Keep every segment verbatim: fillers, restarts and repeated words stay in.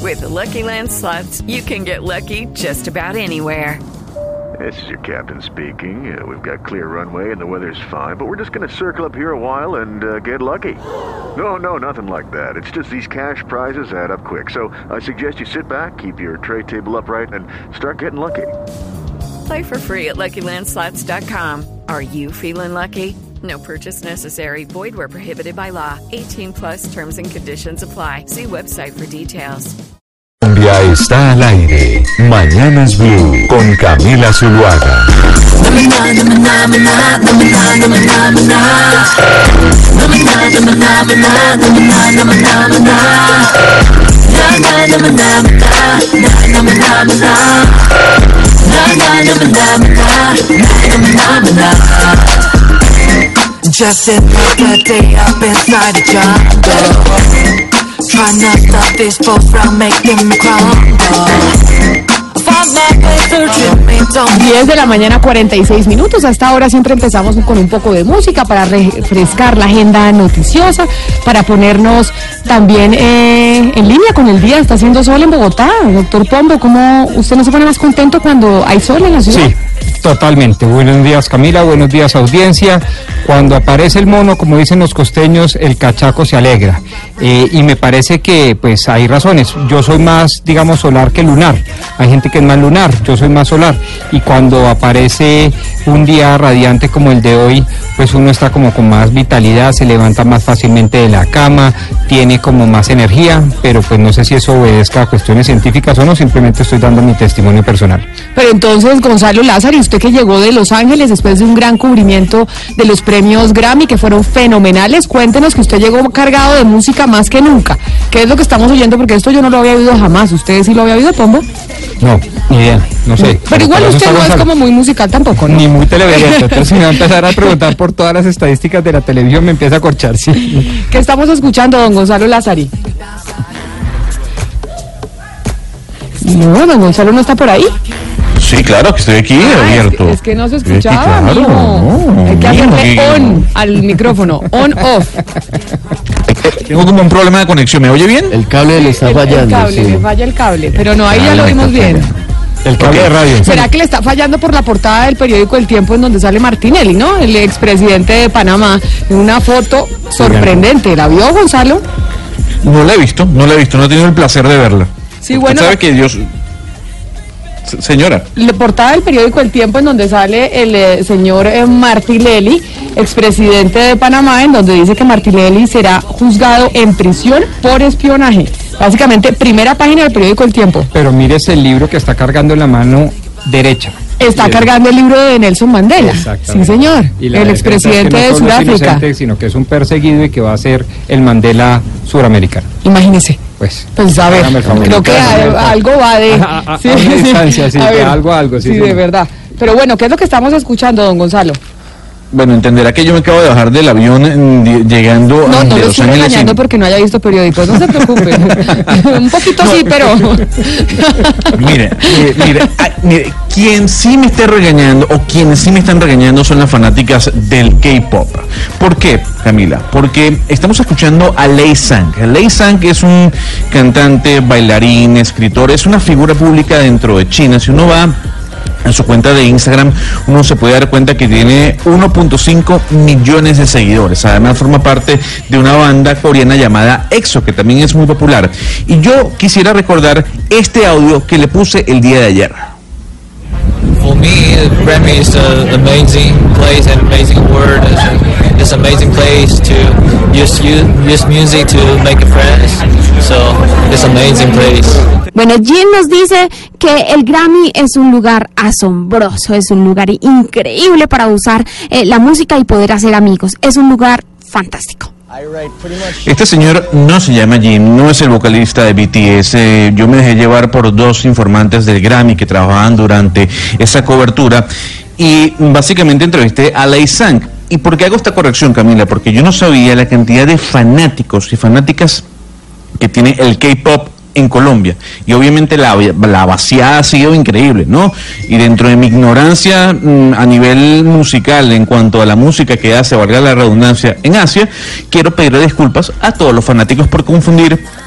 With the Lucky Land Slots, you can get lucky just about anywhere. This is your captain speaking. Uh, we've got clear runway and the weather's fine, but we're just going to circle up here a while and uh, get lucky. No, no, nothing like that. It's just these cash prizes add up quick. So I suggest you sit back, keep your tray table upright, and start getting lucky. Play for free at Lucky Land Slots dot com. Are you feeling lucky? No purchase necessary. Void where prohibited by law. eighteen plus terms and conditions apply. See website for details. Colombia está al aire. Mañanas Blue con Camila Zuluaga. Just another day up inside a jungle. Try not to stop these folks from making me crumble. diez de la mañana, cuarenta y seis minutos. A esta hora siempre empezamos con un poco de música para refrescar la agenda noticiosa, para ponernos también eh, en línea con el día. Está haciendo sol en Bogotá. Doctor Pombo, ¿cómo usted no se pone más contento cuando hay sol en la ciudad? Sí, totalmente. Buenos días, Camila, buenos días, audiencia. Cuando aparece el mono, como dicen los costeños, el cachaco se alegra. Eh, y me parece que pues hay razones. Yo soy más, digamos, solar que lunar. Hay gente que es más lunar, yo soy más solar. Y cuando aparece un día radiante como el de hoy, pues uno está como con más vitalidad, se levanta más fácilmente de la cama, tiene como más energía, pero pues no sé si eso obedezca a cuestiones científicas o no, simplemente estoy dando mi testimonio personal. Pero entonces, Gonzalo Lázaro, usted que llegó de Los Ángeles después de un gran cubrimiento de los premios Grammy, que fueron fenomenales, cuéntenos que usted llegó cargado de música más que nunca. ¿Qué es lo que estamos oyendo? Porque esto yo no lo había oído jamás. ¿Usted sí lo había oído, Pombo? No, ni idea, no sé. Pero, pero igual usted no es como muy musical tampoco, ¿no? Ni muy televidente. Entonces, si me va a empezar a preguntar por todas las estadísticas de la televisión, me empieza a corchar, sí. ¿Qué estamos escuchando, don Gonzalo Lázari? No, don Gonzalo no está por ahí. Sí, claro, que estoy aquí ah, abierto. Es que, es que no se escuchaba, claro, amigo. No, Hay que hacerle aquí. on al micrófono, on, off. Tengo como un problema de conexión, ¿me oye bien? El cable le está el, fallando. El cable, sí. le falla el cable, pero no, ahí ya Ah, lo vimos bien. El cable de radio. ¿Será que le está fallando por la portada del periódico El Tiempo en donde sale Martinelli, ¿no? El expresidente de Panamá, en una foto sorprendente. ¿La vio, Gonzalo? No la he visto, no la he visto, no he tenido el placer de verla. Sí, bueno. ¿Sabe que Dios... Señora. La portada del periódico El Tiempo en donde sale el eh, señor eh, Martinelli, expresidente de Panamá, en donde dice que Martinelli será juzgado en prisión por espionaje. Básicamente, primera página del periódico El Tiempo. Pero mírese el libro que está cargando en la mano derecha. Está Bien. cargando el libro de Nelson Mandela. Sí, señor. Y la el expresidente es que no de solo es Sudáfrica. inocente, sino que es un perseguido y que va a ser el Mandela suramericano. Imagínese. Pues, Pues a ver, creo que a, algo va de... A, a, sí, a una distancia, sí, a de ver, algo a algo. Sí, sí, sí, de verdad. Pero bueno, ¿qué es lo que estamos escuchando, don Gonzalo? Bueno, entenderá que yo me acabo de bajar del avión en, llegando No, a no de lo Los estoy Ángeles. regañando en... porque no haya visto periódicos, no se preocupe. Un poquito sí, pero... Mire, mire, mire, ay, mire, quien sí me esté regañando o quienes sí me están regañando son las fanáticas del K-pop. ¿Por qué, Camila? Porque estamos escuchando a Lay Sang. Lay Sang es un cantante, bailarín, escritor, es una figura pública dentro de China. Si uno va en su cuenta de Instagram, uno se puede dar cuenta que tiene uno punto cinco millones de seguidores. Además forma parte de una banda coreana llamada EXO, que también es muy popular. Y yo quisiera recordar este audio que le puse el día de ayer. For me, Grammy is an amazing place and amazing word. It's an amazing place to use, use use music to make friends. So it's an amazing place. Bueno, Jin nos dice que el Grammy es un lugar asombroso, es un lugar increíble para usar eh, la música y poder hacer amigos. Es un lugar fantástico. Este señor no se llama Jin, no es el vocalista de B T S. Yo me dejé llevar por dos informantes del Grammy que trabajaban durante esa cobertura y básicamente entrevisté a Lay Sang. ¿Y por qué hago esta corrección, Camila? Porque yo no sabía la cantidad de fanáticos y fanáticas que tiene el K-pop en Colombia, y obviamente la, la vaciada ha sido increíble, ¿no? Y dentro de mi ignorancia mmm, a nivel musical en cuanto a la música que hace, valga la redundancia, en Asia, quiero pedirle disculpas a todos los fanáticos por confundir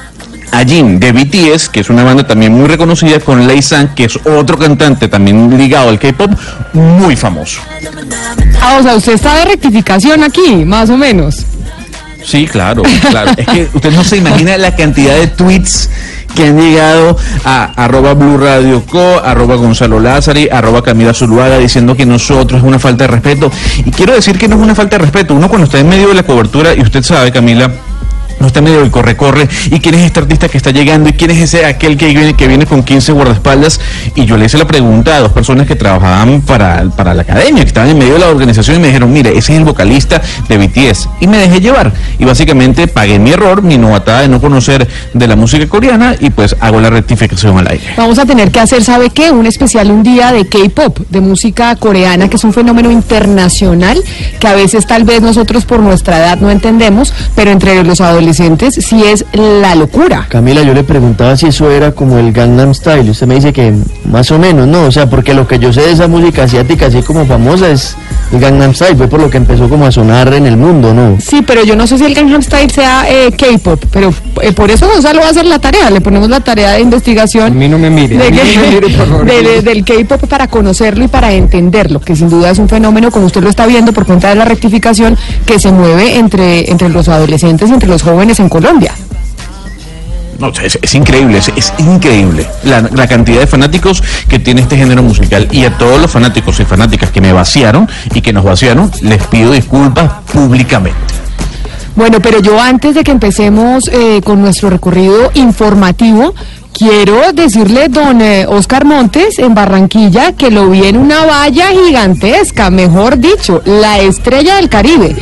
a Jin de B T S, que es una banda también muy reconocida, con Lay Sang, que es otro cantante también ligado al K-pop, muy famoso. Ah, o sea, usted está de rectificación aquí, más o menos. Sí, claro, claro. Es que usted no se imagina la cantidad de tweets que han llegado a arroba Blue Radio Co, arroba Gonzalo Lázari, arroba Camila Zuluaga, diciendo que nosotros es una falta de respeto. Y quiero decir que no es una falta de respeto. Uno cuando está en medio de la cobertura, y usted sabe, Camila, no está en medio del corre-corre, y quién es este artista que está llegando, y quién es ese aquel que viene, que viene con quince guardaespaldas. Y yo le hice la pregunta a dos personas que trabajaban para, para la academia, que estaban en medio de la organización, y me dijeron, mire, ese es el vocalista de B T S. Y me dejé llevar, y básicamente pagué mi error, mi novatada de no conocer de la música coreana, y pues hago la rectificación al aire. Vamos a tener que hacer, ¿sabe qué? Un especial un día de K-pop, de música coreana, que es un fenómeno internacional, que a veces tal vez nosotros por nuestra edad no entendemos, pero entre los adolescentes sí es la locura. Camila, yo le preguntaba si eso era como el Gangnam Style, usted me dice que más o menos, ¿no? O sea, porque lo que yo sé de esa música asiática así como famosa es el Gangnam Style, fue por lo que empezó como a sonar en el mundo, ¿no? Sí, pero yo no sé si el Gangnam Style sea eh, K-pop, pero eh, por eso Gonzalo va a hacer la tarea, le ponemos la tarea de investigación. A mí no me mire, de a mí que, no me mire, por favor. de, de, del K-pop para conocerlo y para entenderlo, que sin duda es un fenómeno, como usted lo está viendo por cuenta de la rectificación, que se mueve entre, entre los adolescentes y entre los jóvenes en Colombia. No, es, es increíble, es, es increíble la, la cantidad de fanáticos que tiene este género musical, y a todos los fanáticos y fanáticas que me vaciaron y que nos vaciaron, les pido disculpas públicamente. Bueno, pero yo antes de que empecemos eh, con nuestro recorrido informativo, quiero decirle, don eh, Oscar Montes, en Barranquilla, que lo vi en una valla gigantesca, mejor dicho, la estrella del Caribe.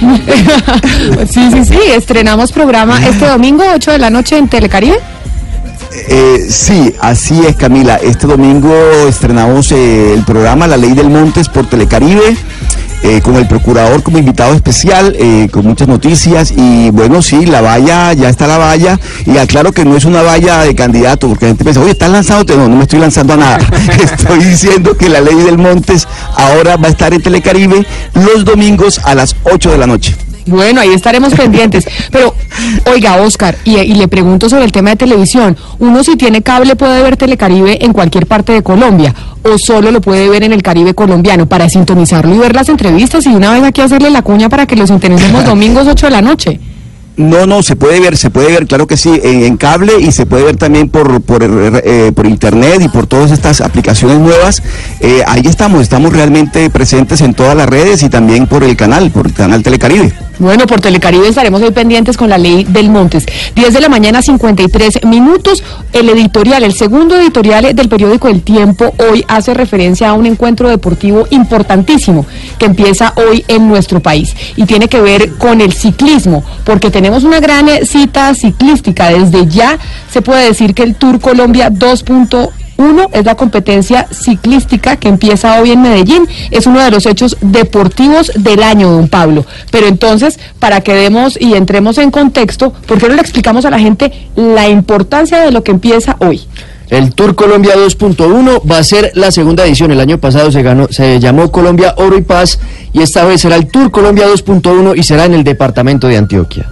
sí, sí, sí, estrenamos programa este domingo, ocho de la noche en Telecaribe. Eh, sí, así es, Camila. Este domingo estrenamos eh, el programa La Ley del Montes por Telecaribe. Eh, con el procurador como invitado especial, eh, con muchas noticias, y bueno, sí, la valla, ya está la valla, y aclaro que no es una valla de candidato, porque la gente piensa, oye, ¿estás lanzándote? No, no me estoy lanzando a nada, estoy diciendo que La Ley del Montes ahora va a estar en Telecaribe los domingos a las ocho de la noche. Bueno, ahí estaremos pendientes. Pero, oiga, Oscar, y, y le pregunto sobre el tema de televisión. ¿Uno si tiene cable puede ver Telecaribe en cualquier parte de Colombia? ¿O solo lo puede ver en el Caribe colombiano para sintonizarlo y ver las entrevistas y una vez aquí hacerle la cuña para que los sintonicemos domingos ocho de la noche? No, no, se puede ver, se puede ver, claro que sí, en, en cable, y se puede ver también por por, eh, por internet y por todas estas aplicaciones nuevas. Eh, ahí estamos, estamos realmente presentes en todas las redes y también por el canal, por el canal Telecaribe. Bueno, por Telecaribe estaremos hoy pendientes con La Ley del Montes. diez de la mañana, cincuenta y tres minutos. El editorial, el segundo editorial del periódico El Tiempo, hoy hace referencia a un encuentro deportivo importantísimo que empieza hoy en nuestro país y tiene que ver con el ciclismo, porque tenemos una gran cita ciclística. Desde ya se puede decir que el Tour Colombia dos punto uno es la competencia ciclística que empieza hoy en Medellín. Es uno de los hechos deportivos del año, don Pablo. Pero entonces, para que demos y entremos en contexto, ¿por qué no le explicamos a la gente la importancia de lo que empieza hoy? El Tour Colombia dos punto uno va a ser la segunda edición. El año pasado se ganó, se llamó Colombia Oro y Paz, y esta vez será el Tour Colombia dos punto uno y será en el departamento de Antioquia.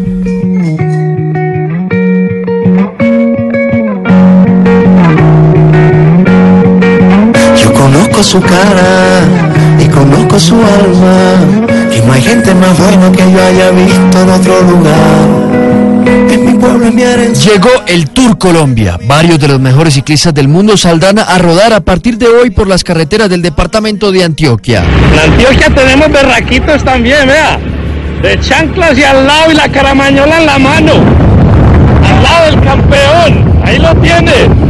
Conozco su cara y conozco su alma, y no hay gente más buena que yo haya visto en otro lugar. Es mi pueblo, es mi herencia. Llegó el Tour Colombia. Varios de los mejores ciclistas del mundo saldrán a rodar a partir de hoy por las carreteras del departamento de Antioquia. En Antioquia tenemos berraquitos también, vea, de chanclas y al lado, y la caramañola en la mano, al lado del campeón, ahí lo tiene.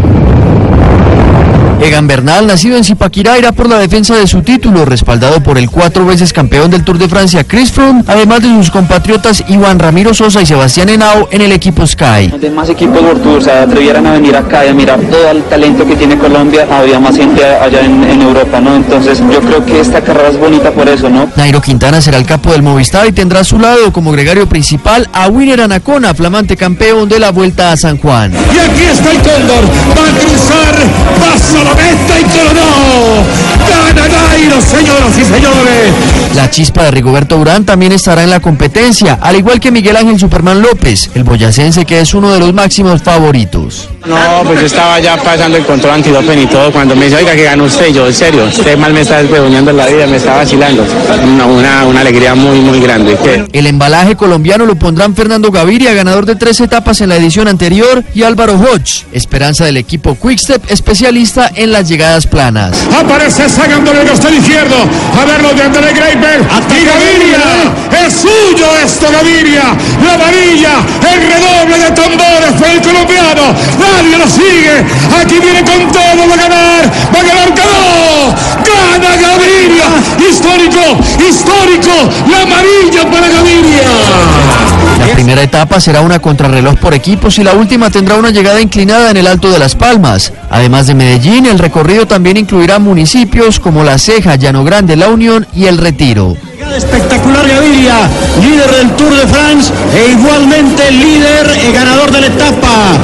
Egan Bernal, nacido en Zipaquirá, irá por la defensa de su título, respaldado por el cuatro veces campeón del Tour de Francia, Chris Froome, además de sus compatriotas Iván Ramiro Sosa y Sebastián Henao en el equipo Sky. De más equipos World Tour se atrevieran a venir acá y a mirar todo el talento que tiene Colombia, había más gente allá en, en Europa, ¿no? Entonces yo creo que esta carrera es bonita por eso, ¿no? Nairo Quintana será el capo del Movistar y tendrá a su lado como gregario principal a Winner Anacona, flamante campeón de la Vuelta a San Juan. Y aquí está el Cóndor, va a cruzar, pasa la meta y coronó, gana Nairo, señoras y señores. La chispa de Rigoberto Urán también estará en la competencia, al igual que Miguel Ángel Superman López, el boyacense que es uno de los máximos favoritos. No, pues yo estaba ya pasando el control antidoping y todo, cuando me dice, oiga, que ganó usted, yo, en serio, usted mal me está despeñando la vida, me está vacilando. Una, una, una alegría muy, muy grande. El embalaje colombiano lo pondrán Fernando Gaviria, ganador de tres etapas en la edición anterior, y Álvaro Hodge, esperanza del equipo Quickstep, especialista en las llegadas planas. Aparece sacándole el costado izquierdo, a verlo de André Greipel, y Gaviria, es suyo esto, Gaviria, la varilla, el redoble de tambores para el colombiano, nadie lo sigue, aquí viene con todo, va a ganar, va a ganar todo, gana Gaviria, histórico, histórico, la amarilla para Gaviria. La primera etapa será una contrarreloj por equipos y la última tendrá una llegada inclinada en el Alto de las Palmas. Además de Medellín, el recorrido también incluirá municipios como La Ceja, Llano Grande, La Unión y El Retiro. Espectacular Gaviria, líder del Tour de France e igualmente líder y ganador de la etapa.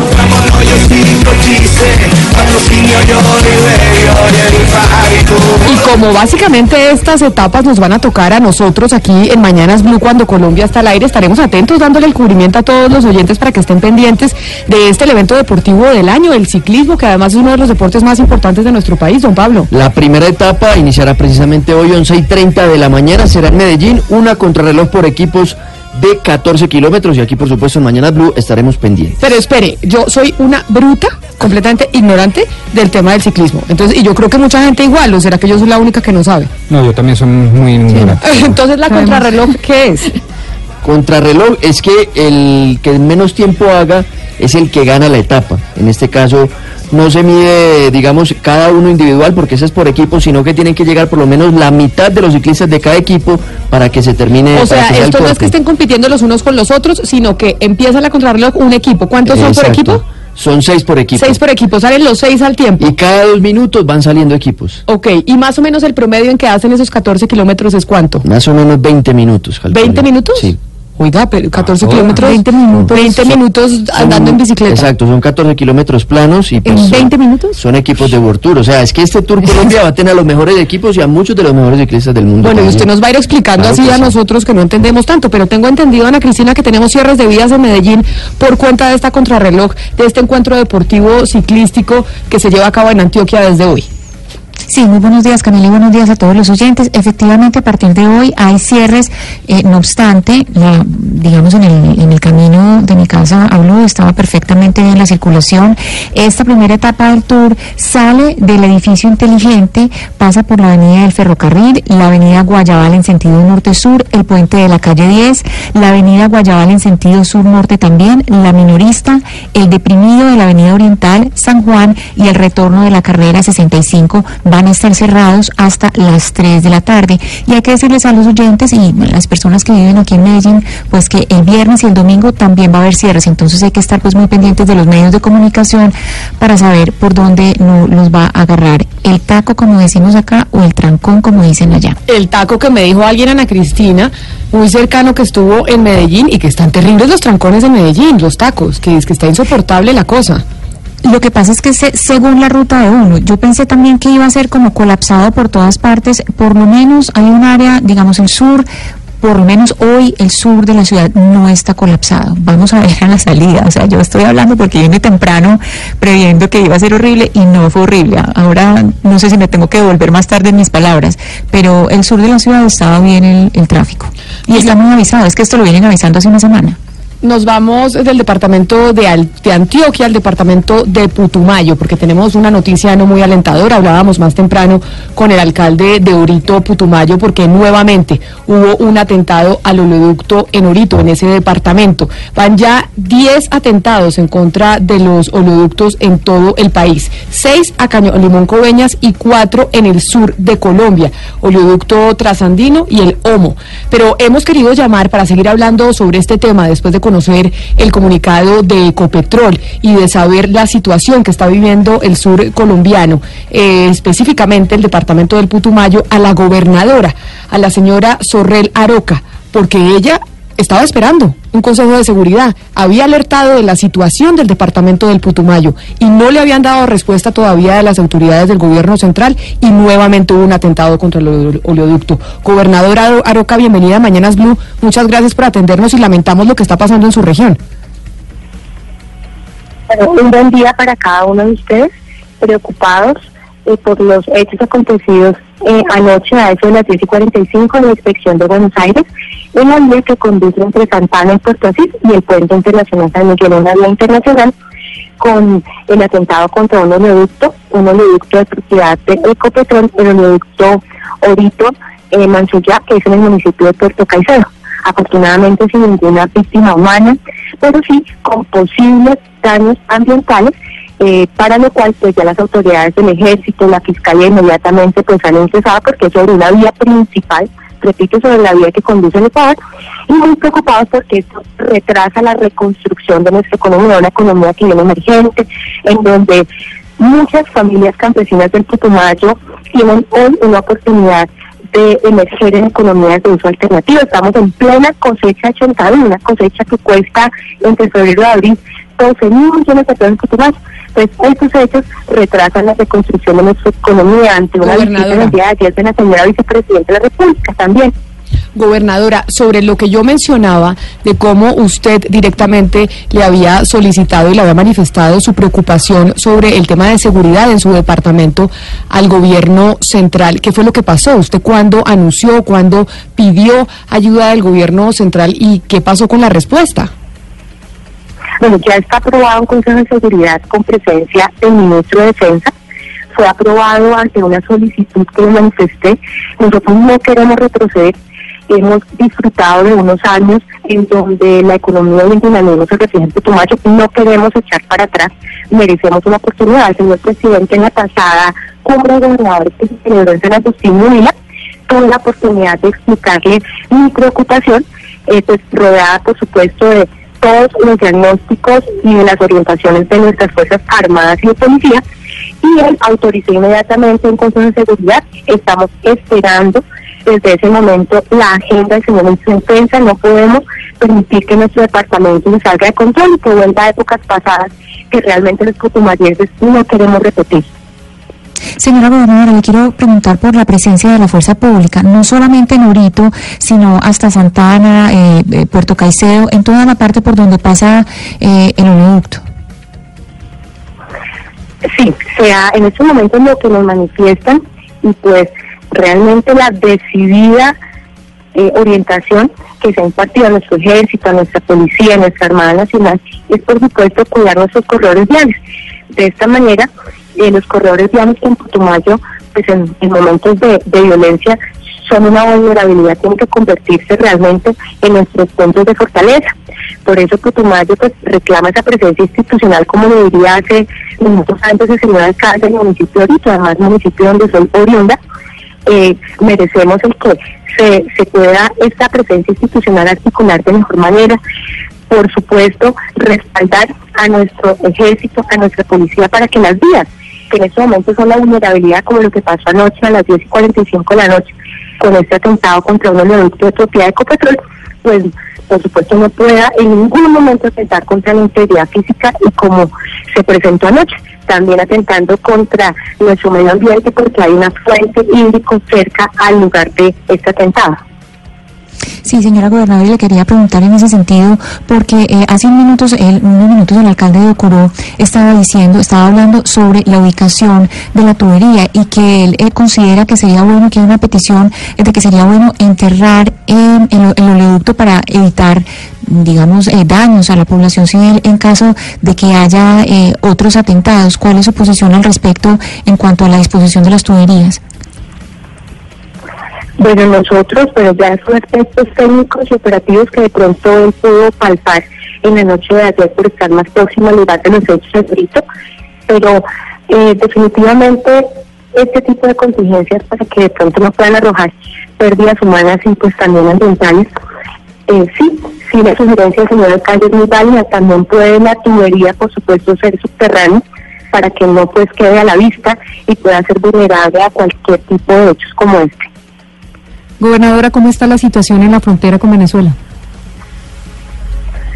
Y como básicamente estas etapas nos van a tocar a nosotros aquí en Mañanas Blue cuando Colombia está al aire, estaremos atentos dándole el cubrimiento a todos los oyentes para que estén pendientes de este el evento deportivo del año, el ciclismo, que además es uno de los deportes más importantes de nuestro país, don Pablo. La primera etapa iniciará precisamente hoy once y treinta de la mañana, será en Medellín, una contrarreloj por equipos de catorce kilómetros y aquí por supuesto en Mañanas Blue estaremos pendientes. Pero espere, yo soy una bruta, completamente ignorante del tema del ciclismo, entonces, y yo creo que mucha gente igual, o será que yo soy la única que no sabe. No, yo también soy muy ignorante. Sí. Entonces, ¿la contrarreloj qué es? Contrarreloj es que el que menos tiempo haga es el que gana la etapa. En este caso no se mide, digamos, cada uno individual porque ese es por equipo, sino que tienen que llegar por lo menos la mitad de los ciclistas de cada equipo para que se termine. O sea, esto no es que estén compitiendo los unos con los otros, sino que empieza la contrarreloj un equipo. ¿Cuántos son por equipo? Son seis por equipo. Seis por equipo, salen los seis al tiempo. Y cada dos minutos van saliendo equipos. Ok, y más o menos el promedio en que hacen esos catorce kilómetros es ¿cuánto? Más o menos veinte minutos. Calculo. ¿veinte minutos? Sí. Oiga, pero catorce ah, kilómetros, veinte minutos, veinte minutos andando son, en bicicleta. Exacto, son catorce kilómetros planos y pues, ¿en veinte minutos? Son equipos de World Tour, o sea, es que este Tour Colombia va a tener a los mejores equipos y a muchos de los mejores ciclistas del mundo. Bueno, también. Y usted nos va a ir explicando claro así a sí. nosotros que no entendemos tanto, pero tengo entendido, Ana Cristina, que tenemos cierres de vías en Medellín por cuenta de esta contrarreloj, de este encuentro deportivo ciclístico que se lleva a cabo en Antioquia desde hoy. Sí, muy buenos días, Camila, y buenos días a todos los oyentes. Efectivamente, a partir de hoy hay cierres, eh, no obstante, la, digamos, en el, en el camino de mi casa a Blue estaba perfectamente bien la circulación. Esta primera etapa del tour sale del edificio inteligente, pasa por la avenida del Ferrocarril, la avenida Guayabal en sentido norte-sur, el puente de la calle diez, la avenida Guayabal en sentido sur-norte también, la Minorista, el deprimido de la avenida Oriental, San Juan y el retorno de la carrera sesenta y cinco van a estar cerrados hasta las tres de la tarde. Y hay que decirles a los oyentes y a las personas que viven aquí en Medellín, pues que el viernes y el domingo también va a haber cierres, entonces hay que estar pues muy pendientes de los medios de comunicación para saber por dónde no los va a agarrar el taco, como decimos acá, o el trancón, como dicen allá. El taco que me dijo alguien, Ana Cristina, muy cercano, que estuvo en Medellín, y que están terribles los trancones de Medellín, los tacos, que es que está insoportable la cosa. Lo que pasa es que se, según la ruta de uno, yo pensé también que iba a ser como colapsado por todas partes, por lo menos hay un área, digamos el sur, por lo menos hoy el sur de la ciudad no está colapsado. Vamos a ver a la salida, o sea, yo estoy hablando porque vine temprano previendo que iba a ser horrible y no fue horrible. Ahora no sé si me tengo que devolver más tarde en mis palabras, pero el sur de la ciudad estaba bien el, el tráfico. Y está muy avisado, es que esto lo vienen avisando hace una semana. Nos vamos del departamento de, Al de Antioquia al departamento de Putumayo, porque tenemos una noticia no muy alentadora. Hablábamos más temprano con el alcalde de Orito, Putumayo, porque nuevamente hubo un atentado al oleoducto en Orito, en ese departamento. Van ya diez atentados en contra de los oleoductos en todo el país. Seis a Caño Limón Coveñas y cuatro en el sur de Colombia, oleoducto Trasandino y el Omo. Pero hemos querido llamar para seguir hablando sobre este tema después de conocer el comunicado de Ecopetrol y de saber la situación que está viviendo el sur colombiano, eh, específicamente el departamento del Putumayo, a la gobernadora, a la señora Sorrel Aroca, porque ella estaba esperando un Consejo de Seguridad, había alertado de la situación del departamento del Putumayo y no le habían dado respuesta todavía de las autoridades del gobierno central y nuevamente hubo un atentado contra el oleoducto. Gobernadora Aroca, bienvenida a Mañanas Blue, muchas gracias por atendernos y lamentamos lo que está pasando en su región. Un buen día para cada uno de ustedes, preocupados eh, por los hechos acontecidos eh, anoche a eso de las diez y cuarenta y cinco en la inspección de Buenos Aires, en la vía que conduce entre Santana y Puerto Asís y el puente internacional San Miguel, una vía internacional, con el atentado contra un oleoducto, un oleoducto de propiedad de Ecopetrol, el oleoducto Orito eh, Mansuya, que es en el municipio de Puerto Caicedo. Afortunadamente sin ninguna víctima humana, pero sí con posibles daños ambientales, eh, para lo cual pues ya las autoridades del ejército, la fiscalía inmediatamente pues han empezado, porque es sobre una vía principal, repito, sobre la vía que conduce al Ecuador, y muy preocupados porque esto retrasa la reconstrucción de nuestra economía, una economía que viene emergente, en donde muchas familias campesinas del Putumayo tienen hoy una oportunidad de emerger en economías de uso alternativo. Estamos en plena cosecha ochentable, una cosecha que cuesta entre febrero y abril doce mil millones de pesos en Putumayo. Entonces, estos hechos retrasan la reconstrucción de nuestra economía ante una visita en el día de ayer de la señora vicepresidenta de la República también. Gobernadora, sobre lo que yo mencionaba de cómo usted directamente le había solicitado y le había manifestado su preocupación sobre el tema de seguridad en su departamento al gobierno central, ¿qué fue lo que pasó? ¿Usted cuándo anunció, cuándo pidió ayuda del gobierno central y qué pasó con la respuesta? Bueno, ya está aprobado un Consejo de Seguridad con presencia del ministro de Defensa. Fue aprobado ante una solicitud que manifesté. Nosotros no queremos retroceder. Hemos disfrutado de unos años en donde la economía y el dinamismo se refleja en Putumayo. No queremos echar para atrás. Merecemos una oportunidad. El señor presidente, en la pasada cumbre de gobernadores que se celebró en San Agustín Munila, tuve la oportunidad de explicarle mi preocupación, eh, pues rodeada, por supuesto, de todos los diagnósticos y de las orientaciones de nuestras Fuerzas Armadas y de Policía, y él autorizó inmediatamente un Consejo de Seguridad. Estamos esperando desde ese momento la agenda del señor ministro de Defensa. No podemos permitir que nuestro departamento se salga de control y que vuelva a épocas pasadas que realmente los putumayenses no queremos repetir. Señora gobernadora, le quiero preguntar por la presencia de la fuerza pública, no solamente en Orito, sino hasta Santana, eh, eh, Puerto Caicedo, en toda la parte por donde pasa eh, el oleoducto. Sí, sea en estos momentos lo que nos manifiestan, y pues realmente la decidida eh, orientación que se ha impartido a nuestro ejército, a nuestra policía, a nuestra Armada Nacional, es por supuesto cuidar nuestros corredores viales. De esta manera, eh, los corredores viales en Putumayo, pues en, en momentos de, de violencia, son una vulnerabilidad, tienen que convertirse realmente en nuestros puntos de fortaleza. Por eso Putumayo pues reclama esa presencia institucional, como lo diría hace minutos antes el señor alcalde del municipio de Orito, además municipio donde soy oriunda. Eh, merecemos el que se, se pueda esta presencia institucional articular de mejor manera. Por supuesto, respaldar a nuestro ejército, a nuestra policía, para que las vías, que en estos momentos son la vulnerabilidad, como lo que pasó anoche a las diez y cuarenta y cinco de la noche, con este atentado contra un oleoducto de propiedad de Ecopetrol, pues por supuesto no pueda en ningún momento atentar contra la integridad física, y como se presentó anoche, también atentando contra nuestro medio ambiente, porque hay una fuente hídrica cerca al lugar de este atentado. Sí, señora gobernadora, le quería preguntar en ese sentido, porque eh, hace unos minutos, el, unos minutos el alcalde de Ocuró estaba diciendo, estaba hablando sobre la ubicación de la tubería, y que él, él considera que sería bueno, que hay una petición de que sería bueno enterrar eh, el, el oleoducto para evitar, digamos, eh, daños a la población civil en caso de que haya eh, otros atentados. ¿Cuál es su posición al respecto en cuanto a la disposición de las tuberías? Bueno, nosotros, pero ya son aspectos técnicos y operativos que de pronto él pudo palpar en la noche de ayer por estar más próximo al lugar de los hechos de Brito, pero eh, definitivamente este tipo de contingencias, para que de pronto no puedan arrojar pérdidas humanas y pues también ambientales, eh, sí, sí, la sugerencia del señor alcalde es muy válida. También puede la tubería, por supuesto, ser subterránea, para que no pues quede a la vista y pueda ser vulnerable a cualquier tipo de hechos como este. Gobernadora, ¿cómo está la situación en la frontera con Venezuela?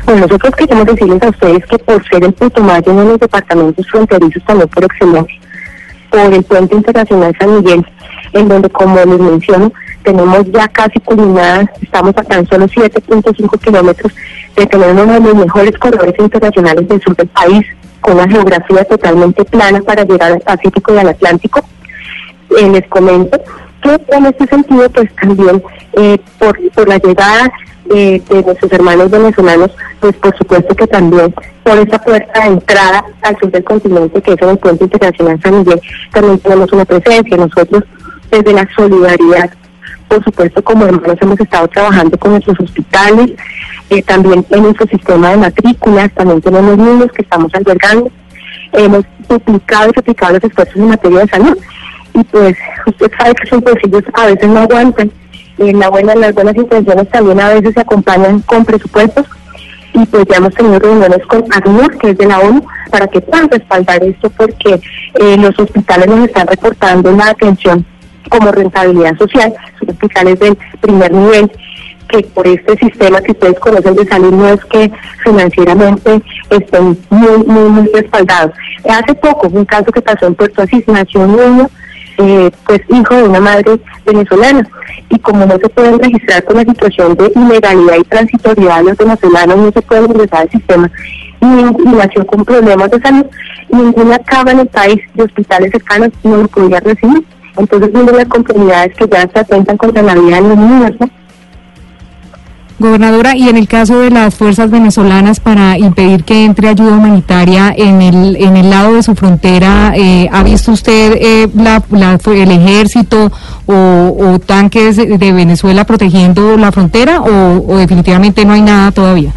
Bueno, nosotros queremos decirles a ustedes que por ser el Putumayo uno de los departamentos fronterizos también por excelencia, por el puente internacional San Miguel, en donde, como les menciono, tenemos ya casi culminadas, estamos a tan solo siete punto cinco kilómetros de tener uno de los mejores corredores internacionales del sur del país, con una geografía totalmente plana para llegar al Pacífico y al Atlántico. Eh, les comento que en este sentido, pues también eh, por, por la llegada eh, de nuestros hermanos venezolanos, pues por supuesto que también por esa puerta de entrada al sur del continente, que es en el puente internacional San Miguel, también tenemos una presencia. Nosotros, desde la solidaridad, por supuesto, como hermanos hemos estado trabajando con nuestros hospitales, eh, también en nuestro sistema de matrículas, también tenemos niños que estamos albergando, hemos duplicado y triplicado los esfuerzos en materia de salud, y pues usted sabe que sus bolsillos a veces no aguantan, eh, la buena, las buenas intenciones también a veces se acompañan con presupuestos, y pues ya hemos tenido reuniones con ACNUR, que es de la ONU, para que puedan respaldar esto, porque eh, los hospitales nos están reportando la atención como rentabilidad social, son hospitales del primer nivel, que por este sistema que ustedes conocen de salud no es que financieramente estén muy, muy, muy respaldados. Hace poco, un caso que pasó en Puerto Asís, nació un niño, eh, pues hijo de una madre venezolana, y como no se pueden registrar con la situación de ilegalidad y transitoriedad de los venezolanos, no se pueden ingresar al sistema, y, y nació con problemas de salud, ninguna cama en el país de hospitales cercanos no lo podía recibir. Entonces, viendo las comunidades que ya se atentan contra la vida de los niños, ¿no? Gobernadora, y en el caso de las fuerzas venezolanas para impedir que entre ayuda humanitaria en el en el lado de su frontera, eh, ¿ha visto usted eh, la, la, el ejército o, o tanques de, de Venezuela protegiendo la frontera, o, o definitivamente no hay nada todavía?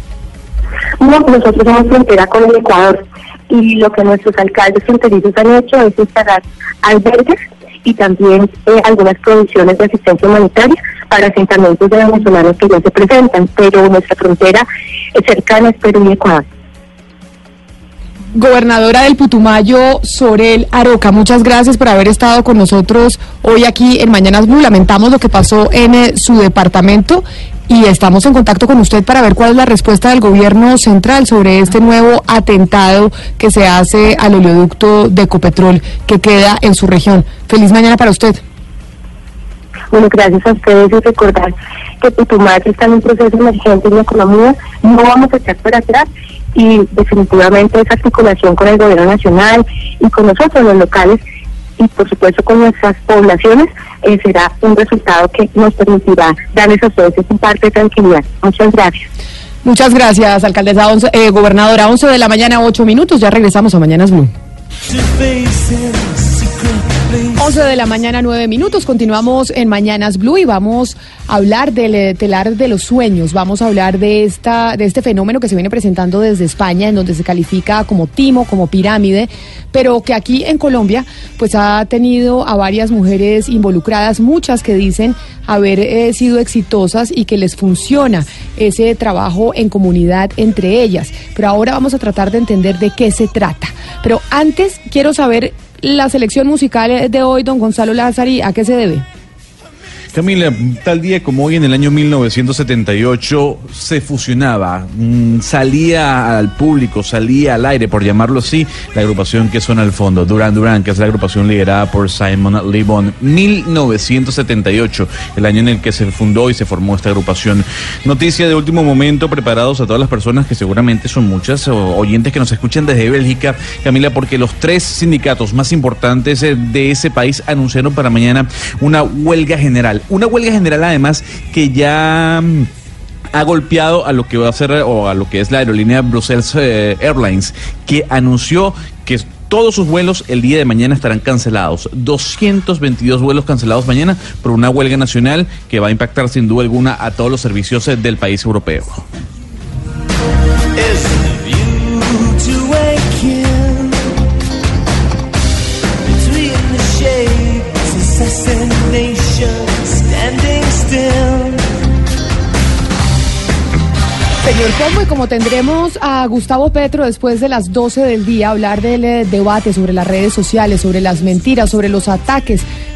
No, nosotros somos frontera con el Ecuador, y lo que nuestros alcaldes fronterizos han hecho es instalar albergues y también eh, algunas provisiones de asistencia humanitaria para asentamientos de venezolanos que ya se presentan, pero nuestra frontera es cercana, es Perú y Ecuador. Gobernadora del Putumayo, Sorel Aroca, muchas gracias por haber estado con nosotros hoy aquí en Mañanas Blue. Lamentamos lo que pasó en eh, su departamento, y estamos en contacto con usted para ver cuál es la respuesta del gobierno central sobre este nuevo atentado que se hace al oleoducto de Ecopetrol que queda en su región. Feliz mañana para usted. Bueno, gracias a ustedes, y recordar que Putumayo está en un proceso emergente en la economía, no vamos a echar para atrás, y definitivamente esa articulación con el gobierno nacional y con nosotros los locales, y por supuesto con nuestras poblaciones, eh, será un resultado que nos permitirá darles a ustedes un parte de tranquilidad. Muchas gracias. Muchas gracias, alcaldesa, once, eh, gobernadora. once de la mañana, ocho minutos, ya regresamos a Mañanas Blue. once de la mañana, nueve minutos, continuamos en Mañanas Blue y vamos a hablar del telar de los sueños. Vamos a hablar de esta de este fenómeno que se viene presentando desde España, en donde se califica como timo, como pirámide, pero que aquí en Colombia pues ha tenido a varias mujeres involucradas, muchas que dicen haber eh, sido exitosas y que les funciona ese trabajo en comunidad entre ellas. Pero ahora vamos a tratar de entender de qué se trata. Pero antes quiero saber la selección musical de hoy, don Gonzalo Lázari, ¿a qué se debe? Camila, tal día como hoy en el año mil novecientos setenta y ocho se fusionaba, mmm, salía al público, salía al aire, por llamarlo así, la agrupación que suena al fondo, Duran Duran, que es la agrupación liderada por Simon Le Bon. mil novecientos setenta y ocho, el año en el que se fundó y se formó esta agrupación. Noticia de último momento, preparados a todas las personas que seguramente son muchas, o oyentes que nos escuchan desde Bélgica, Camila, porque los tres sindicatos más importantes de ese país anunciaron para mañana una huelga general. Una huelga general, además, que ya mmm, ha golpeado a lo que va a ser, o a lo que es la aerolínea Brussels eh, Airlines, que anunció que todos sus vuelos el día de mañana estarán cancelados. doscientos veintidós vuelos cancelados mañana por una huelga nacional que va a impactar sin duda alguna a todos los servicios del país europeo. Señor Pombo, y como tendremos a Gustavo Petro después de las doce del día, hablar del eh, debate sobre las redes sociales, sobre las mentiras, sobre los ataques que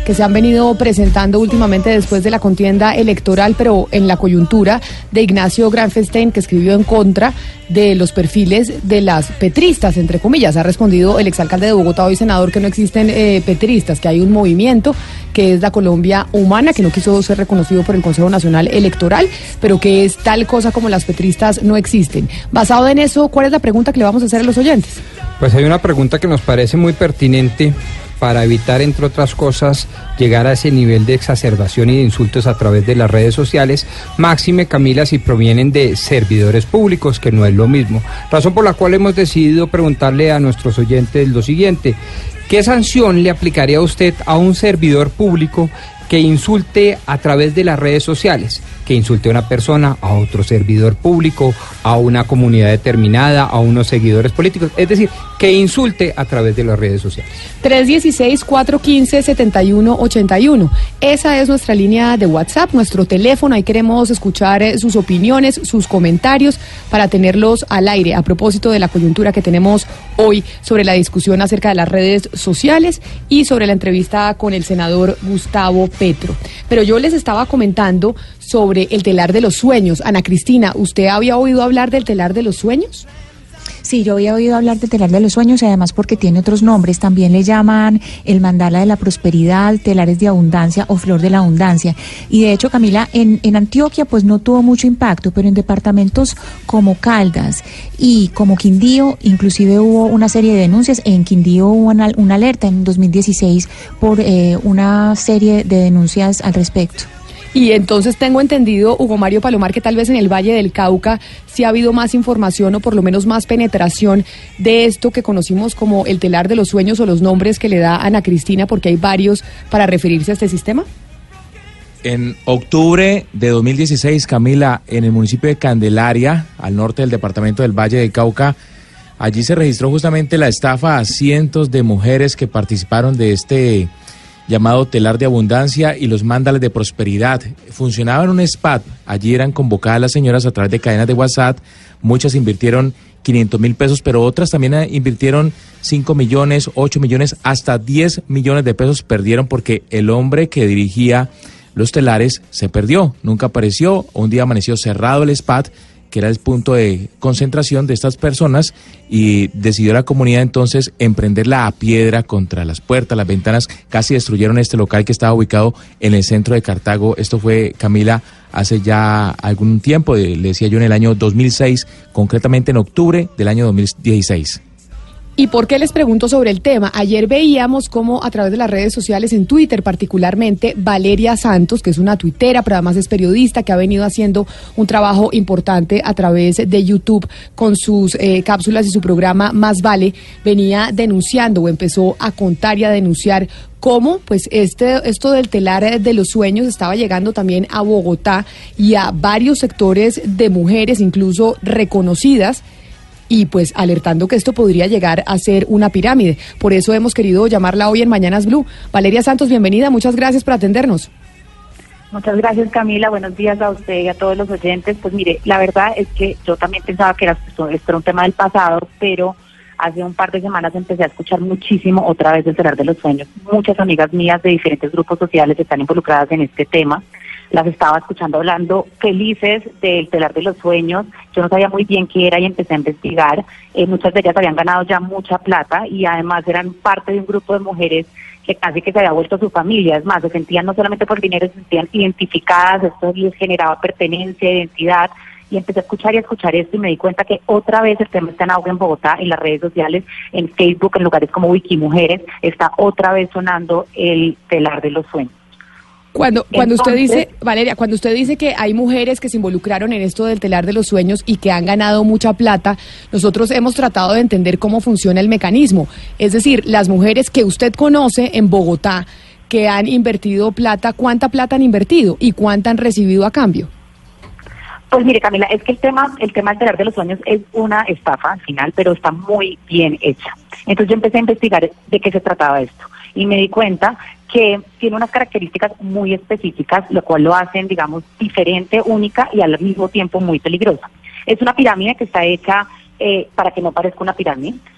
que se han venido presentando últimamente después de la contienda electoral, pero en la coyuntura de Ignacio Granfestein, que escribió en contra de los perfiles de las petristas, entre comillas. Ha respondido el exalcalde de Bogotá, hoy senador, que no existen eh, petristas, que hay un movimiento que es la Colombia Humana, que no quiso ser reconocido por el Consejo Nacional Electoral, pero que es tal cosa como las petristas no existen. Basado en eso, ¿cuál es la pregunta que le vamos a hacer a los oyentes? Pues hay una pregunta que nos parece muy pertinente para evitar, entre otras cosas, llegar a ese nivel de exacerbación y de insultos a través de las redes sociales, máxime, Camila, si provienen de servidores públicos, que no es lo mismo. Razón por la cual hemos decidido preguntarle a nuestros oyentes lo siguiente: ¿qué sanción le aplicaría a usted a un servidor público que insulte a través de las redes sociales? Que insulte a una persona, a otro servidor público, a una comunidad determinada, a unos seguidores políticos, es decir, que insulte a través de las redes sociales. tres uno seis, cuatro uno cinco, siete uno ocho uno. Esa es nuestra línea de WhatsApp, nuestro teléfono. Ahí queremos escuchar eh, sus opiniones, sus comentarios, para tenerlos al aire a propósito de la coyuntura que tenemos hoy sobre la discusión acerca de las redes sociales y sobre la entrevista con el senador Gustavo Petro. Pero yo les estaba comentando sobre el telar de los sueños. Ana Cristina, ¿usted había oído hablar del telar de los sueños? Sí, yo había oído hablar del telar de los sueños, y además porque tiene otros nombres. También le llaman el mandala de la prosperidad, telares de abundancia o flor de la abundancia. Y de hecho, Camila, en, en Antioquia pues no tuvo mucho impacto, pero en departamentos como Caldas y como Quindío, inclusive hubo una serie de denuncias. En Quindío hubo una, una alerta en dos mil dieciséis por eh, una serie de denuncias al respecto. Y entonces tengo entendido, Hugo Mario Palomar, que tal vez en el Valle del Cauca sí ha habido más información o por lo menos más penetración de esto que conocimos como el telar de los sueños, o los nombres que le da Ana Cristina, porque hay varios para referirse a este sistema. En octubre de dos mil dieciséis, Camila, en el municipio de Candelaria, al norte del departamento del Valle del Cauca, allí se registró justamente la estafa a cientos de mujeres que participaron de este llamado telar de abundancia y los mandalas de prosperidad. Funcionaba en un spa, allí eran convocadas las señoras a través de cadenas de WhatsApp, muchas invirtieron quinientos mil pesos, pero otras también invirtieron cinco millones, ocho millones, hasta diez millones de pesos perdieron porque el hombre que dirigía los telares se perdió, nunca apareció, un día amaneció cerrado el spa, que era el punto de concentración de estas personas, y decidió la comunidad entonces emprenderla a piedra contra las puertas, las ventanas. Casi destruyeron este local que estaba ubicado en el centro de Cartago. Esto fue, Camila, hace ya algún tiempo, le decía yo, en el año dos mil seis, concretamente en octubre del año dos mil dieciséis. ¿Y por qué les pregunto sobre el tema? Ayer veíamos cómo a través de las redes sociales, en Twitter particularmente, Valeria Santos, que es una tuitera, pero además es periodista, que ha venido haciendo un trabajo importante a través de YouTube con sus eh, cápsulas y su programa Más Vale, venía denunciando o empezó a contar y a denunciar cómo pues este esto del telar de los sueños estaba llegando también a Bogotá y a varios sectores de mujeres, incluso reconocidas, y pues alertando que esto podría llegar a ser una pirámide. Por eso hemos querido llamarla hoy en Mañanas Blue. Valeria Santos, bienvenida, muchas gracias por atendernos. Muchas gracias, Camila, buenos días a usted y a todos los oyentes. Pues mire, la verdad es que yo también pensaba que era, esto, esto era un tema del pasado, pero hace un par de semanas empecé a escuchar muchísimo otra vez el telar de los sueños. Muchas amigas mías de diferentes grupos sociales están involucradas en este tema. Las estaba escuchando hablando felices del telar de los sueños. Yo no sabía muy bien qué era y empecé a investigar. Eh, muchas de ellas habían ganado ya mucha plata y además eran parte de un grupo de mujeres que casi que se había vuelto su familia. Es más, se sentían no solamente por dinero, se sentían identificadas, esto les generaba pertenencia, identidad. Y empecé a escuchar y a escuchar esto y me di cuenta que otra vez el tema está en auge en Bogotá, en las redes sociales, en Facebook, en lugares como Wikimujeres, está otra vez sonando el telar de los sueños. Cuando cuando Entonces, usted dice, Valeria, cuando usted dice que hay mujeres que se involucraron en esto del telar de los sueños y que han ganado mucha plata, nosotros hemos tratado de entender cómo funciona el mecanismo. Es decir, las mujeres que usted conoce en Bogotá que han invertido plata, ¿cuánta plata han invertido y cuánta han recibido a cambio? Pues mire, Camila, es que el tema el tema del telar de los sueños es una estafa al final, pero está muy bien hecha. Entonces yo empecé a investigar de qué se trataba esto y me di cuenta que tiene unas características muy específicas, lo cual lo hacen, digamos, diferente, única y al mismo tiempo muy peligrosa. Es una pirámide que está hecha eh, para que no parezca una pirámide.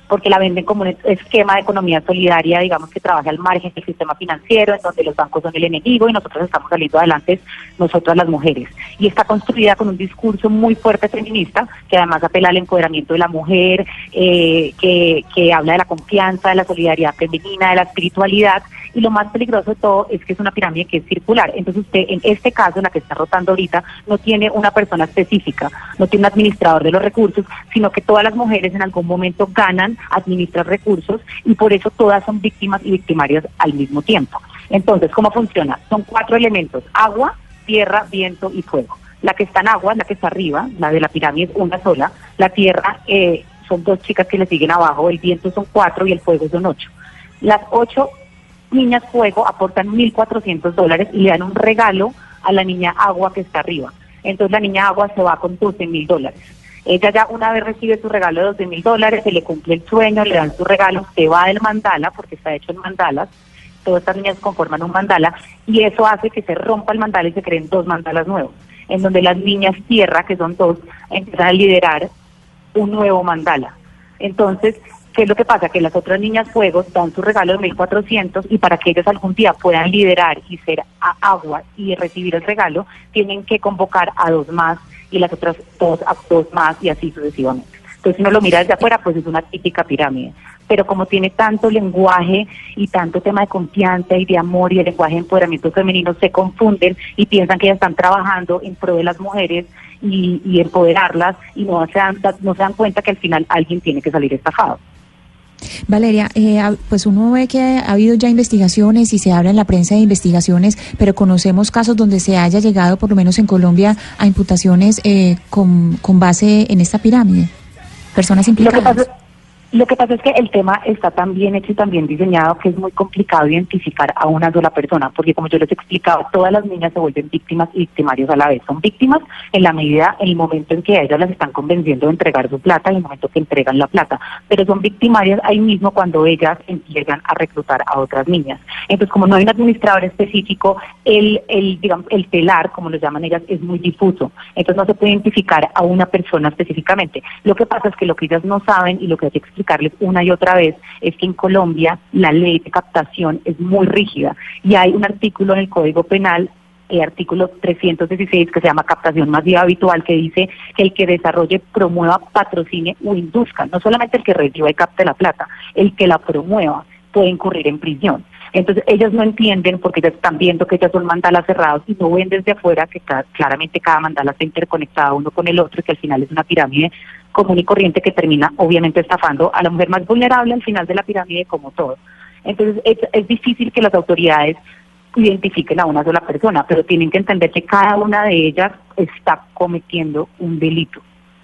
porque la venden como un esquema de economía solidaria, digamos, que trabaja al margen del sistema financiero, en donde los bancos son el enemigo y nosotros estamos saliendo adelante, nosotras las mujeres. Y está construida con un discurso muy fuerte feminista, que además apela al empoderamiento de la mujer, eh, que, que habla de la confianza, de la solidaridad femenina, de la espiritualidad, y lo más peligroso de todo es que es una pirámide que es circular. Entonces usted, en este caso, la que está rotando ahorita, no tiene una persona específica, no tiene un administrador de los recursos, sino que todas las mujeres en algún momento ganan, administran recursos, y por eso todas son víctimas y victimarias al mismo tiempo. Entonces, ¿cómo funciona? Son cuatro elementos: agua, tierra, viento y fuego. La que está en agua, la que está arriba, la de la pirámide es una sola, la tierra eh, son dos chicas que le siguen abajo, el viento son cuatro y el fuego son ocho. Las ocho niñas fuego aportan mil cuatrocientos dólares y le dan un regalo a la niña agua que está arriba. Entonces la niña agua se va con doce mil dólares. Ella ya una vez recibe su regalo de doce mil dólares, se le cumple el sueño, le dan su regalo, se va del mandala, porque está hecho en mandalas, todas estas niñas conforman un mandala, y eso hace que se rompa el mandala y se creen dos mandalas nuevos, en donde las niñas tierra, que son dos, empiezan a liderar un nuevo mandala. Entonces, ¿qué es lo que pasa? Que las otras niñas fuego dan su regalo de mil cuatrocientos y para que ellas algún día puedan liderar y ser a agua y recibir el regalo, tienen que convocar a dos más y las otras dos a dos más y así sucesivamente. Entonces, si uno lo mira desde afuera, pues es una típica pirámide. Pero como tiene tanto lenguaje y tanto tema de confianza y de amor y el lenguaje de empoderamiento femenino, se confunden y piensan que ellas están trabajando en pro de las mujeres y, y empoderarlas, y no se, dan, no se dan cuenta que al final alguien tiene que salir estafado. Valeria, eh, pues uno ve que ha habido ya investigaciones y se habla en la prensa de investigaciones, pero conocemos casos donde se haya llegado, por lo menos en Colombia, a imputaciones eh, con, con base en esta pirámide. Personas implicadas. Lo que pasa, lo que pasa es que el tema está tan bien hecho y tan bien diseñado que es muy complicado identificar a una sola persona, porque como yo les he explicado, todas las niñas se vuelven víctimas y victimarios a la vez. Son víctimas en la medida, en el momento en que a ellas las están convenciendo de entregar su plata, en el momento que entregan la plata, pero son victimarias ahí mismo cuando ellas empiezan a reclutar a otras niñas. Entonces, como no hay un administrador específico, el, el, digamos, el telar, como lo llaman ellas, es muy difuso. Entonces no se puede identificar a una persona específicamente. Lo que pasa es que lo que ellas no saben y lo que hay que explicarles una y otra vez es que en Colombia la ley de captación es muy rígida y hay un artículo en el Código Penal, el artículo trescientos dieciséis, que se llama captación masiva habitual, que dice que el que desarrolle, promueva, patrocine o induzca, no solamente el que reciba y capte la plata, el que la promueva puede incurrir en prisión. Entonces ellas no entienden, porque ellas están viendo que ellas son mandalas cerrados y no ven desde afuera que cada, claramente cada mandala está interconectada uno con el otro y que al final es una pirámide común y corriente que termina obviamente estafando a la mujer más vulnerable al final de la pirámide, como todo. Entonces es, es difícil que las autoridades identifiquen a una sola persona, pero tienen que entender que cada una de ellas está cometiendo un delito.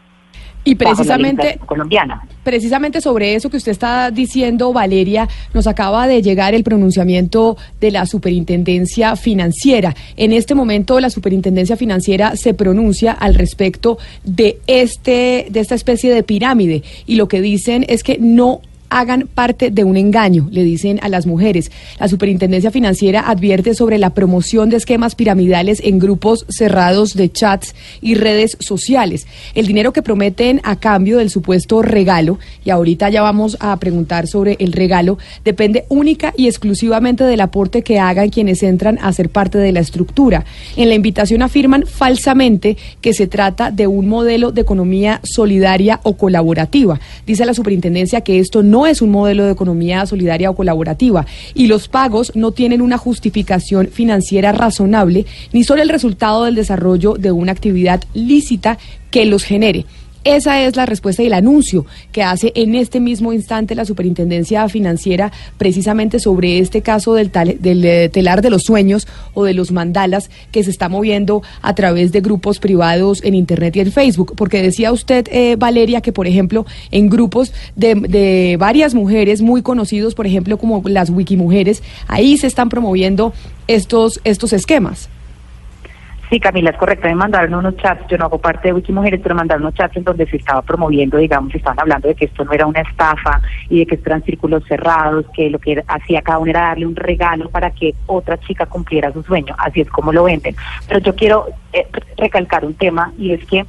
Y precisamente, colombiana. precisamente sobre eso que usted está diciendo, Valeria, nos acaba de llegar el pronunciamiento de la Superintendencia Financiera. En este momento la Superintendencia Financiera se pronuncia al respecto de este de esta especie de pirámide, y lo que dicen es que no hagan parte de un engaño, le dicen a las mujeres. La Superintendencia Financiera advierte sobre la promoción de esquemas piramidales en grupos cerrados de chats y redes sociales. El dinero que prometen a cambio del supuesto regalo, y ahorita ya vamos a preguntar sobre el regalo, depende única y exclusivamente del aporte que hagan quienes entran a ser parte de la estructura. En la invitación afirman falsamente que se trata de un modelo de economía solidaria o colaborativa. Dice la Superintendencia que esto no No es un modelo de economía solidaria o colaborativa, y los pagos no tienen una justificación financiera razonable ni son el resultado del desarrollo de una actividad lícita que los genere. Esa es la respuesta y el anuncio que hace en este mismo instante la Superintendencia Financiera precisamente sobre este caso del, tal, del eh, telar de los sueños o de los mandalas que se está moviendo a través de grupos privados en Internet y en Facebook. Porque decía usted, eh, Valeria, que por ejemplo en grupos de, de varias mujeres muy conocidos, por ejemplo como las Wikimujeres, ahí se están promoviendo estos, estos esquemas. Sí, Camila, es correcto. Me mandaron unos chats, yo no hago parte de Wikimujeres, pero mandaron unos chats en donde se estaba promoviendo, digamos, estaban hablando de que esto no era una estafa y de que esto eran círculos cerrados, que lo que hacía cada uno era darle un regalo para que otra chica cumpliera su sueño. Así es como lo venden. Pero yo quiero eh, recalcar un tema, y es que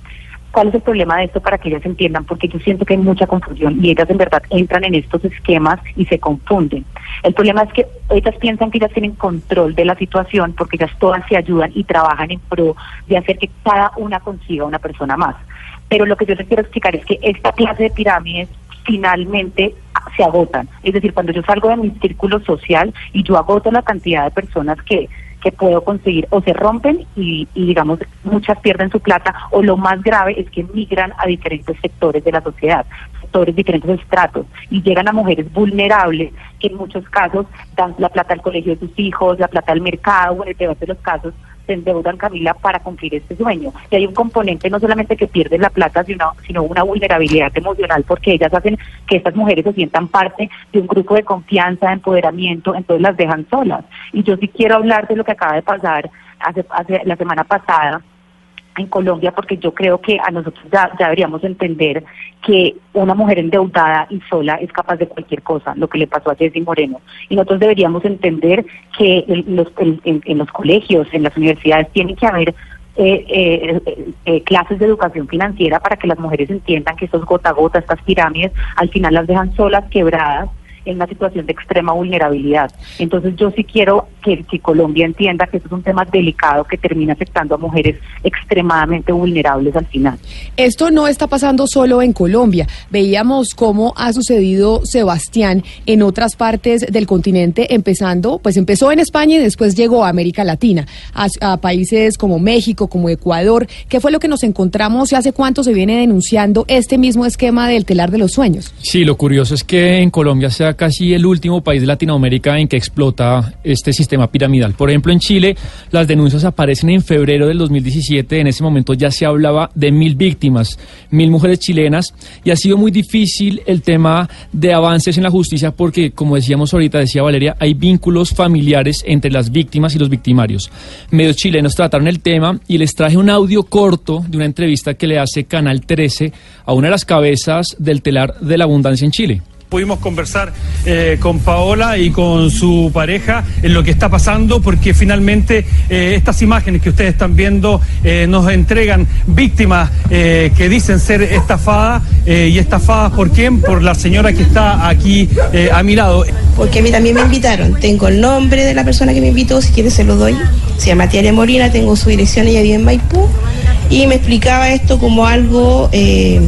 ¿Cuál es el problema de esto para que ellas entiendan? Porque yo siento que hay mucha confusión y ellas en verdad entran en estos esquemas y se confunden. El problema es que ellas piensan que ellas tienen control de la situación porque ellas todas se ayudan y trabajan en pro de hacer que cada una consiga una persona más. Pero lo que yo les quiero explicar es que esta clase de pirámides finalmente se agotan. Es decir, cuando yo salgo de mi círculo social y yo agoto la cantidad de personas que que puedo conseguir, o se rompen y, y digamos muchas pierden su plata, o lo más grave es que migran a diferentes sectores de la sociedad, sectores, diferentes estratos, y llegan a mujeres vulnerables que en muchos casos dan la plata al colegio de sus hijos, la plata al mercado, o en el peor de los casos se endeudan, Camila, para cumplir este sueño. Y hay un componente no solamente que pierden la plata, sino, sino una vulnerabilidad emocional, porque ellas hacen que estas mujeres se sientan parte de un grupo de confianza, de empoderamiento, entonces las dejan solas. Y yo sí quiero hablar de lo que acaba de pasar hace, hace la semana pasada en Colombia, porque yo creo que a nosotros ya, ya deberíamos entender que una mujer endeudada y sola es capaz de cualquier cosa, lo que le pasó a Jessy Moreno. Y nosotros deberíamos entender que en los, en, en, en los colegios, en las universidades, tienen que haber eh, eh, eh, eh, clases de educación financiera para que las mujeres entiendan que estos gota a gota, estas pirámides, al final las dejan solas, quebradas, en una situación de extrema vulnerabilidad. Entonces yo sí quiero que, que Colombia entienda que esto es un tema delicado que termina afectando a mujeres extremadamente vulnerables al final. Esto no está pasando solo en Colombia. Veíamos cómo ha sucedido, Sebastián, en otras partes del continente, empezando, pues empezó en España y después llegó a América Latina, a, a países como México, como Ecuador. ¿Qué fue lo que nos encontramos y hace cuánto se viene denunciando este mismo esquema del telar de los sueños? Sí, lo curioso es que en Colombia se ha casi el último país de Latinoamérica en que explota este sistema piramidal. Por ejemplo, en Chile, las denuncias aparecen en febrero del dos mil diecisiete. En ese momento ya se hablaba de mil víctimas, mil mujeres chilenas, y ha sido muy difícil el tema de avances en la justicia porque, como decíamos ahorita, decía Valeria, hay vínculos familiares entre las víctimas y los victimarios. Medios chilenos trataron el tema y les traje un audio corto de una entrevista que le hace Canal trece a una de las cabezas del telar de la abundancia en Chile. Pudimos conversar eh, con Paola y con su pareja en lo que está pasando, porque finalmente eh, estas imágenes que ustedes están viendo eh, nos entregan víctimas eh, que dicen ser estafadas, eh, y estafadas ¿por quién? Por la señora que está aquí eh, a mi lado. Porque a mí también me invitaron, tengo el nombre de la persona que me invitó, si quieres se lo doy, se llama Tiare Molina, tengo su dirección, ella vive en Maipú, y me explicaba esto como algo... Eh,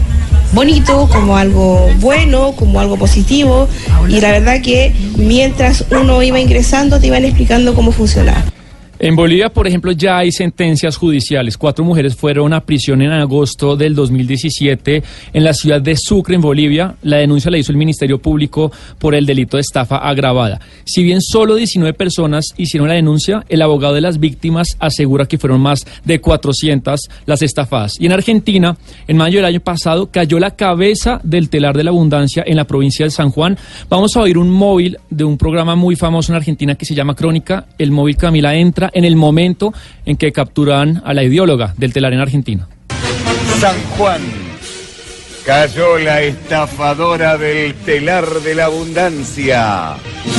bonito, como algo bueno, como algo positivo, y la verdad que mientras uno iba ingresando te iban explicando cómo funcionaba. En Bolivia, por ejemplo, ya hay sentencias judiciales. Cuatro mujeres fueron a prisión en agosto del dos mil diecisiete en la ciudad de Sucre, en Bolivia. La denuncia la hizo el Ministerio Público por el delito de estafa agravada. Si bien solo diecinueve personas hicieron la denuncia, el abogado de las víctimas asegura que fueron más de cuatrocientas las estafadas. Y en Argentina, en mayo del año pasado, cayó la cabeza del telar de la abundancia en la provincia de San Juan. Vamos a oír un móvil de un programa muy famoso en Argentina que se llama Crónica. El móvil, Camila, entra en el momento en que capturan a la ideóloga del telar en Argentina. San Juan, cayó la estafadora del telar de la abundancia.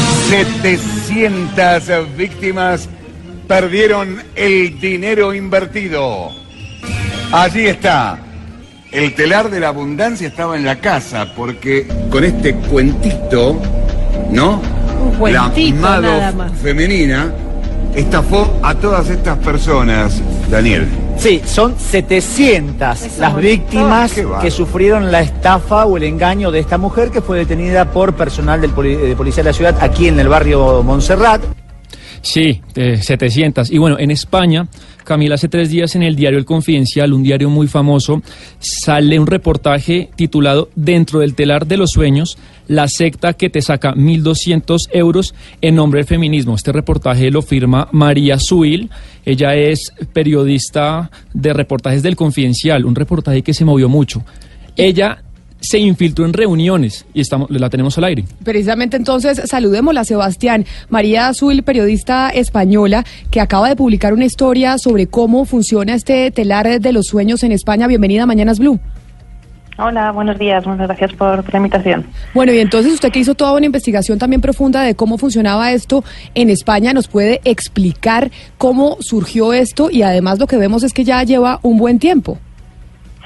setecientas víctimas perdieron el dinero invertido. Allí está. El telar de la abundancia estaba en la casa porque con este cuentito, ¿no? Un cuentito, la nada más. femenina estafó a todas estas personas, Daniel. Sí, son setecientas las víctimas que sufrieron la estafa o el engaño de esta mujer que fue detenida por personal del poli de policía de la ciudad aquí en el barrio Montserrat. Sí, eh, setecientas. Y bueno, en España, Camila, hace tres días en el diario El Confidencial, un diario muy famoso, sale un reportaje titulado Dentro del telar de los sueños, la secta que te saca mil doscientos euros en nombre del feminismo. Este reportaje lo firma María Suil. Ella es periodista de reportajes del Confidencial, un reportaje que se movió mucho. Ella se infiltró en reuniones y estamos, la tenemos al aire. Precisamente entonces, saludémosla, Sebastián. María Azul, periodista española, que acaba de publicar una historia sobre cómo funciona este telar de los sueños en España. Bienvenida a Mañanas Blue. Hola, buenos días, muchas gracias por la invitación. Bueno, y entonces usted que hizo toda una investigación también profunda de cómo funcionaba esto en España, ¿nos puede explicar cómo surgió esto? Y además lo que vemos es que ya lleva un buen tiempo.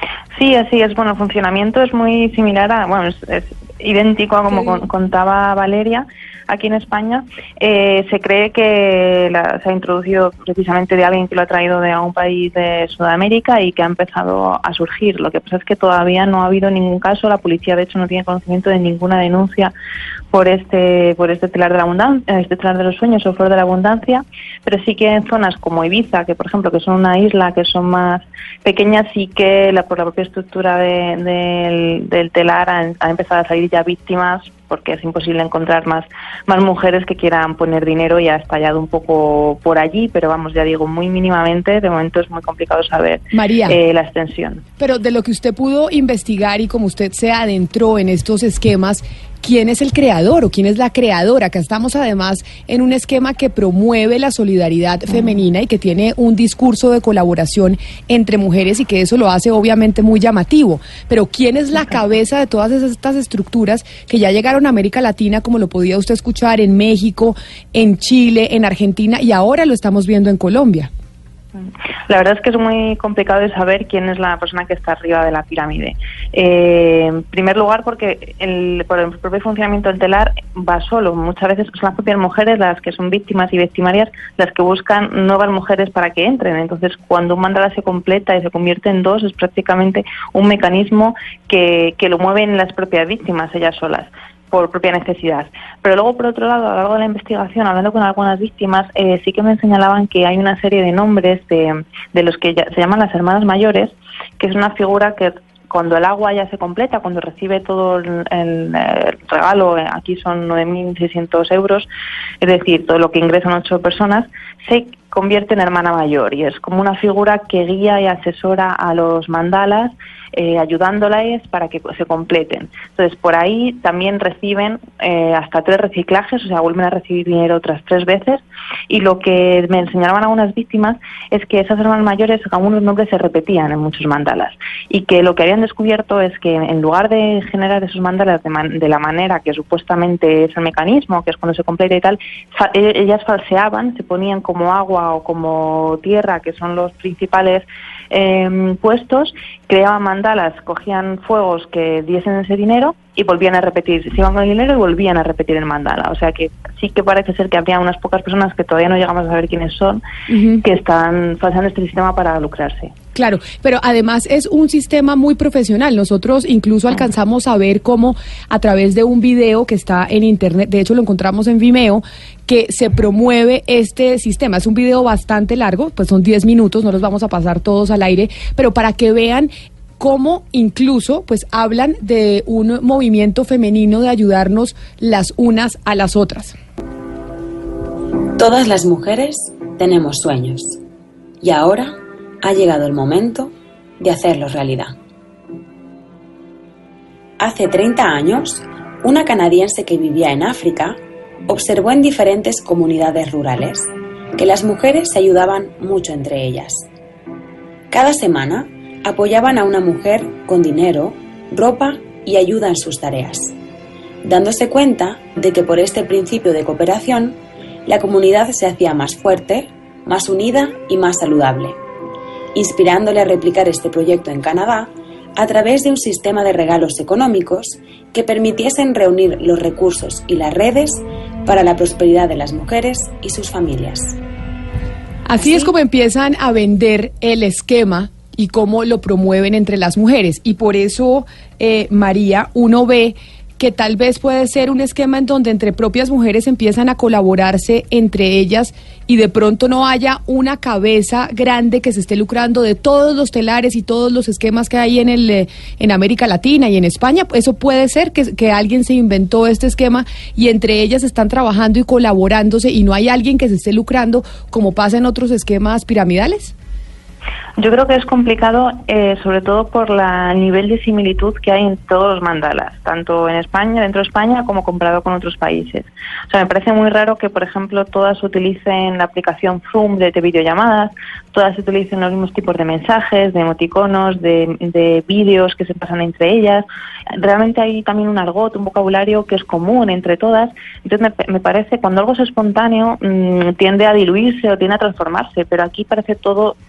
Sí, así es. Bueno, el funcionamiento es muy similar a, bueno, es, es idéntico a como Sí. con- contaba Valeria. Aquí en España eh, se cree que la- se ha introducido precisamente de alguien que lo ha traído de un país de Sudamérica y que ha empezado a surgir. Lo que pasa es que todavía no ha habido ningún caso. La policía, de hecho, no tiene conocimiento de ninguna denuncia por este por este telar de la abundancia, este telar de los sueños o flor de la abundancia, pero sí que en zonas como Ibiza, que por ejemplo que son una isla, que son más pequeñas, sí que la, por la propia estructura de- del, del telar han, han empezado a salir ya víctimas, porque es imposible encontrar más más mujeres que quieran poner dinero, y ha estallado un poco por allí, pero vamos, ya digo, muy mínimamente. De momento es muy complicado saber María. eh, la extensión. Pero de lo que usted pudo investigar y como usted se adentró en estos esquemas, ¿quién es el creador o quién es la creadora? Acá estamos además en un esquema que promueve la solidaridad femenina y que tiene un discurso de colaboración entre mujeres y que eso lo hace obviamente muy llamativo. Pero ¿quién es la cabeza de todas estas estructuras que ya llegaron a América Latina, como lo podía usted escuchar en México, en Chile, en Argentina y ahora lo estamos viendo en Colombia? La verdad es que es muy complicado de saber quién es la persona que está arriba de la pirámide. Eh, en primer lugar, porque el, por el propio funcionamiento del telar va solo. Muchas veces son las propias mujeres las que son víctimas y victimarias las que buscan nuevas mujeres para que entren. Entonces, cuando un mandala se completa y se convierte en dos, es prácticamente un mecanismo que, que lo mueven las propias víctimas, ellas solas, por propia necesidad. Pero luego, por otro lado, a lo largo de la investigación, hablando con algunas víctimas, eh, sí que me señalaban que hay una serie de nombres de, de los que ya, se llaman las hermanas mayores, que es una figura que cuando el agua ya se completa, cuando recibe todo el, el, el regalo, eh, aquí son nueve mil seiscientos euros, es decir, todo lo que ingresan ocho personas, se convierte en hermana mayor, y es como una figura que guía y asesora a los mandalas, eh, ayudándolas para que se completen. Entonces, por ahí también reciben eh, hasta tres reciclajes, o sea, vuelven a recibir dinero otras tres veces, y lo que me enseñaban algunas víctimas es que esas hermanas mayores, algunos nombres se repetían en muchos mandalas, y que lo que habían descubierto es que en lugar de generar esos mandalas de, man de la manera que supuestamente es el mecanismo, que es cuando se completa y tal, fa ellas falseaban, se ponían como agua o como tierra, que son los principales eh, puestos, creaban mandalas, cogían fuegos que diesen ese dinero y volvían a repetir, se iban con el dinero y volvían a repetir el mandala. O sea que sí que parece ser que habría unas pocas personas, que todavía no llegamos a saber quiénes son, uh-huh, que están falseando este sistema para lucrarse. Claro, pero además es un sistema muy profesional. Nosotros incluso alcanzamos a ver cómo a través de un video que está en internet, de hecho lo encontramos en Vimeo, que se promueve este sistema. Es un video bastante largo, pues son diez minutos, no los vamos a pasar todos al aire, pero para que vean cómo incluso pues hablan de un movimiento femenino de ayudarnos las unas a las otras. Todas las mujeres tenemos sueños y ahora ha llegado el momento de hacerlos realidad. Hace treinta años, una canadiense que vivía en África observó en diferentes comunidades rurales que las mujeres se ayudaban mucho entre ellas. Cada semana apoyaban a una mujer con dinero, ropa y ayuda en sus tareas, dándose cuenta de que por este principio de cooperación, la comunidad se hacía más fuerte, más unida y más saludable, inspirándole a replicar este proyecto en Canadá a través de un sistema de regalos económicos que permitiesen reunir los recursos y las redes para la prosperidad de las mujeres y sus familias. Así, Así es como empiezan a vender el esquema y cómo lo promueven entre las mujeres. Y por eso, eh, María, uno ve que tal vez puede ser un esquema en donde entre propias mujeres empiezan a colaborarse entre ellas y de pronto no haya una cabeza grande que se esté lucrando de todos los telares y todos los esquemas que hay en el eh, en América Latina y en España. Eso puede ser que, que alguien se inventó este esquema y entre ellas están trabajando y colaborándose y no hay alguien que se esté lucrando como pasa en otros esquemas piramidales. Yo creo que es complicado, eh, sobre todo por la, el nivel de similitud que hay en todos los mandalas, tanto en España, dentro de España, como comparado con otros países. O sea, me parece muy raro que, por ejemplo, todas utilicen la aplicación Zoom de, de videollamadas, todas utilicen los mismos tipos de mensajes, de emoticonos, de, de vídeos que se pasan entre ellas. Realmente hay también un argot, un vocabulario que es común entre todas. Entonces me, me parece, cuando algo es espontáneo, mmm, tiende a diluirse o tiende a transformarse, pero aquí parece todo, eh, yo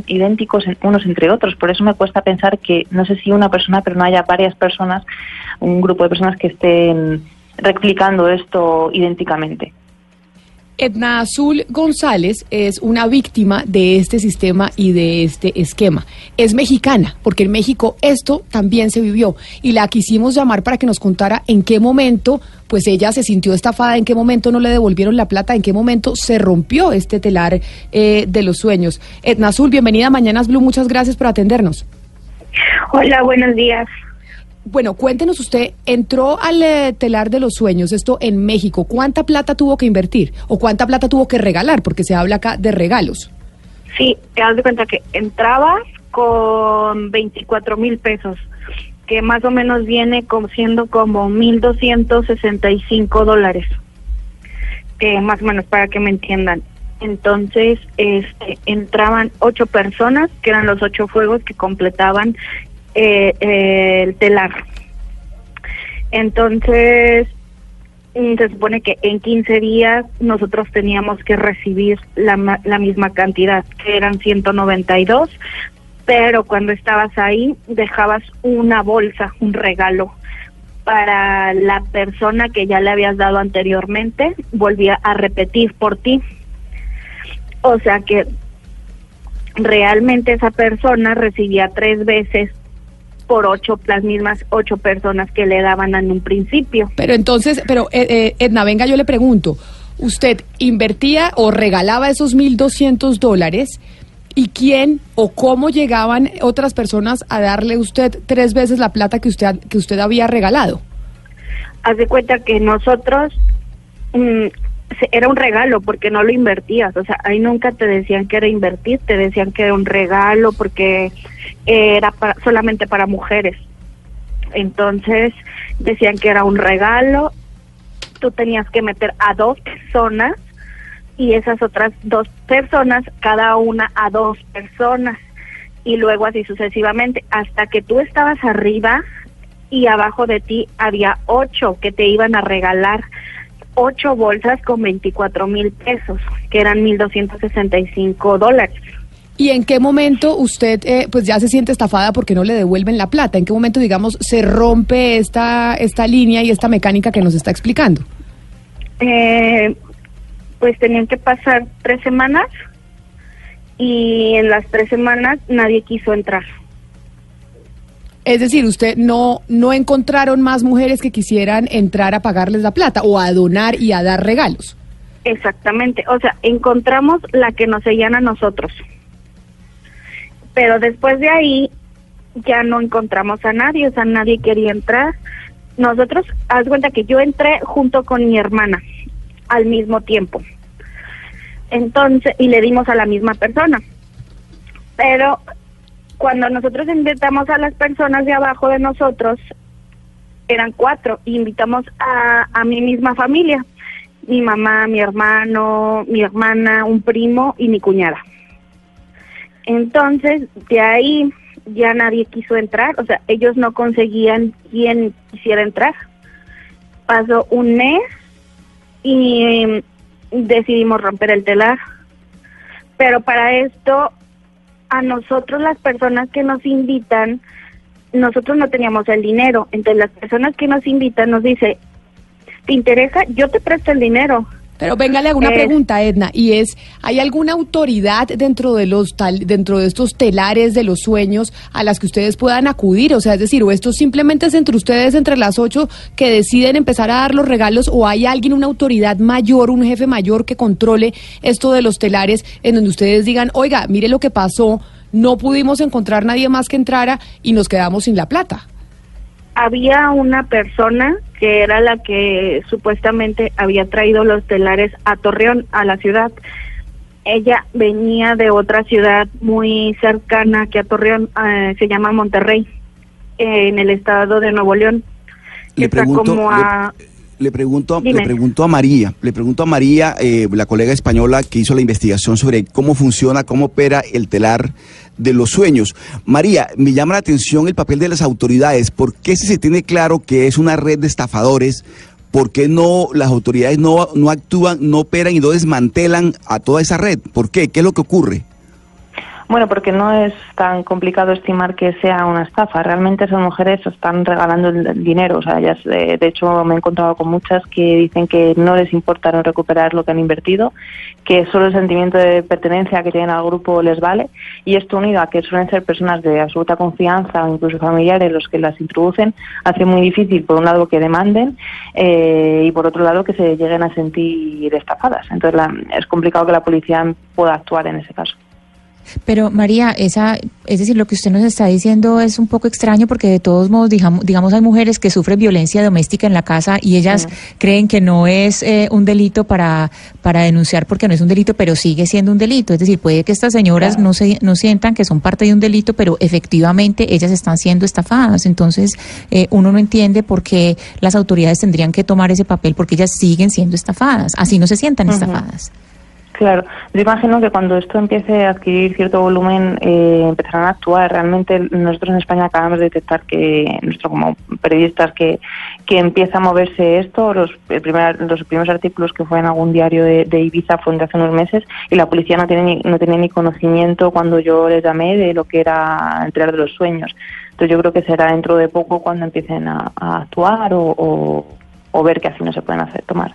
idénticos en, unos entre otros. Por eso me cuesta pensar que, no sé si una persona, pero no haya varias personas, un grupo de personas que estén replicando esto idénticamente. Edna Azul González es una víctima de este sistema y de este esquema. Es mexicana, porque en México esto también se vivió. Y la quisimos llamar para que nos contara en qué momento pues ella se sintió estafada, en qué momento no le devolvieron la plata, en qué momento se rompió este telar eh, de los sueños. Edna Azul, bienvenida a Mañanas Blue, muchas gracias por atendernos. Hola, buenos días. Bueno, cuéntenos usted, entró al eh, telar de los sueños, esto en México, ¿cuánta plata tuvo que invertir o cuánta plata tuvo que regalar? Porque se habla acá de regalos. Sí, te das de cuenta que entrabas con veinticuatro mil pesos, que más o menos viene como siendo como mil doscientos sesenta y cinco dólares, eh, más o menos para que me entiendan. Entonces, este, entraban ocho personas, que eran los ocho fuegos que completaban Eh, eh, el telar. Entonces se supone que en quince días nosotros teníamos que recibir la, la misma cantidad, que eran ciento noventa y dos, pero cuando estabas ahí dejabas una bolsa, un regalo para la persona que ya le habías dado anteriormente, volvía a repetir por ti. O sea que realmente esa persona recibía tres veces por ocho, las mismas ocho personas que le daban en un principio. Pero entonces, pero eh, eh, Edna, venga, yo le pregunto, ¿usted invertía o regalaba esos mil doscientos dólares? ¿Y quién o cómo llegaban otras personas a darle a usted tres veces la plata que usted, que usted había regalado? Haz de cuenta que nosotros, mmm, era un regalo porque no lo invertías, o sea, ahí nunca te decían que era invertir, te decían que era un regalo porque era para, solamente para mujeres. Entonces decían que era un regalo, tú tenías que meter a dos personas y esas otras dos personas, cada una a dos personas, y luego así sucesivamente, hasta que tú estabas arriba y abajo de ti había ocho que te iban a regalar ocho bolsas con veinticuatro mil pesos, que eran mil doscientos sesenta y cinco dólares. ¿Y en qué momento usted eh, pues ya se siente estafada porque no le devuelven la plata? ¿En qué momento, digamos, se rompe esta esta línea y esta mecánica que nos está explicando? Eh, pues tenían que pasar tres semanas y en las tres semanas nadie quiso entrar. Es decir, usted no no encontraron más mujeres que quisieran entrar a pagarles la plata o a donar y a dar regalos. Exactamente, o sea, encontramos la que nos seguían a nosotros. Pero después de ahí ya no encontramos a nadie, o sea, nadie quería entrar. Nosotros, haz cuenta que yo entré junto con mi hermana al mismo tiempo. Entonces, y le dimos a la misma persona. Pero cuando nosotros invitamos a las personas de abajo de nosotros, eran cuatro, y invitamos a, a mi misma familia, mi mamá, mi hermano, mi hermana, un primo y mi cuñada. Entonces, de ahí ya nadie quiso entrar, o sea, ellos no conseguían quien quisiera entrar. Pasó un mes y eh, decidimos romper el telar. Pero para esto, a nosotros las personas que nos invitan, nosotros no teníamos el dinero, entonces las personas que nos invitan nos dice, ¿te interesa? Yo te presto el dinero. Pero venga, le hago una eh, pregunta, Edna, y es, ¿hay alguna autoridad dentro de los tal, dentro de estos telares de los sueños a las que ustedes puedan acudir? O sea, es decir, o esto simplemente es entre ustedes, entre las ocho, que deciden empezar a dar los regalos, o hay alguien, una autoridad mayor, un jefe mayor que controle esto de los telares, en donde ustedes digan, oiga, mire lo que pasó, no pudimos encontrar nadie más que entrara y nos quedamos sin la plata. Había una persona que era la que supuestamente había traído los telares a Torreón, a la ciudad. Ella venía de otra ciudad muy cercana que a Torreón, eh, se llama Monterrey, eh, en el estado de Nuevo León. Le Está pregunto, como a... le, le pregunto, Dime. le pregunto a María, le pregunto a María, eh, la colega española que hizo la investigación sobre cómo funciona, cómo opera el telar de los sueños. María, me llama la atención el papel de las autoridades. ¿Por qué, si se tiene claro que es una red de estafadores, por qué no las autoridades no, no actúan, no operan y no desmantelan a toda esa red? ¿Por qué? ¿Qué es lo que ocurre? Bueno, porque no es tan complicado estimar que sea una estafa. Realmente esas mujeres están regalando el dinero. O sea, ellas, eh, de hecho, me he encontrado con muchas que dicen que no les importa no recuperar lo que han invertido, que solo el sentimiento de pertenencia que tienen al grupo les vale. Y esto, unido a que suelen ser personas de absoluta confianza o incluso familiares los que las introducen, hace muy difícil, por un lado, que demanden eh, y por otro lado, que se lleguen a sentir estafadas. Entonces, la, es complicado que la policía pueda actuar en ese caso. Pero María, esa, es decir, lo que usted nos está diciendo es un poco extraño porque de todos modos, digamos, digamos hay mujeres que sufren violencia doméstica en la casa y ellas sí. creen que no es eh, un delito para para denunciar porque no es un delito, pero sigue siendo un delito. Es decir, puede que estas señoras claro. no se no sientan que son parte de un delito, pero efectivamente ellas están siendo estafadas. Entonces, eh, uno no entiende por qué las autoridades tendrían que tomar ese papel porque ellas siguen siendo estafadas, así no se sientan uh-huh. estafadas. Claro, yo imagino que cuando esto empiece a adquirir cierto volumen eh, empezarán a actuar. Realmente nosotros en España acabamos de detectar que, nosotros como periodistas, que, que empieza a moverse esto. Los, el primer, los primeros artículos que fue en algún diario de, de Ibiza fueron de hace unos meses y la policía no tiene ni, no tenía ni conocimiento cuando yo les llamé de lo que era el telar de los sueños. Entonces yo creo que será dentro de poco cuando empiecen a, a actuar o, o, o ver qué acciones se pueden hacer, tomar.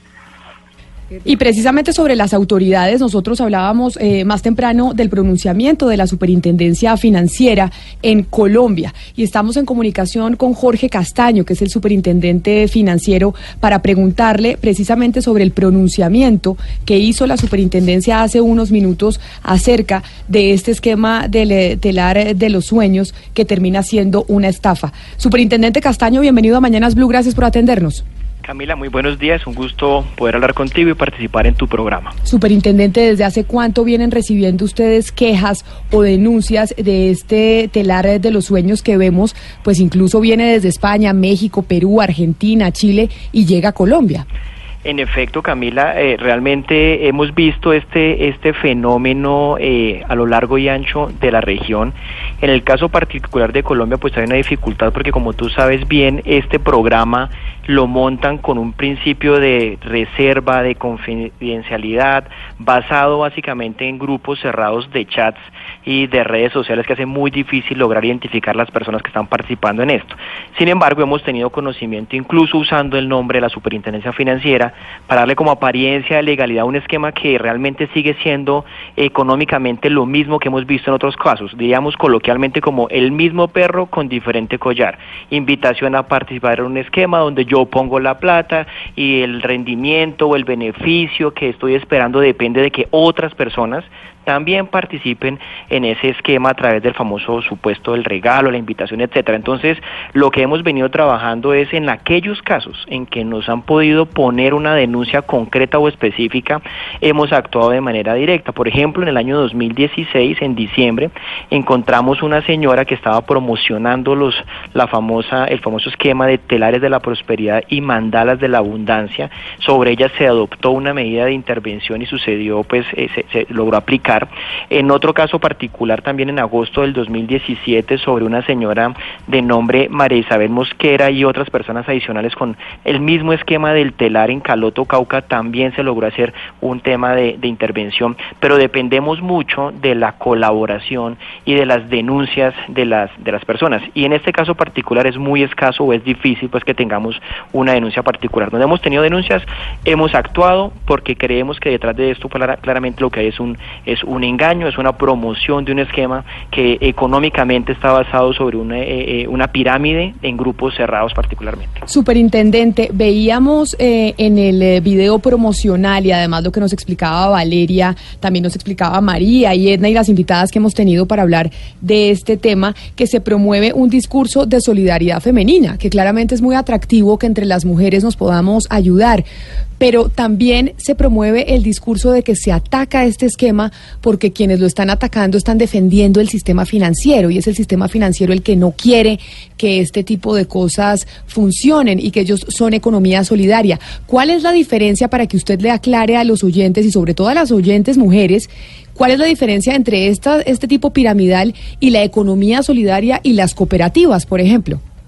Y precisamente sobre las autoridades, nosotros hablábamos eh, más temprano del pronunciamiento de la Superintendencia Financiera en Colombia y estamos en comunicación con Jorge Castaño, que es el superintendente financiero, para preguntarle precisamente sobre el pronunciamiento que hizo la superintendencia hace unos minutos acerca de este esquema del telar de los sueños que termina siendo una estafa. Superintendente Castaño, bienvenido a Mañanas Blue, gracias por atendernos. Camila, muy buenos días, un gusto poder hablar contigo y participar en tu programa. Superintendente, ¿desde hace cuánto vienen recibiendo ustedes quejas o denuncias de este telar de los sueños que vemos, pues incluso viene desde España, México, Perú, Argentina, Chile y llega a Colombia? En efecto, Camila, eh, realmente hemos visto este este fenómeno eh, a lo largo y ancho de la región. En el caso particular de Colombia, pues hay una dificultad porque, como tú sabes bien, este programa lo montan con un principio de reserva, de confidencialidad, basado básicamente en grupos cerrados de chats y de redes sociales que hace muy difícil lograr identificar las personas que están participando en esto. Sin embargo, hemos tenido conocimiento, incluso usando el nombre de la Superintendencia Financiera, para darle como apariencia de legalidad a un esquema que realmente sigue siendo económicamente lo mismo que hemos visto en otros casos, diríamos coloquialmente como el mismo perro con diferente collar. Invitación a participar en un esquema donde yo pongo la plata y el rendimiento o el beneficio que estoy esperando depende de que otras personas también participen en ese esquema a través del famoso supuesto del regalo, la invitación, etcétera. Entonces, lo que hemos venido trabajando es en aquellos casos en que nos han podido poner una denuncia concreta o específica, hemos actuado de manera directa. Por ejemplo, en el año dos mil dieciséis, en diciembre, encontramos una señora que estaba promocionando los la famosa el famoso esquema de telares de la prosperidad y mandalas de la abundancia. Sobre ella se adoptó una medida de intervención y sucedió, pues, eh, se, se logró aplicar. En otro caso particular, también en agosto del dos mil diecisiete, sobre una señora de nombre María Isabel Mosquera y otras personas adicionales con el mismo esquema del telar en Caloto, Cauca, también se logró hacer un tema de, de intervención, pero dependemos mucho de la colaboración y de las denuncias de las de las personas, y en este caso particular es muy escaso o es difícil pues que tengamos una denuncia particular. Donde hemos tenido denuncias, hemos actuado porque creemos que detrás de esto claramente lo que hay es un es un engaño, es una promoción de un esquema que económicamente está basado sobre una, eh, una pirámide en grupos cerrados particularmente. Superintendente, veíamos eh, en el eh, video promocional y además lo que nos explicaba Valeria, también nos explicaba María y Edna y las invitadas que hemos tenido para hablar de este tema, que se promueve un discurso de solidaridad femenina, que claramente es muy atractivo que entre las mujeres nos podamos ayudar, pero también se promueve el discurso de que se ataca este esquema porque quienes lo están atacando están defendiendo el sistema financiero y es el sistema financiero el que no quiere que este tipo de cosas funcionen y que ellos son economía solidaria. ¿Cuál es la diferencia, para que usted le aclare a los oyentes y sobre todo a las oyentes mujeres, cuál es la diferencia entre esta, este tipo piramidal y la economía solidaria y las cooperativas, por ejemplo?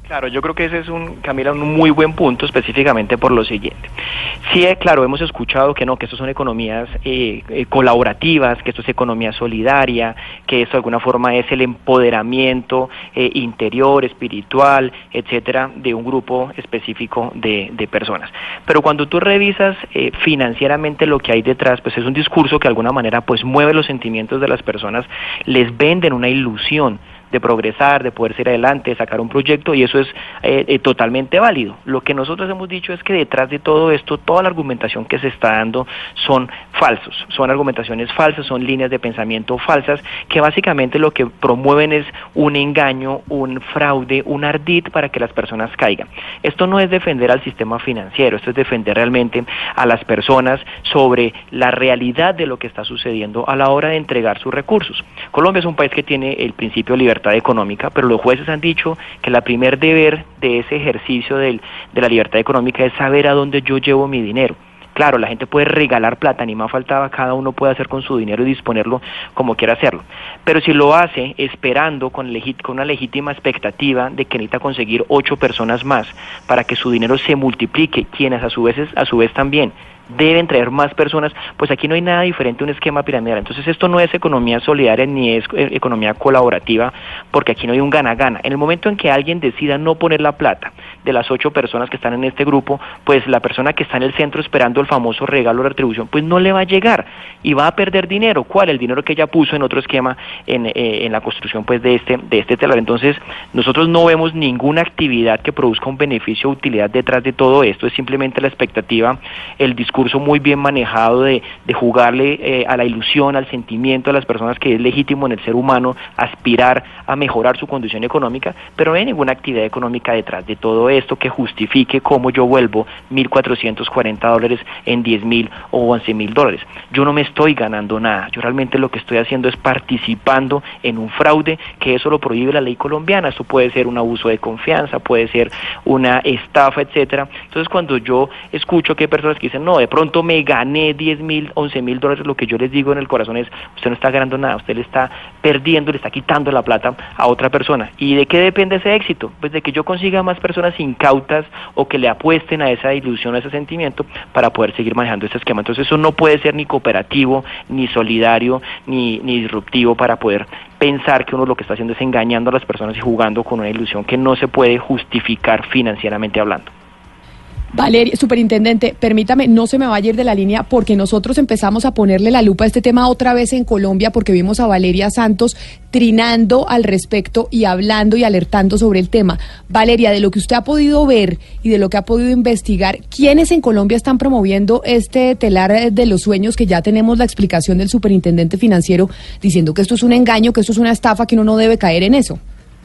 Claro, yo creo que ese es un, Camila, un muy buen punto, específicamente por lo siguiente. Sí, eh, claro, hemos escuchado que no, que esto son economías eh, eh, colaborativas, que esto es economía solidaria, que esto de alguna forma es el empoderamiento eh, interior, espiritual, etcétera, de un grupo específico de, de personas. Pero cuando tú revisas eh, financieramente lo que hay detrás, pues es un discurso que de alguna manera pues mueve los sentimientos de las personas, les venden una ilusión de progresar, de poder ser adelante, de sacar un proyecto, y eso es eh, eh, totalmente válido. Lo que nosotros hemos dicho es que detrás de todo esto, toda la argumentación que se está dando son falsos, son argumentaciones falsas, son líneas de pensamiento falsas, que básicamente lo que promueven es un engaño, un fraude, un ardid para que las personas caigan. Esto no es defender al sistema financiero, esto es defender realmente a las personas sobre la realidad de lo que está sucediendo a la hora de entregar sus recursos. Colombia es un país que tiene el principio de libertad económica, pero los jueces han dicho que el primer deber de ese ejercicio del, de la libertad económica es saber a dónde yo llevo mi dinero. Claro, la gente puede regalar plata, ni más faltaba, cada uno puede hacer con su dinero y disponerlo como quiera hacerlo. Pero si lo hace esperando con, legit- con una legítima expectativa de que necesita conseguir ocho personas más para que su dinero se multiplique, quienes a su vez, a su vez también deben traer más personas, pues aquí no hay nada diferente a un esquema piramidal. Entonces esto no es economía solidaria ni es eh, economía colaborativa, porque aquí no hay un gana-gana. En el momento en que alguien decida no poner la plata de las ocho personas que están en este grupo, pues la persona que está en el centro esperando el famoso regalo de retribución, pues no le va a llegar y va a perder dinero. ¿Cuál? El dinero que ella puso en otro esquema en, eh, en la construcción pues de este, de este telar. Entonces nosotros no vemos ninguna actividad que produzca un beneficio o utilidad detrás de todo esto, es simplemente la expectativa, el discurso discurso muy bien manejado de, de jugarle eh, a la ilusión, al sentimiento de las personas, que es legítimo en el ser humano aspirar a mejorar su condición económica, pero no hay ninguna actividad económica detrás de todo esto que justifique cómo yo vuelvo mil cuatrocientos cuarenta dólares en diez mil o once mil dólares. Yo no me estoy ganando nada, yo realmente lo que estoy haciendo es participando en un fraude, que eso lo prohíbe la ley colombiana. Esto puede ser un abuso de confianza, puede ser una estafa, etcétera. Entonces cuando yo escucho que hay personas que dicen, no, de pronto me gané diez mil, once mil dólares, lo que yo les digo en el corazón es, usted no está ganando nada, usted le está perdiendo, le está quitando la plata a otra persona. ¿Y de qué depende ese éxito? Pues de que yo consiga más personas incautas o que le apuesten a esa ilusión, a ese sentimiento, para poder seguir manejando ese esquema. Entonces eso no puede ser ni cooperativo, ni solidario, ni, ni disruptivo para poder pensar que uno lo que está haciendo es engañando a las personas y jugando con una ilusión que no se puede justificar financieramente hablando. Valeria, superintendente, permítame, no se me vaya a ir de la línea, porque nosotros empezamos a ponerle la lupa a este tema otra vez en Colombia, porque vimos a Valeria Santos trinando al respecto y hablando y alertando sobre el tema. Valeria, de lo que usted ha podido ver y de lo que ha podido investigar, ¿quiénes en Colombia están promoviendo este telar de los sueños, que ya tenemos la explicación del superintendente financiero diciendo que esto es un engaño, que esto es una estafa, que uno no debe caer en eso?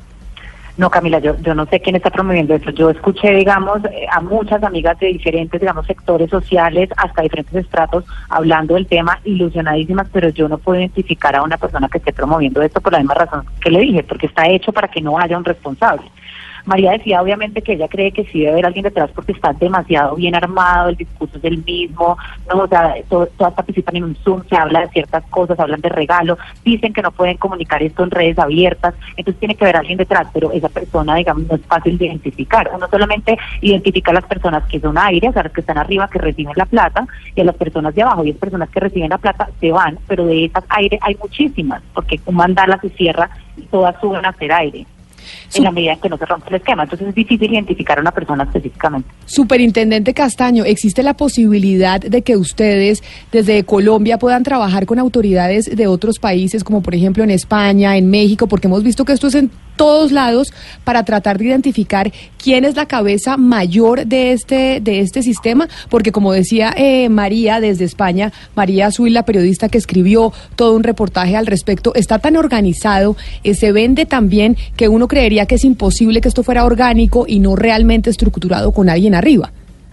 No, Camila, yo, yo no sé quién está promoviendo esto. Yo escuché, digamos, a muchas amigas de diferentes, digamos, sectores sociales, hasta diferentes estratos, hablando del tema, ilusionadísimas, pero yo no puedo identificar a una persona que esté promoviendo esto por la misma razón que le dije, porque está hecho para que no haya un responsable. María decía obviamente que ella cree que sí debe haber alguien detrás porque está demasiado bien armado, el discurso es el mismo, no, o sea, to, todas participan en un Zoom, se habla de ciertas cosas, hablan de regalo, dicen que no pueden comunicar esto en redes abiertas, entonces tiene que haber alguien detrás, pero esa persona, digamos, no es fácil de identificar. Uno solamente identifica a las personas que son aire, o sea, las que están arriba, que reciben la plata, y a las personas de abajo, y las personas que reciben la plata se van, pero de esas aire hay muchísimas, porque un mandala se cierra y todas suben a hacer aire. En la medida en que no se rompe el esquema, entonces es difícil identificar a una persona específicamente. Superintendente Castaño, ¿existe la posibilidad de que ustedes desde Colombia puedan trabajar con autoridades de otros países, como por ejemplo en España, en México, porque hemos visto que esto es en todos lados, para tratar de identificar quién es la cabeza mayor de este de este sistema? Porque como decía eh, María desde España, María Azul, la periodista que escribió todo un reportaje al respecto, está tan organizado, eh, se vende también, que uno creería que es imposible que esto fuera orgánico y no realmente estructurado con alguien arriba.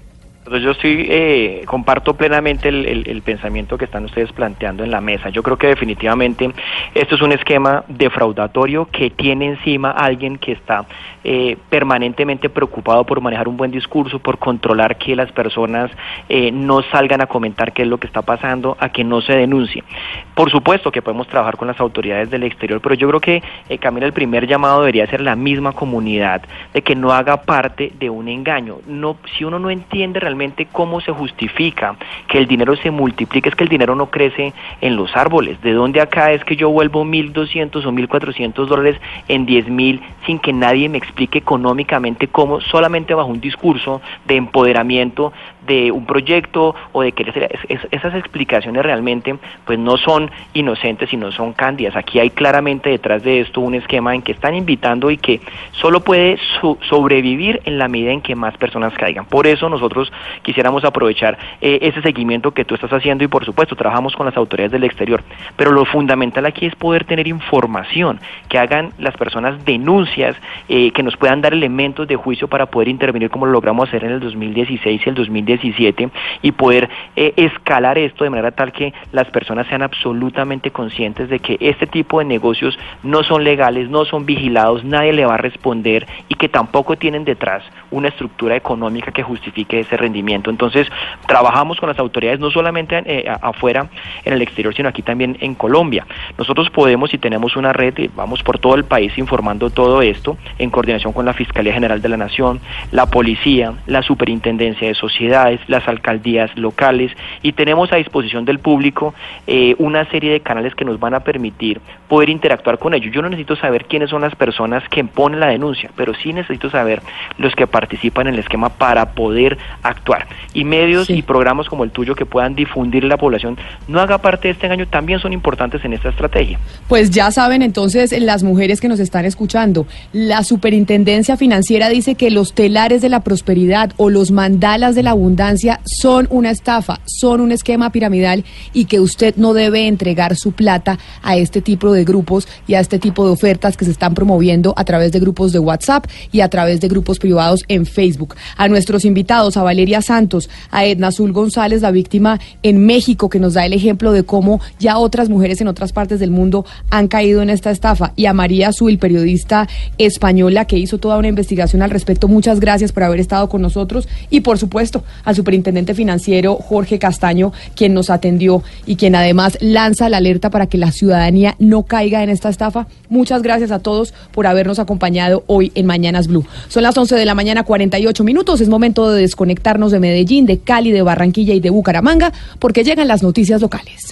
Entonces yo estoy, eh, comparto plenamente el, el, el pensamiento que están ustedes planteando en la mesa. Yo creo que definitivamente esto es un esquema defraudatorio que tiene encima a alguien que está eh, permanentemente preocupado por manejar un buen discurso, por controlar que las personas eh, no salgan a comentar qué es lo que está pasando, a que no se denuncie. Por supuesto que podemos trabajar con las autoridades del exterior, pero yo creo que, eh, Camila, el primer llamado debería ser la misma comunidad, de que no haga parte de un engaño. No, si uno no entiende realmente cómo se justifica que el dinero se multiplique, es que el dinero no crece en los árboles. ¿De dónde acá es que yo vuelvo mil doscientos o mil cuatrocientos dólares en diez mil sin que nadie me explique económicamente cómo, solamente bajo un discurso de empoderamiento de un proyecto o de querer hacer? Es, es, esas explicaciones realmente pues no son inocentes y no son cándidas. Aquí hay claramente detrás de esto un esquema en que están invitando y que solo puede so, sobrevivir en la medida en que más personas caigan. Por eso nosotros quisiéramos aprovechar eh, ese seguimiento que tú estás haciendo y por supuesto trabajamos con las autoridades del exterior, pero lo fundamental aquí es poder tener información, que hagan las personas denuncias, eh, que nos puedan dar elementos de juicio para poder intervenir como lo logramos hacer en el dos mil dieciséis y el dos mil diecisiete y poder eh, escalar esto de manera tal que las personas sean absolutamente conscientes de que este tipo de negocios no son legales, no son vigilados, nadie le va a responder y que tampoco tienen detrás una estructura económica que justifique ese rendimiento. Entonces, trabajamos con las autoridades no solamente eh, afuera, en el exterior, sino aquí también en Colombia. Nosotros podemos y tenemos una red, eh, vamos por todo el país informando todo esto, en coordinación con la Fiscalía General de la Nación, la Policía, la Superintendencia de Sociedades, las alcaldías locales, y tenemos a disposición del público eh, una serie de canales que nos van a permitir poder interactuar con ellos. Yo no necesito saber quiénes son las personas que ponen la denuncia, pero sí necesito saber los que participan en el esquema para poder actuar. Y medios sí. y programas como el tuyo que puedan difundir a la población no haga parte de este engaño también son importantes en esta estrategia. Pues ya saben entonces las mujeres que nos están escuchando, la Superintendencia Financiera dice que los telares de la prosperidad o los mandalas de la abundancia son una estafa, son un esquema piramidal y que usted no debe entregar su plata a este tipo de grupos y a este tipo de ofertas que se están promoviendo a través de grupos de WhatsApp y a través de grupos privados en Facebook. A nuestros invitados, a Valeria Santos, a Edna Azul González, la víctima en México, que nos da el ejemplo de cómo ya otras mujeres en otras partes del mundo han caído en esta estafa, y a María Azul, periodista española que hizo toda una investigación al respecto. Muchas gracias por haber estado con nosotros, y por supuesto al superintendente financiero Jorge Castaño, quien nos atendió y quien además lanza la alerta para que la ciudadanía no caiga en esta estafa. Muchas gracias a todos por habernos acompañado hoy en Mañanas Blue. Son las once de la mañana, cuarenta y ocho minutos. Es momento de desconectarnos de Medellín, de Cali, de Barranquilla y de Bucaramanga, porque llegan las noticias locales.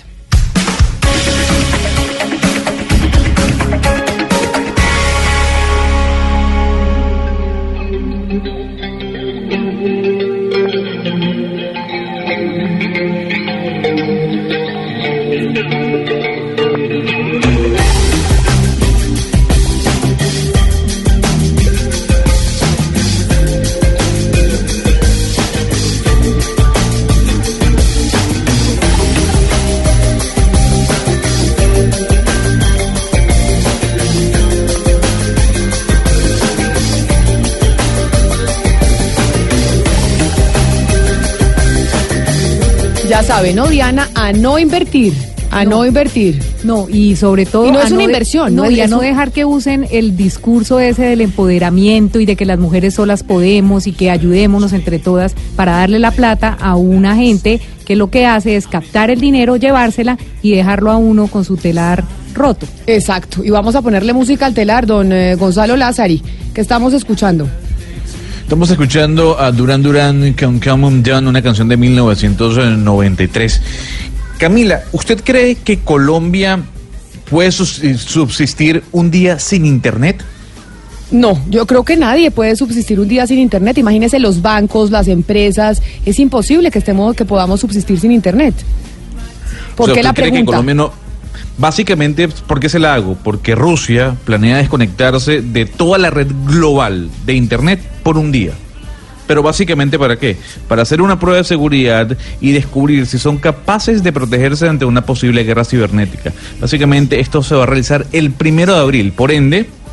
Ya sabe, ¿no, Diana? A no invertir, a no, no invertir. No, y sobre todo... Y no es una no inversión. De, no, no y a no un... dejar que usen el discurso ese del empoderamiento y de que las mujeres solas podemos y que ayudémonos entre todas para darle la plata a una gente que lo que hace es captar el dinero, llevársela y dejarlo a uno con su telar roto. Exacto, y vamos a ponerle música al telar, don eh, Gonzalo Lázari, que estamos escuchando. Estamos escuchando a Duran Duran con Come On Down, una canción de mil novecientos noventa y tres. Camila, ¿usted cree que Colombia puede subsistir un día sin internet? No, yo creo que nadie puede subsistir un día sin internet. Imagínese los bancos, las empresas. Es imposible que estemos, que podamos subsistir sin internet. ¿Por o sea, qué la cree pregunta? Que Colombia no... Básicamente, ¿por qué se la hago? Porque Rusia planea desconectarse de toda la red global de internet por un día. Pero básicamente, ¿para qué? Para hacer una prueba de seguridad y descubrir si son capaces de protegerse ante una posible guerra cibernética. Básicamente, esto se va a realizar el primero de abril. Por ende,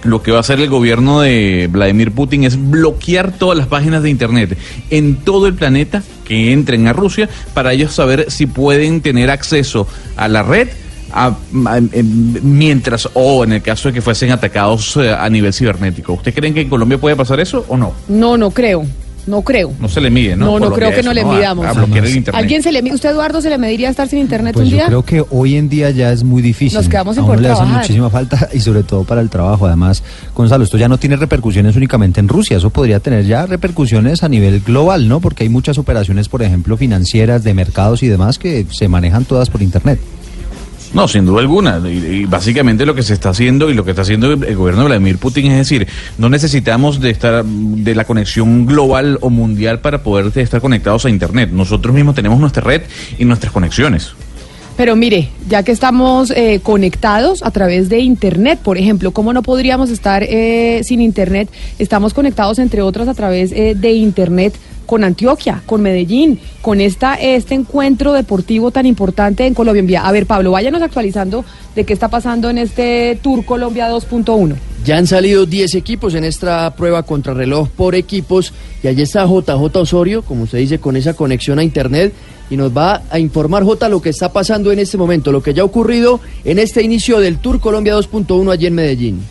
lo que va a hacer el gobierno de Vladimir Putin es bloquear todas las páginas de internet en todo el planeta que entren a Rusia para ellos saber si pueden tener acceso a la red a, a, a, mientras o en el caso de que fuesen atacados a nivel cibernético. ¿Usted creen que en Colombia puede pasar eso o no? No, no creo. No creo. No se le mide, ¿no? No, no creo que eso, no le ¿no? midamos. A, a bloquear el internet. ¿Alguien se le mide? ¿Usted, Eduardo, se le mediría estar sin internet Pues un día? yo creo que hoy en día ya es muy difícil. Nos quedamos sin a uno poder le hace trabajar. muchísima falta y sobre todo para el trabajo. Además, Gonzalo, esto ya no tiene repercusiones únicamente en Rusia, eso podría tener ya repercusiones a nivel global, ¿no? Porque hay muchas operaciones, por ejemplo, financieras, de mercados y demás que se manejan todas por internet. No, sin duda alguna. Y, y básicamente lo que se está haciendo y lo que está haciendo el, el gobierno de Vladimir Putin es decir, no necesitamos de estar de la conexión global o mundial para poder estar conectados a internet. Nosotros mismos tenemos nuestra red y nuestras conexiones. Pero mire, ya que estamos eh, conectados a través de internet, por ejemplo, ¿cómo no podríamos estar eh, sin internet? Estamos conectados, entre otras, a través eh, de internet con Antioquia, con Medellín, con esta este encuentro deportivo tan importante en Colombia. A ver, Pablo, váyanos actualizando de qué está pasando en este Tour Colombia dos punto uno. Ya han salido diez equipos en esta prueba contrarreloj por equipos y allí está J J Osorio, como usted dice, con esa conexión a internet y nos va a informar, J, lo que está pasando en este momento, lo que ya ha ocurrido en este inicio del Tour Colombia dos punto uno allí en Medellín.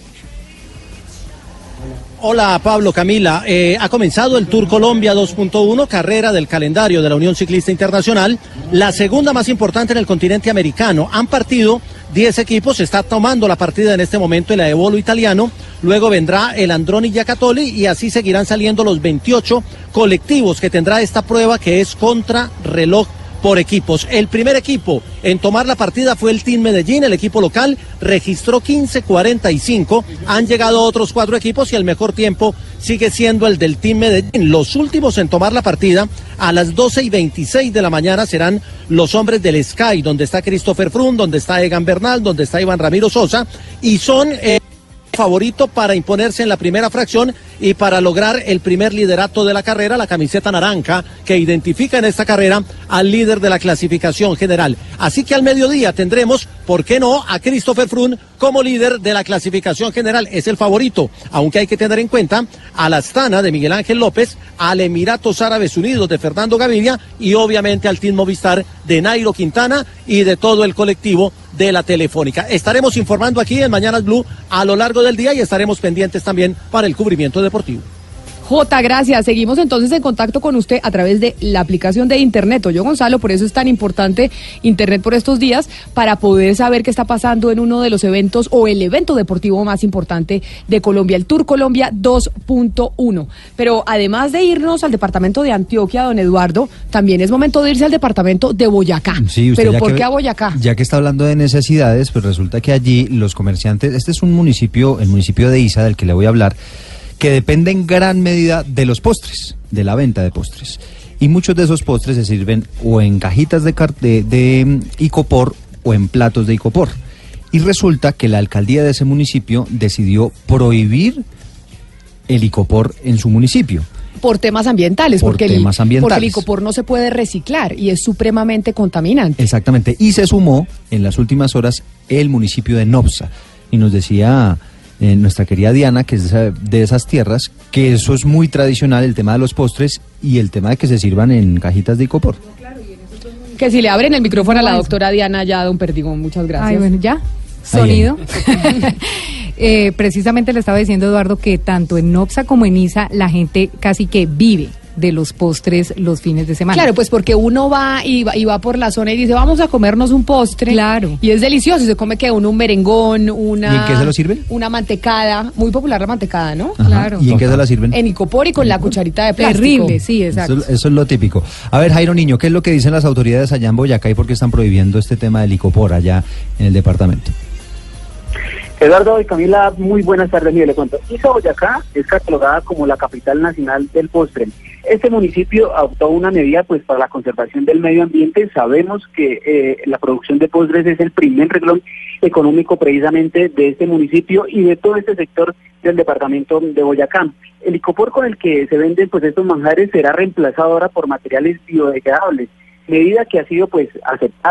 Hola Pablo, Camila, eh, ha comenzado el Tour Colombia dos punto uno, carrera del calendario de la Unión Ciclista Internacional, la segunda más importante en el continente americano. Han partido diez equipos, se está tomando la partida en este momento el Aevolo italiano, luego vendrá el Androni Giocattoli y así seguirán saliendo los veintiocho colectivos que tendrá esta prueba que es contra reloj por equipos. El primer equipo en tomar la partida fue el Team Medellín, el equipo local, registró quince cuarenta y cinco, han llegado otros cuatro equipos y el mejor tiempo sigue siendo el del Team Medellín. Los últimos en tomar la partida a las doce y veintiséis de la mañana serán los hombres del Sky, donde está Christopher Froome, donde está Egan Bernal, donde está Iván Ramiro Sosa, y son eh, favorito para imponerse en la primera fracción y para lograr el primer liderato de la carrera, la camiseta naranja que identifica en esta carrera al líder de la clasificación general. Así que al mediodía tendremos, ¿por qué no?, a Christopher Froome como líder de la clasificación general. Es el favorito, aunque hay que tener en cuenta al Astana de Miguel Ángel López, al Emiratos Árabes Unidos de Fernando Gaviria y obviamente al Team Movistar de Nairo Quintana y de todo el colectivo de la Telefónica. Estaremos informando aquí en Mañanas Blue a lo largo del día y estaremos pendientes también para el cubrimiento deportivo. Jota, gracias. Seguimos entonces en contacto con usted a través de la aplicación de Internet. Yo, Gonzalo, por eso es tan importante Internet por estos días, para poder saber qué está pasando en uno de los eventos o el evento deportivo más importante de Colombia, el Tour Colombia dos punto uno. Pero además de irnos al departamento de Antioquia, don Eduardo, también es momento de irse al departamento de Boyacá. Sí, usted ¿Pero ya por que, qué a Boyacá? Ya que está hablando de necesidades, pues resulta que allí los comerciantes, este es un municipio, el municipio de Isa, del que le voy a hablar, que depende en gran medida de los postres, de la venta de postres. Y muchos de esos postres se sirven o en cajitas de, de, de icopor o en platos de icopor. Y resulta que la alcaldía de ese municipio decidió prohibir el icopor en su municipio. Por temas ambientales, Por porque, temas el, ambientales. porque el icopor no se puede reciclar y es supremamente contaminante. Exactamente. Y se sumó en las últimas horas el municipio de Nopsa. Y nos decía eh, nuestra querida Diana, que es de esas tierras, que eso es muy tradicional, el tema de los postres y el tema de que se sirvan en cajitas de icopor. Que si le abren el micrófono a la doctora Diana, ya, don Perdigón, muchas gracias. Ay, bueno, ya. Sonido. eh, precisamente le estaba diciendo, Eduardo, que tanto en Nopsa como en Isa la gente casi que vive de los postres los fines de semana. Claro, pues porque uno va y, va y va por la zona y dice, vamos a comernos un postre. Claro. Y es delicioso, se come que uno un merengón, una... ¿Y en qué se lo sirven? Una mantecada, muy popular la mantecada, ¿no? Ajá. Claro. ¿Y en qué se la sirven? En icopor y con la cucharita de plástico. Terrible, sí, exacto. Eso, eso es lo típico. A ver, Jairo Niño, ¿qué es lo que dicen las autoridades allá en Boyacá y por qué están prohibiendo este tema del icopor allá en el departamento? Eduardo y Camila, muy buenas tardes. Mire, le cuento. Isa, Boyacá, es catalogada como la capital nacional del postre. Este municipio adoptó una medida pues para la conservación del medio ambiente. Sabemos que eh, la producción de postres es el primer renglón económico precisamente de este municipio y de todo este sector del departamento de Boyacá. El icopor con el que se venden pues estos manjares será reemplazado ahora por materiales biodegradables, medida que ha sido pues aceptada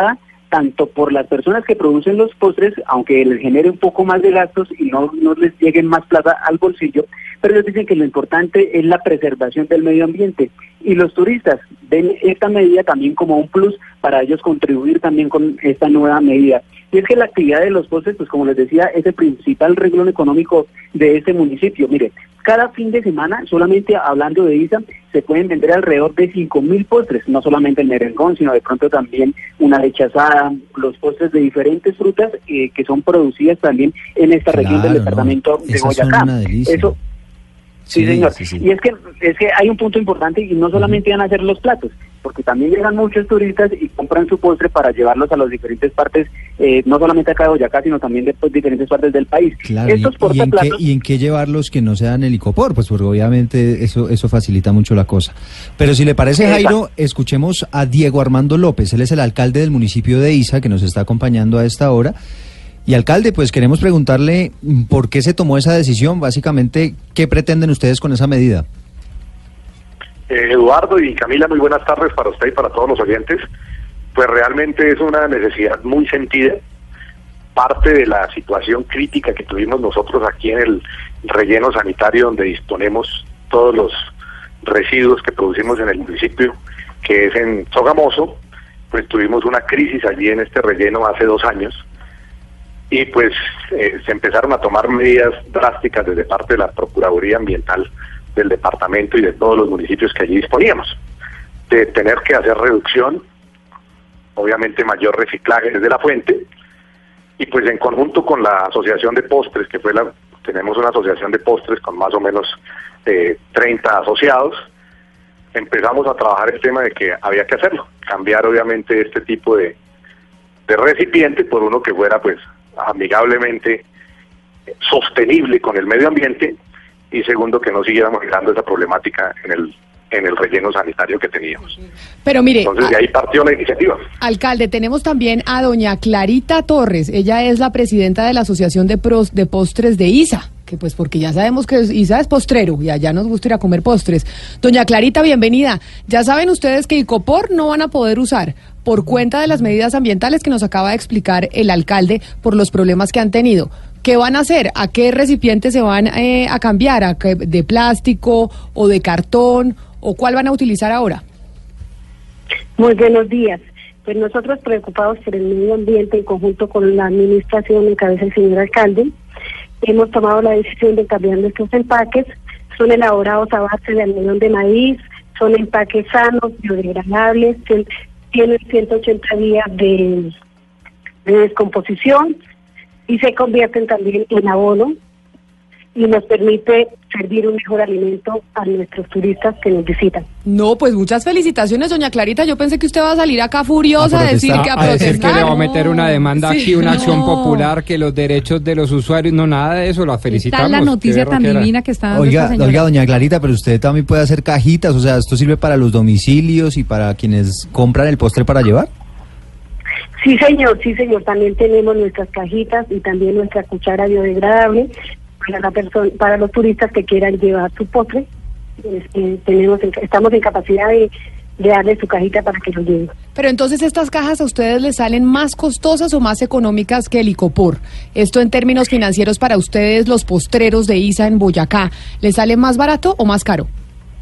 tanto por las personas que producen los postres, aunque les genere un poco más de gastos y no, no les lleguen más plata al bolsillo, pero ellos dicen que lo importante es la preservación del medio ambiente. Y los turistas ven esta medida también como un plus para ellos contribuir también con esta nueva medida. Y es que la actividad de los postres, pues como les decía, es el principal renglón económico de este municipio. Mire, cada fin de semana, solamente hablando de ISA, se pueden vender alrededor de cinco mil postres, no solamente el merengón, sino de pronto también una leche asada, los postres de diferentes frutas eh, que son producidas también en esta claro, región del departamento no. de Esas Boyacá. Son una delicia. Eso, sí, sí señor. Sí, sí. Y es que es que hay un punto importante y no solamente van a hacer los platos, porque también llegan muchos turistas y compran su postre para llevarlos a las diferentes partes, eh, no solamente acá de Boyacá, sino también de pues, diferentes partes del país. Claro, Estos y, y, en qué, ¿Y en qué llevarlos que no sean el icopor? Pues porque obviamente eso eso facilita mucho la cosa. Pero si le parece, Jairo, escuchemos a Diego Armando López. Él es el alcalde del municipio de Iza, que nos está acompañando a esta hora. Y alcalde, pues queremos preguntarle por qué se tomó esa decisión, básicamente, ¿qué pretenden ustedes con esa medida? Eh, Eduardo y Camila, muy buenas tardes para usted y para todos los oyentes. Pues realmente es una necesidad muy sentida, parte de la situación crítica que tuvimos nosotros aquí en el relleno sanitario donde disponemos todos los residuos que producimos en el municipio, que es en Sogamoso. Pues tuvimos una crisis allí en este relleno hace dos años y pues eh, se empezaron a tomar medidas drásticas desde parte de la Procuraduría Ambiental del departamento y de todos los municipios que allí disponíamos, de tener que hacer reducción, obviamente mayor reciclaje desde la fuente, y pues en conjunto con la asociación de postres, que fue la, tenemos una asociación de postres con más o menos eh, treinta asociados, empezamos a trabajar el tema de que había que hacerlo, cambiar obviamente este tipo de, de recipiente por uno que fuera pues amigablemente sostenible con el medio ambiente, y segundo, que no siguiéramos generando esa problemática en el en el relleno sanitario que teníamos. Pero mire, entonces de ahí partió la iniciativa. Alcalde, tenemos también a doña Clarita Torres. Ella es la presidenta de la Asociación de Pros, de Postres de Iza, que pues porque ya sabemos que Iza es postrero y allá nos gusta ir a comer postres. Doña Clarita, bienvenida. Ya saben ustedes que Icopor no van a poder usar por cuenta de las medidas ambientales que nos acaba de explicar el alcalde por los problemas que han tenido. ¿Qué van a hacer? ¿A qué recipientes se van eh, a cambiar? ¿A qué, de plástico o de cartón? ¿O cuál van a utilizar ahora? Muy buenos días. Pues nosotros preocupados por el medio ambiente en conjunto con la administración en cabeza del señor alcalde, hemos tomado la decisión de cambiar nuestros empaques. Son elaborados a base de almidón de maíz, son empaques sanos, biodegradables, tienen ciento ochenta días de, de descomposición y se convierten también en abono y nos permite servir un mejor alimento a nuestros turistas que nos visitan. No, pues muchas felicitaciones, doña Clarita. Yo pensé que usted va a salir acá furiosa a, a decir que a, a protestar. decir que le va a meter una demanda sí, aquí, una no. acción popular, que los derechos de los usuarios, no, nada de eso, la felicitamos. Está la noticia tan divina que está dando oiga, esta señora. Oiga, doña Clarita, pero usted también puede hacer cajitas, o sea, ¿esto sirve para los domicilios y para quienes compran el postre para llevar? Sí, señor, sí, señor. También tenemos nuestras cajitas y también nuestra cuchara biodegradable para la persona, para los turistas que quieran llevar su postre. Eh, tenemos, estamos en capacidad de, de darle su cajita para que lo lleven. Pero entonces, ¿estas cajas a ustedes les salen más costosas o más económicas que el Icopor? Esto en términos financieros para ustedes, los postreros de Iza en Boyacá, ¿les sale más barato o más caro?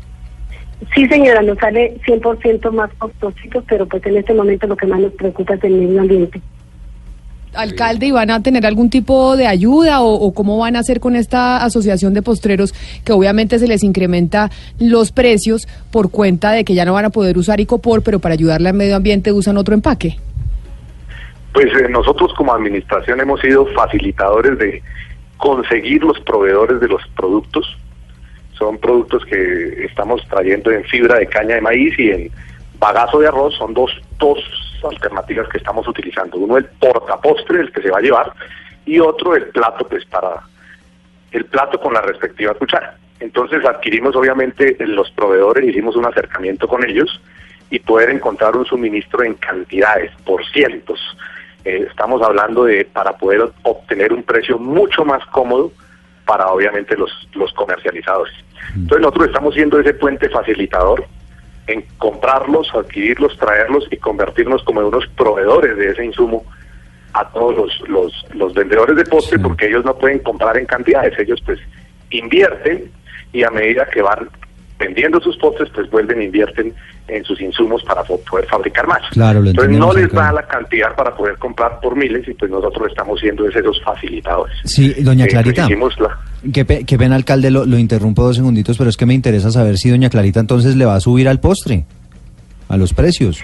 Sí, señora, nos sale cien por ciento más costosito, pero pues en este momento lo que más nos preocupa es el medio ambiente. Alcalde, ¿y van a tener algún tipo de ayuda o, o cómo van a hacer con esta asociación de postreros que obviamente se les incrementa los precios por cuenta de que ya no van a poder usar Icopor, pero para ayudarle al medio ambiente usan otro empaque? Pues eh, nosotros como administración hemos sido facilitadores de conseguir los proveedores de los productos. Son productos que estamos trayendo en fibra de caña de maíz y en bagazo de arroz. Son dos, dos alternativas que estamos utilizando. Uno el portapostre, el que se va a llevar, y otro el plato, pues para el plato con la respectiva cuchara. Entonces adquirimos obviamente los proveedores, hicimos un acercamiento con ellos y poder encontrar un suministro en cantidades, por cientos. Eh, estamos hablando de para poder obtener un precio mucho más cómodo para obviamente los, los comercializadores. Entonces nosotros estamos siendo ese puente facilitador en comprarlos, adquirirlos, traerlos y convertirnos como unos proveedores de ese insumo a todos los, los, los vendedores de postre, porque ellos no pueden comprar en cantidades, ellos pues invierten y a medida que van vendiendo sus postres, pues vuelven e invierten en sus insumos para poder fabricar más. Claro, lo Entonces no les acá. da la cantidad para poder comprar por miles y pues nosotros estamos siendo esos facilitadores. Sí, doña Eh, pues, Clarita. hicimos la- Qué, pe- qué pena, alcalde, lo, lo interrumpo dos segunditos, pero es que me interesa saber si doña Clarita entonces le va a subir al postre, a los precios.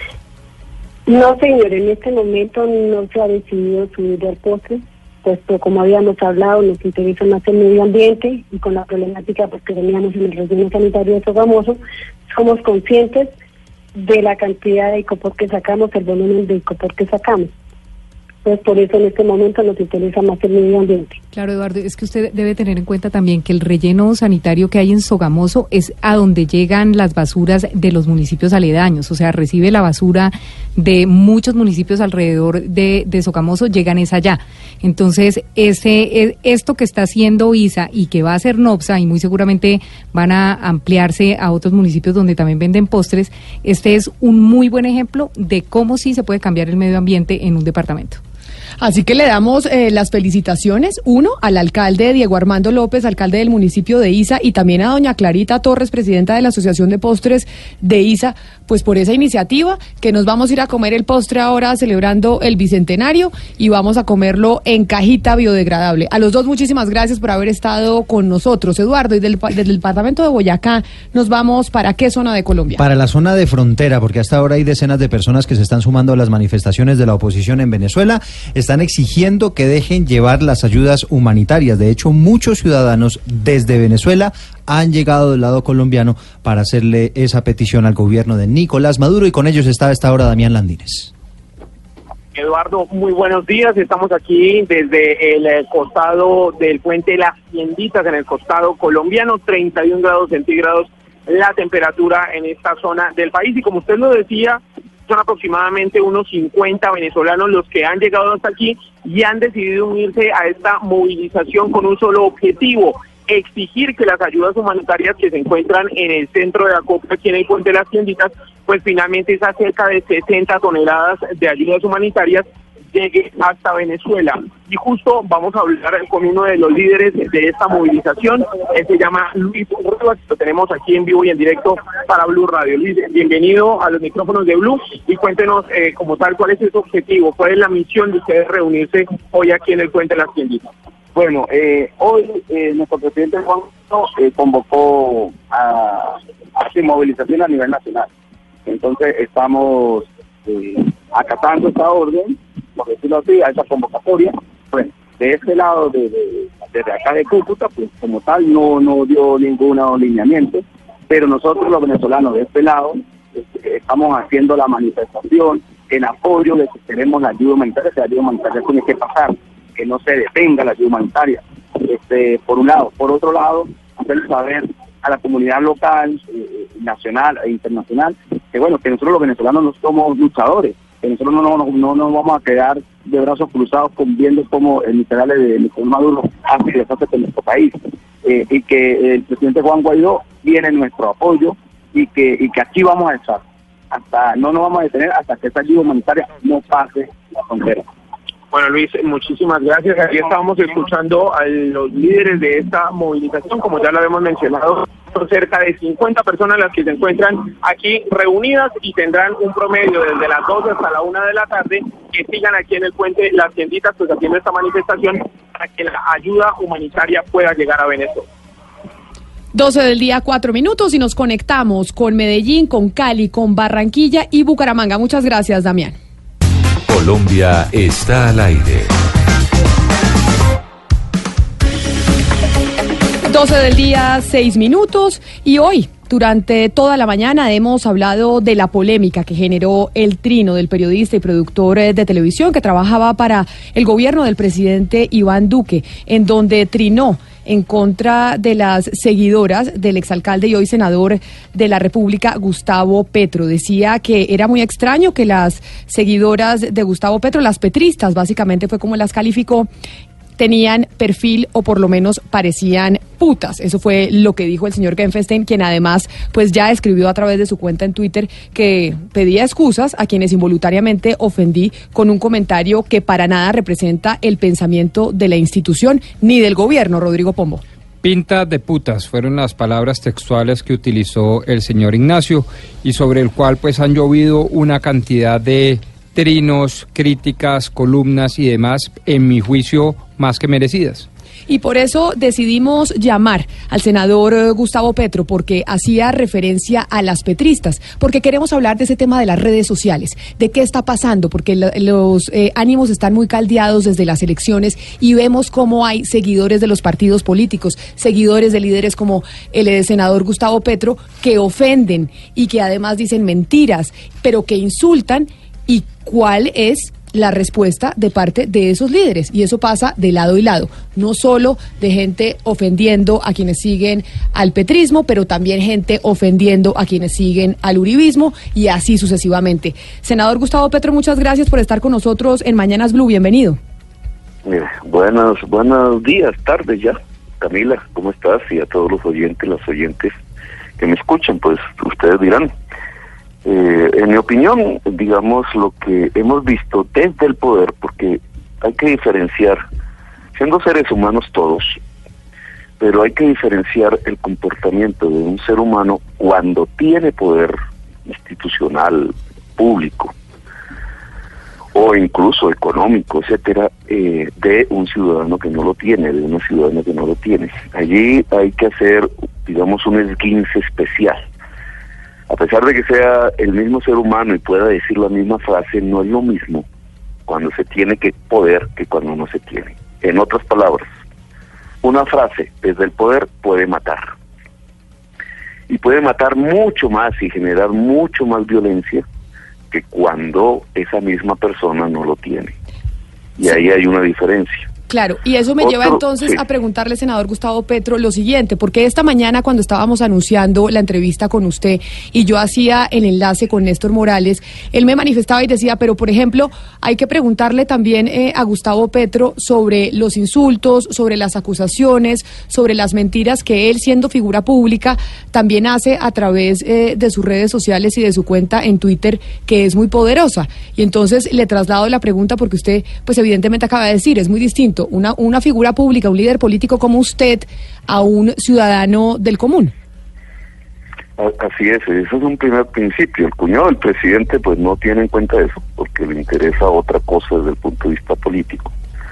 No, señor, en este momento no se ha decidido subir el postre, puesto como habíamos hablado, nos interesa más el medio ambiente y con la problemática pues, que teníamos en el relleno sanitario de Sogamoso, somos conscientes de la cantidad de icopor que sacamos, el volumen de icopor que sacamos. Pues por eso en este momento nos interesa más el medio ambiente. Claro, Eduardo, es que usted debe tener en cuenta también que el relleno sanitario que hay en Sogamoso es a donde llegan las basuras de los municipios aledaños, o sea, recibe la basura de muchos municipios alrededor de, de Sogamoso, llegan es allá. Entonces, ese es, esto que está haciendo I S A y que va a hacer NOPSA, y muy seguramente van a ampliarse a otros municipios donde también venden postres, este es un muy buen ejemplo de cómo sí se puede cambiar el medio ambiente en un departamento. Así que le damos eh, las felicitaciones, uno, al alcalde Diego Armando López, alcalde del municipio de Iza, y también a doña Clarita Torres, presidenta de la Asociación de Postres de Iza, pues por esa iniciativa, que nos vamos a ir a comer el postre ahora celebrando el bicentenario y vamos a comerlo en cajita biodegradable. A los dos, muchísimas gracias por haber estado con nosotros, Eduardo, y del, desde el departamento de Boyacá nos vamos ¿para qué zona de Colombia? Para la zona de frontera, porque hasta ahora hay decenas de personas que se están sumando a las manifestaciones de la oposición en Venezuela, están exigiendo que dejen llevar las ayudas humanitarias. De hecho, muchos ciudadanos desde Venezuela han llegado del lado colombiano para hacerle esa petición al gobierno de Nicolás Maduro, y con ellos está a esta hora Damián Landines. Eduardo, muy buenos días. Estamos aquí desde el eh, costado del puente Las Tienditas, en el costado colombiano, treinta y un grados centígrados la temperatura en esta zona del país. Y como usted lo decía, son aproximadamente unos cincuenta venezolanos los que han llegado hasta aquí y han decidido unirse a esta movilización con un solo objetivo: exigir que las ayudas humanitarias que se encuentran en el centro de acopio aquí en el puente de Las Tienditas, pues finalmente esas cerca de sesenta toneladas de ayudas humanitarias llegue hasta Venezuela. Y justo vamos a hablar con uno de los líderes de esta movilización. Él se llama Luis Rivas, lo tenemos aquí en vivo y en directo para Blue Radio. Luis, bienvenido a los micrófonos de Blue y cuéntenos eh, como tal cuál es su objetivo, cuál es la misión de ustedes reunirse hoy aquí en el puente de Las Tienditas. Bueno, eh, hoy eh, nuestro presidente Juan eh, convocó a, a su movilización a nivel nacional. Entonces estamos eh, acatando esta orden, por decirlo así, a esa convocatoria. Bueno, de este lado, de, de, desde acá de Cúcuta, pues como tal no, no dio ningún alineamiento, pero nosotros los venezolanos de este lado este, estamos haciendo la manifestación en apoyo de que queremos la ayuda humanitaria, que la ayuda humanitaria tiene que pasar, que no se detenga la ayuda humanitaria, este, por un lado. Por otro lado, hacer saber a la comunidad local, eh, nacional e internacional, que bueno, que nosotros los venezolanos no somos luchadores, que nosotros no nos no, no, no vamos a quedar de brazos cruzados con viendo cómo el literal de Nicolás Maduro hace y deshace con nuestro país, eh, y que el presidente Juan Guaidó viene en nuestro apoyo y que, y que aquí vamos a estar, hasta no nos vamos a detener hasta que esa ayuda humanitaria no pase la frontera. Bueno, Luis, muchísimas gracias. Aquí estábamos escuchando a los líderes de esta movilización, como ya lo habíamos mencionado, son cerca de cincuenta personas las que se encuentran aquí reunidas y tendrán un promedio desde las doce hasta la una de la tarde que sigan aquí en el puente Las Tienditas, pues haciendo esta manifestación para que la ayuda humanitaria pueda llegar a Venezuela. doce del día, cuatro minutos, y nos conectamos con Medellín, con Cali, con Barranquilla y Bucaramanga. Muchas gracias, Damián. Colombia está al aire. doce del día, seis minutos, y hoy, durante toda la mañana, hemos hablado de la polémica que generó el trino del periodista y productor de televisión que trabajaba para el gobierno del presidente Iván Duque, en donde trinó en contra de las seguidoras del exalcalde y hoy senador de la República, Gustavo Petro. Decía que era muy extraño que las seguidoras de Gustavo Petro, las petristas, básicamente fue como las calificó, tenían perfil o por lo menos parecían putas. Eso fue lo que dijo el señor Genfestein, quien además pues ya escribió a través de su cuenta en Twitter que pedía excusas a quienes involuntariamente ofendí con un comentario que para nada representa el pensamiento de la institución ni del gobierno. Rodrigo Pombo. Pinta de putas fueron las palabras textuales que utilizó el señor Ignacio y sobre el cual pues han llovido una cantidad de trinos, críticas, columnas y demás, en mi juicio, más que merecidas. Y por eso decidimos llamar al senador eh, Gustavo Petro, porque hacía referencia a las petristas, porque queremos hablar de ese tema de las redes sociales, de qué está pasando, porque lo, los eh, ánimos están muy caldeados desde las elecciones y vemos cómo hay seguidores de los partidos políticos, seguidores de líderes como el eh, senador Gustavo Petro, que ofenden y que además dicen mentiras, pero que insultan. ¿Y cuál es la respuesta de parte de esos líderes? Y eso pasa de lado y lado, no solo de gente ofendiendo a quienes siguen al petrismo, pero también gente ofendiendo a quienes siguen al uribismo y así sucesivamente. Senador Gustavo Petro, muchas gracias por estar con nosotros en Mañanas Blue. Bienvenido. Eh, buenos, buenos días, tardes ya. Camila, ¿cómo estás? Y a todos los oyentes, las oyentes que me escuchan, pues ustedes dirán. Eh, en mi opinión, digamos, lo que hemos visto desde el poder, porque hay que diferenciar, siendo seres humanos todos, pero hay que diferenciar el comportamiento de un ser humano cuando tiene poder institucional, público, o incluso económico, etcétera, eh, de un ciudadano que no lo tiene, de una ciudadana que no lo tiene. Allí hay que hacer, digamos, un esguince especial. A pesar de que sea el mismo ser humano y pueda decir la misma frase, no es lo mismo cuando se tiene que poder que cuando no se tiene. En otras palabras, una frase desde el poder puede matar. Y puede matar mucho más y generar mucho más violencia que cuando esa misma persona no lo tiene. Y ahí hay una diferencia. Claro, y eso me Otro, lleva entonces sí. a preguntarle, senador Gustavo Petro, lo siguiente, porque esta mañana cuando estábamos anunciando la entrevista con usted y yo hacía el enlace con Néstor Morales, él me manifestaba y decía, pero por ejemplo, hay que preguntarle también eh, a Gustavo Petro sobre los insultos, sobre las acusaciones, sobre las mentiras que él, siendo figura pública, también hace a través eh, de sus redes sociales y de su cuenta en Twitter, que es muy poderosa. Y entonces le traslado la pregunta porque usted, pues evidentemente acaba de decir, es muy distinto Una, una figura pública, un líder político como usted, a un ciudadano del común. Así es, ese es un primer principio. El cuñado del presidente pues no tiene en cuenta eso, porque le interesa otra cosa desde el punto de vista político.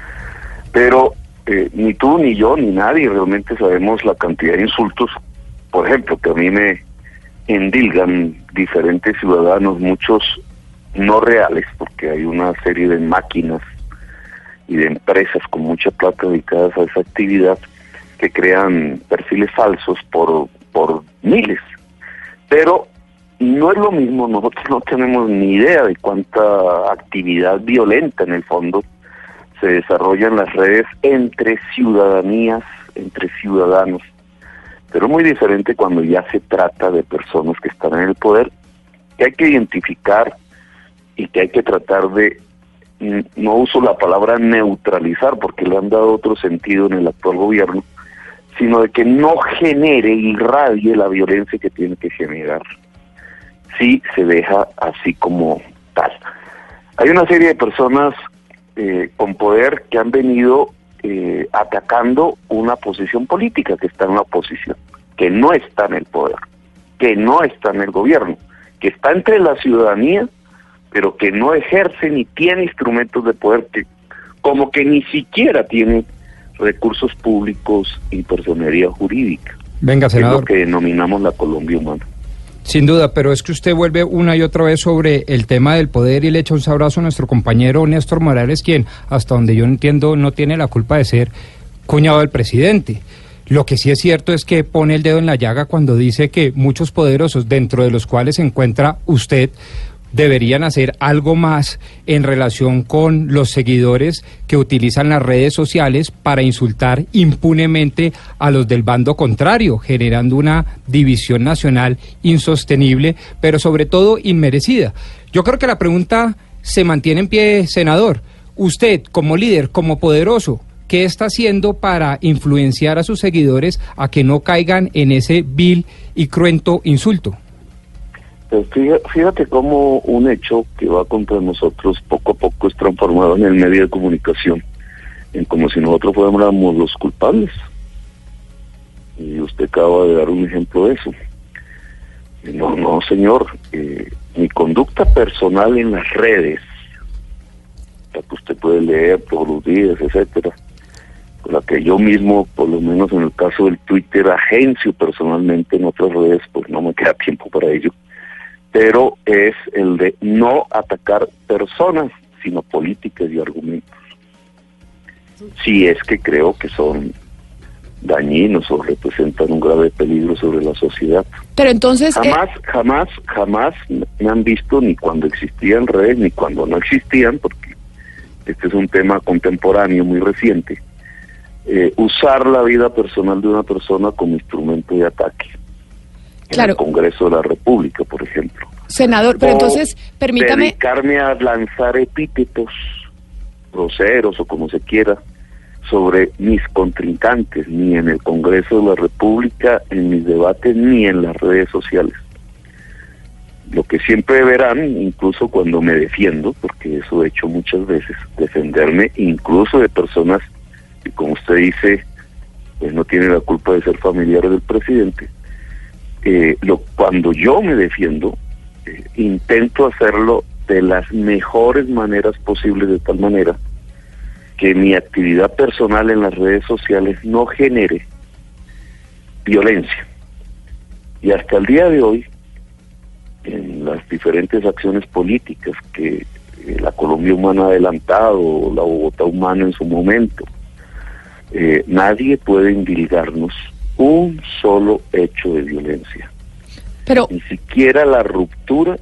Pero eh, ni tú, ni yo, ni nadie realmente sabemos la cantidad de insultos, por ejemplo, que a mí me endilgan diferentes ciudadanos, muchos no reales, porque hay una serie de máquinas y de empresas con mucha plata dedicadas a esa actividad que crean perfiles falsos por por miles. Pero no es lo mismo, nosotros no tenemos ni idea de cuánta actividad violenta en el fondo se desarrolla en las redes entre ciudadanías, entre ciudadanos. Pero es muy diferente cuando ya se trata de personas que están en el poder, que hay que identificar y que hay que tratar de, no uso la palabra neutralizar porque le han dado otro sentido en el actual gobierno, sino de que no genere y irradie la violencia que tiene que generar si se deja así como tal. Hay una serie de personas eh, con poder que han venido eh, atacando una posición política que está en la oposición, que no está en el poder, que no está en el gobierno, que está entre la ciudadanía, pero que no ejerce ni tiene instrumentos de poder, que como que ni siquiera tiene recursos públicos y personería jurídica. Venga, senador. Es lo que denominamos la Colombia humana. Sin duda, pero es que usted vuelve una y otra vez sobre el tema del poder y le echa un sabrazo a nuestro compañero Néstor Morales, quien, hasta donde yo entiendo, no tiene la culpa de ser cuñado del presidente. Lo que sí es cierto es que pone el dedo en la llaga cuando dice que muchos poderosos, dentro de los cuales se encuentra usted, deberían hacer algo más en relación con los seguidores que utilizan las redes sociales para insultar impunemente a los del bando contrario, generando una división nacional insostenible, pero sobre todo inmerecida. Yo creo que la pregunta se mantiene en pie, senador. Usted, como líder, como poderoso, ¿qué está haciendo para influenciar a sus seguidores a que no caigan en ese vil y cruento insulto? Pues fíjate, fíjate cómo un hecho que va contra nosotros poco a poco es transformado en el medio de comunicación, en como si nosotros fuéramos los culpables. Y usted acaba de dar un ejemplo de eso. No, no, señor. Eh, mi conducta personal en las redes, la que usted puede leer todos los días, etcétera, la que yo mismo, por lo menos en el caso del Twitter, agencio personalmente, en otras redes, pues no me queda tiempo para ello, pero es el de no atacar personas, sino políticas y argumentos. Si es que creo que son dañinos o representan un grave peligro sobre la sociedad. Pero entonces... Jamás, eh... jamás, jamás me han visto ni cuando existían redes, ni cuando no existían, porque este es un tema contemporáneo muy reciente, eh, usar la vida personal de una persona como instrumento de ataque. Claro. En el Congreso de la República, por ejemplo. Senador, pero o entonces, permítame... dedicarme a lanzar epítetos groseros o como se quiera sobre mis contrincantes, ni en el Congreso de la República, en mis debates, ni en las redes sociales. Lo que siempre verán, incluso cuando me defiendo, porque eso he hecho muchas veces, defenderme incluso de personas que, como usted dice, pues no tienen la culpa de ser familiares del presidente. Eh, lo, cuando yo me defiendo, eh, intento hacerlo de las mejores maneras posibles, de tal manera que mi actividad personal en las redes sociales no genere violencia. Y hasta el día de hoy, en las diferentes acciones políticas que eh, la Colombia Humana ha adelantado, o la Bogotá Humana en su momento, eh, nadie puede indilgarnos un solo hecho de violencia. Pero ni siquiera la ruptura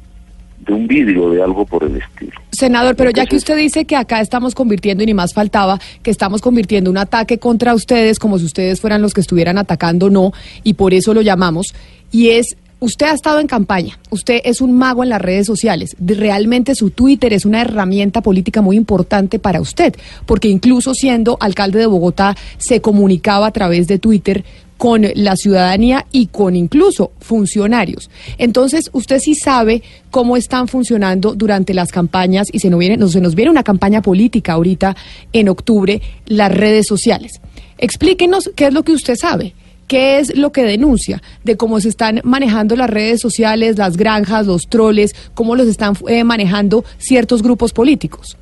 de un vidrio, de algo por el estilo. Senador, pero ya que usted dice que acá estamos convirtiendo, y ni más faltaba, que estamos convirtiendo un ataque contra ustedes como si ustedes fueran los que estuvieran atacando, no, y por eso lo llamamos, y es... Usted ha estado en campaña, usted es un mago en las redes sociales, realmente su Twitter es una herramienta política muy importante para usted, porque incluso siendo alcalde de Bogotá se comunicaba a través de Twitter con la ciudadanía y con incluso funcionarios. Entonces, usted sí sabe cómo están funcionando durante las campañas, y se nos viene, se nos viene una campaña política ahorita en octubre, las redes sociales. Explíquenos qué es lo que usted sabe. ¿Qué es lo que denuncia de cómo se están manejando las redes sociales, las granjas, los troles, cómo los están eh, manejando ciertos grupos políticos?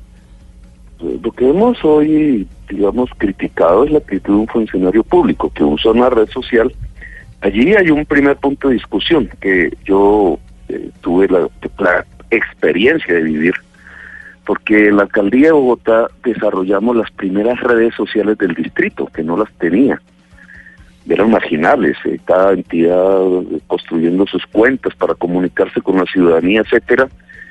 Lo que hemos hoy, digamos, criticado es la actitud de un funcionario público que usa una red social. Allí hay un primer punto de discusión que yo eh, tuve la, la experiencia de vivir, porque en la alcaldía de Bogotá desarrollamos las primeras redes sociales del distrito, que no las tenía. Eran marginales, eh, cada entidad construyendo sus cuentas para comunicarse con la ciudadanía, etcétera,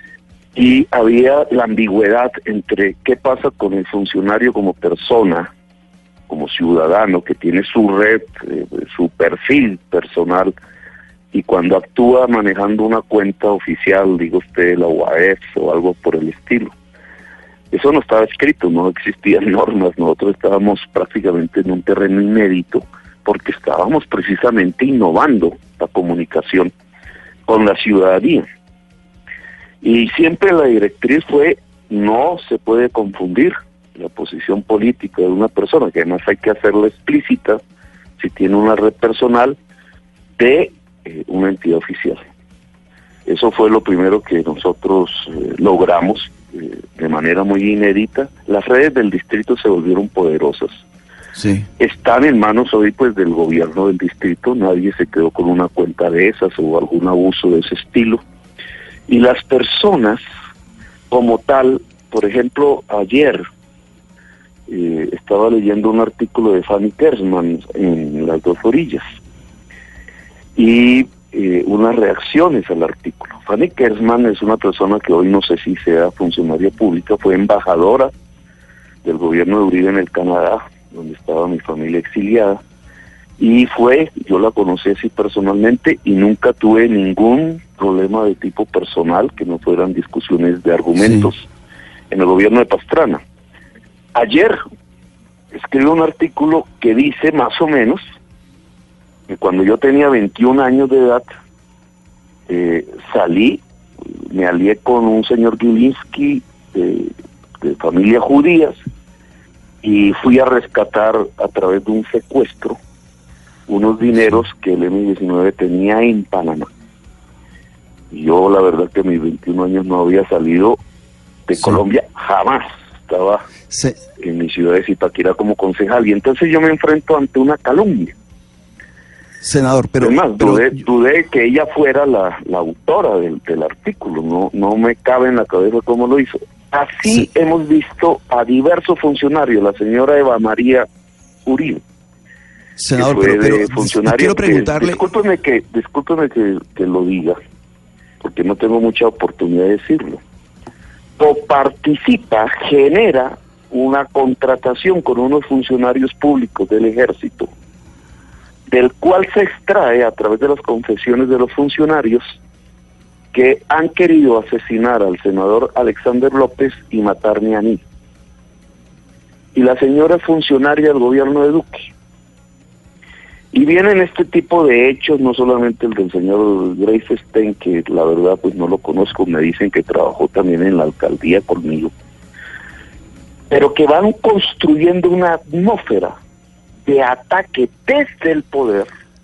y había la ambigüedad entre qué pasa con el funcionario como persona, como ciudadano, que tiene su red, eh, su perfil personal, y cuando actúa manejando una cuenta oficial, digo usted, la U A E F o algo por el estilo. Eso no estaba escrito, no existían normas, nosotros estábamos prácticamente en un terreno inédito, porque estábamos precisamente innovando la comunicación con la ciudadanía. Y siempre la directriz fue, no se puede confundir la posición política de una persona, que además hay que hacerla explícita, si tiene una red personal, de eh, una entidad oficial. Eso fue lo primero que nosotros eh, logramos eh, de manera muy inédita. Las redes del distrito se volvieron poderosas. Sí. Están en manos hoy pues del gobierno del distrito, nadie se quedó con una cuenta de esas o algún abuso de ese estilo. Y las personas como tal, por ejemplo, ayer eh, estaba leyendo un artículo de Fanny Kersman en Las Dos Orillas y eh, unas reacciones al artículo. Fanny Kersman es una persona que hoy no sé si sea funcionaria pública, fue embajadora del gobierno de Uribe en el Canadá, donde estaba mi familia exiliada, y fue, yo la conocí así personalmente y nunca tuve ningún problema de tipo personal que no fueran discusiones de argumentos sí. en el gobierno de Pastrana. Ayer escribe un artículo que dice más o menos que cuando yo tenía veintiún años de edad, eh, salí, me alié con un señor Gilinski de, de familias judías y fui a rescatar a través de un secuestro unos dineros que el eme diecinueve tenía en Panamá. Y yo la verdad que a mis veintiún años no había salido de sí. Colombia, jamás. Estaba sí. en mi ciudad de Zipaquirá como concejal y entonces yo me enfrento ante una calumnia. Senador, pero... Además, pero dudé, dudé que ella fuera la, la autora del, del artículo, no, no me cabe en la cabeza cómo lo hizo. Así sí. hemos visto a diversos funcionarios, la señora Eva María Uribe. Senador, que fue pero, de pero funcionario quiero preguntarle... Que, discúlpeme que, discúlpeme que, que lo diga, porque no tengo mucha oportunidad de decirlo. O participa, genera una contratación con unos funcionarios públicos del ejército, del cual se extrae a través de las confesiones de los funcionarios que han querido asesinar al senador Alexander López y matarme a mí. Y la señora es funcionaria del gobierno de Duque. Y vienen este tipo de hechos, no solamente el del señor Greifestein, que la verdad pues no lo conozco, me dicen que trabajó también en la alcaldía conmigo, pero que van construyendo una atmósfera de ataque desde el poder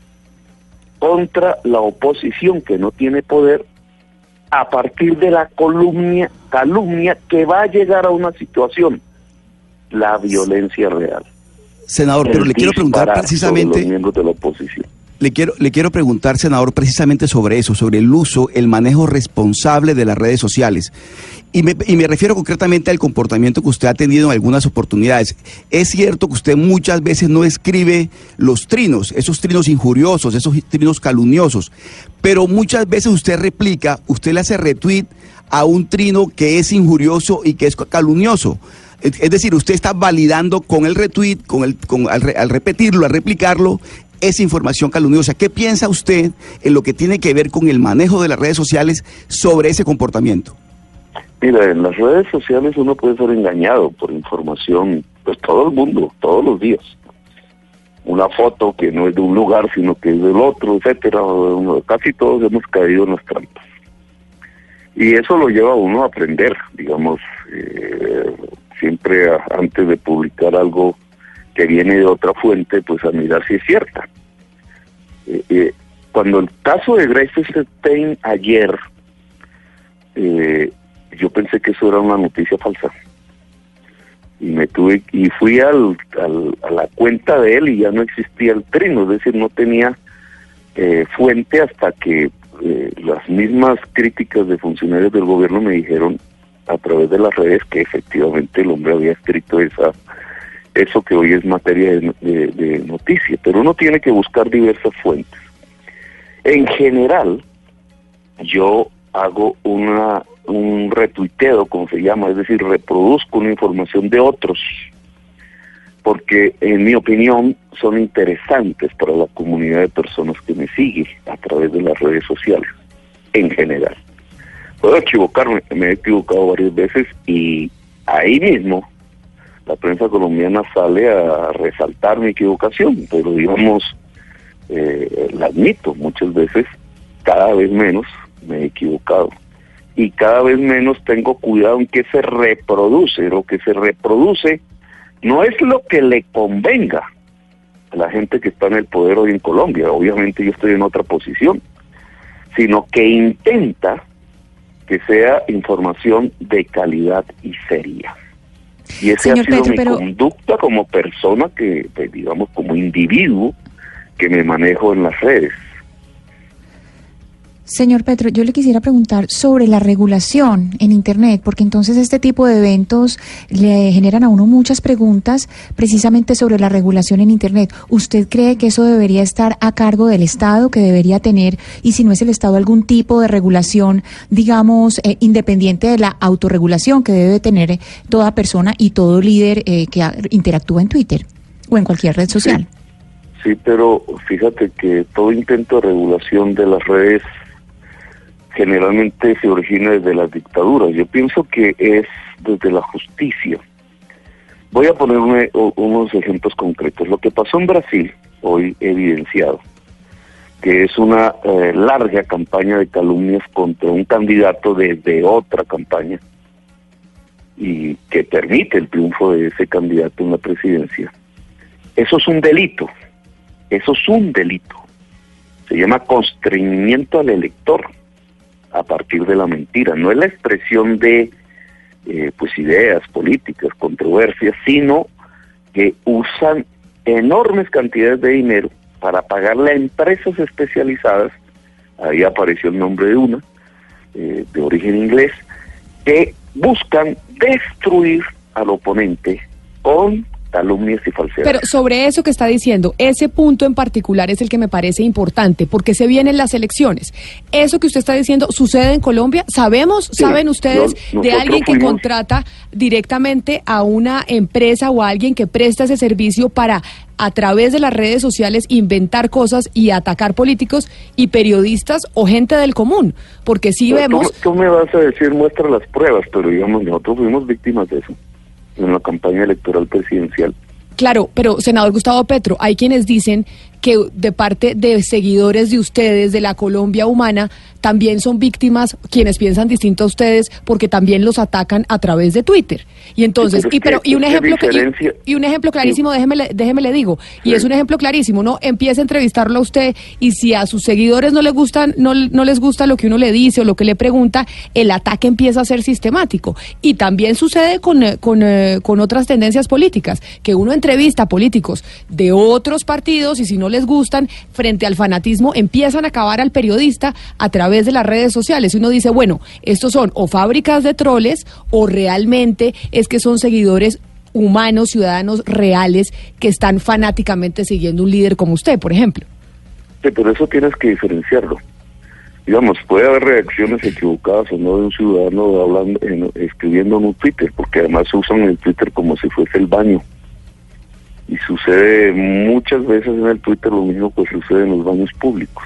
contra la oposición que no tiene poder a partir de la calumnia, calumnia que va a llegar a una situación, la violencia real. Senador, pero le quiero preguntar precisamente... Los miembros de la oposición. Le quiero, le quiero preguntar, senador, precisamente sobre eso, sobre el uso, el manejo responsable de las redes sociales. Y me, y me refiero concretamente al comportamiento que usted ha tenido en algunas oportunidades. Es cierto que usted muchas veces no escribe los trinos, esos trinos injuriosos, esos trinos calumniosos, pero muchas veces usted replica, usted le hace retweet a un trino que es injurioso y que es calumnioso. Es decir, usted está validando con el retweet, con el, con, al, al repetirlo, al replicarlo, esa información calumniosa. ¿Qué piensa usted en lo que tiene que ver con el manejo de las redes sociales sobre ese comportamiento? Mira, en las redes sociales uno puede ser engañado por información, pues todo el mundo, todos los días. Una foto que no es de un lugar, sino que es del otro, etcétera. Casi todos hemos caído en las trampas. Y eso lo lleva a uno a aprender, digamos, eh, siempre a, antes de publicar algo que viene de otra fuente, pues a mirar si es cierta. Eh, eh, cuando el caso de Greifestein ayer, eh, yo pensé que eso era una noticia falsa. Y me tuve y fui al, al, a la cuenta de él y ya no existía el trino, es decir, no tenía eh, fuente hasta que eh, las mismas críticas de funcionarios del gobierno me dijeron a través de las redes que efectivamente el hombre había escrito esa eso que hoy es materia de, de, de noticia, pero uno tiene que buscar diversas fuentes. En general, yo hago una un retuiteo, como se llama, es decir, reproduzco una información de otros, porque en mi opinión son interesantes para la comunidad de personas que me siguen a través de las redes sociales, en general. Puedo equivocarme, me he equivocado varias veces y ahí mismo la prensa colombiana sale a resaltar mi equivocación, pero digamos, eh, la admito, muchas veces, cada vez menos me he equivocado. Y cada vez menos tengo cuidado en qué se reproduce. Lo que se reproduce no es lo que le convenga a la gente que está en el poder hoy en Colombia. Obviamente yo estoy en otra posición, sino que intenta que sea información de calidad y seria. Y esa ha sido Petro, mi pero... conducta como persona, que, pues, digamos, como individuo que me manejo en las redes. Señor Petro, yo le quisiera preguntar sobre la regulación en Internet, porque entonces este tipo de eventos le generan a uno muchas preguntas precisamente sobre la regulación en Internet. ¿Usted cree que eso debería estar a cargo del Estado, que debería tener, y si no es el Estado, algún tipo de regulación, digamos, eh, independiente de la autorregulación que debe tener toda persona y todo líder eh, que interactúa en Twitter o en cualquier red social? Sí, sí, pero fíjate que todo intento de regulación de las redes generalmente se origina desde las dictaduras. Yo pienso que es desde la justicia. Voy a poner un, unos ejemplos concretos. Lo que pasó en Brasil, hoy evidenciado, que es una eh, larga campaña de calumnias contra un candidato desde otra campaña y que permite el triunfo de ese candidato en la presidencia. Eso es un delito, eso es un delito. Se llama constreñimiento al elector a partir de la mentira. No es la expresión de eh, pues ideas políticas, controversias, sino que usan enormes cantidades de dinero para pagarle a empresas especializadas, ahí apareció el nombre de una, eh, de origen inglés, que buscan destruir al oponente con calumnias y falsedades. Pero sobre eso que está diciendo, ese punto en particular es el que me parece importante, porque se vienen las elecciones. Eso que usted está diciendo, ¿sucede en Colombia? ¿Sabemos, sí, saben ustedes yo, de alguien que fuimos... contrata directamente a una empresa o a alguien que presta ese servicio para, a través de las redes sociales, inventar cosas y atacar políticos y periodistas o gente del común? Porque sí no, vemos... Tú, tú me vas a decir, muestra las pruebas, pero digamos, nosotros fuimos víctimas de eso en la campaña electoral presidencial. Claro, pero senador Gustavo Petro, hay quienes dicen que de parte de seguidores de ustedes, de la Colombia Humana, también son víctimas quienes piensan distinto a ustedes porque también los atacan a través de Twitter. Y entonces, sí, pero y, pero, y un ejemplo diferencia... y, y un ejemplo clarísimo, sí. déjeme, déjeme le digo, y sí. es un ejemplo clarísimo, ¿no? Empieza a entrevistarlo a usted y si a sus seguidores no les gustan, no, no les gusta lo que uno le dice o lo que le pregunta, el ataque empieza a ser sistemático. Y también sucede con, con, con otras tendencias políticas, que uno entrevista a políticos de otros partidos y si no les gustan, frente al fanatismo, empiezan a acabar al periodista a través de las redes sociales. Y uno dice, bueno, estos son o fábricas de troles o realmente es que son seguidores humanos, ciudadanos reales que están fanáticamente siguiendo un líder como usted, por ejemplo. Sí, pero eso tienes que diferenciarlo. Digamos, puede haber reacciones equivocadas o no de un ciudadano hablando, en, escribiendo en un Twitter, porque además usan el Twitter como si fuese el baño. Y sucede muchas veces en el Twitter lo mismo que sucede en los baños públicos.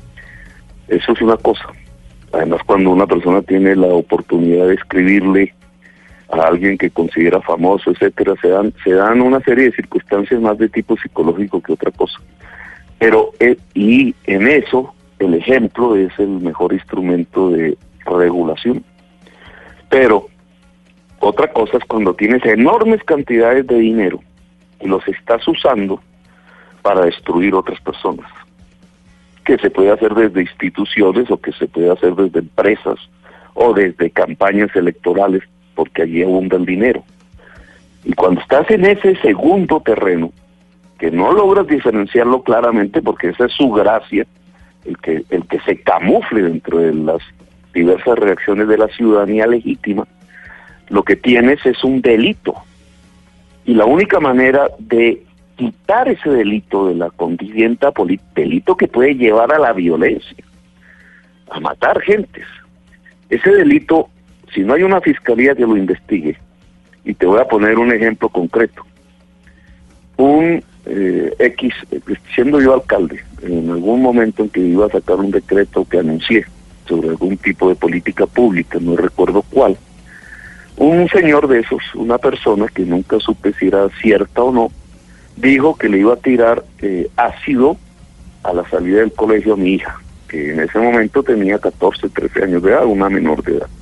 Eso es una cosa. Además, cuando una persona tiene la oportunidad de escribirle a alguien que considera famoso, etcétera, se dan, se dan una serie de circunstancias más de tipo psicológico que otra cosa. Pero, eh, y en eso, el ejemplo es el mejor instrumento de regulación. Pero, otra cosa es cuando tienes enormes cantidades de dinero y los estás usando para destruir otras personas, que se puede hacer desde instituciones o que se puede hacer desde empresas o desde campañas electorales, porque allí abunda el dinero. Y cuando estás en ese segundo terreno, que no logras diferenciarlo claramente, porque esa es su gracia, el que, el que se camufle dentro de las diversas reacciones de la ciudadanía legítima, lo que tienes es un delito. Y la única manera de quitar ese delito de la contingente política, delito que puede llevar a la violencia, a matar gentes, ese delito, si no hay una fiscalía que lo investigue, y te voy a poner un ejemplo concreto, un eh, X, siendo yo alcalde, en algún momento en que iba a sacar un decreto que anuncié sobre algún tipo de política pública, no recuerdo cuál, un señor de esos, una persona que nunca supe si era cierta o no, dijo que le iba a tirar eh, ácido a la salida del colegio a mi hija, que en ese momento tenía catorce, trece años de edad, una menor de edad.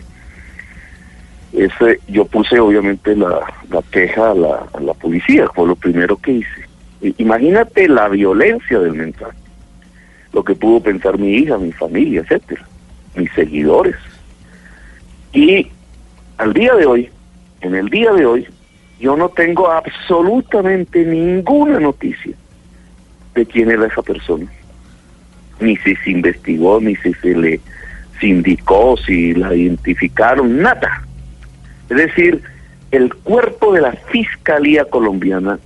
Ese, yo puse obviamente la, la queja a la, a la policía, fue lo primero que hice. I, imagínate la violencia del mensaje, lo que pudo pensar mi hija, mi familia, etcétera, mis seguidores. Y al día de hoy, en el día de hoy, yo no tengo absolutamente ninguna noticia de quién era esa persona. Ni si se investigó, ni si se le sindicó, si la identificaron, nada. Es decir, el cuerpo de la Fiscalía colombiana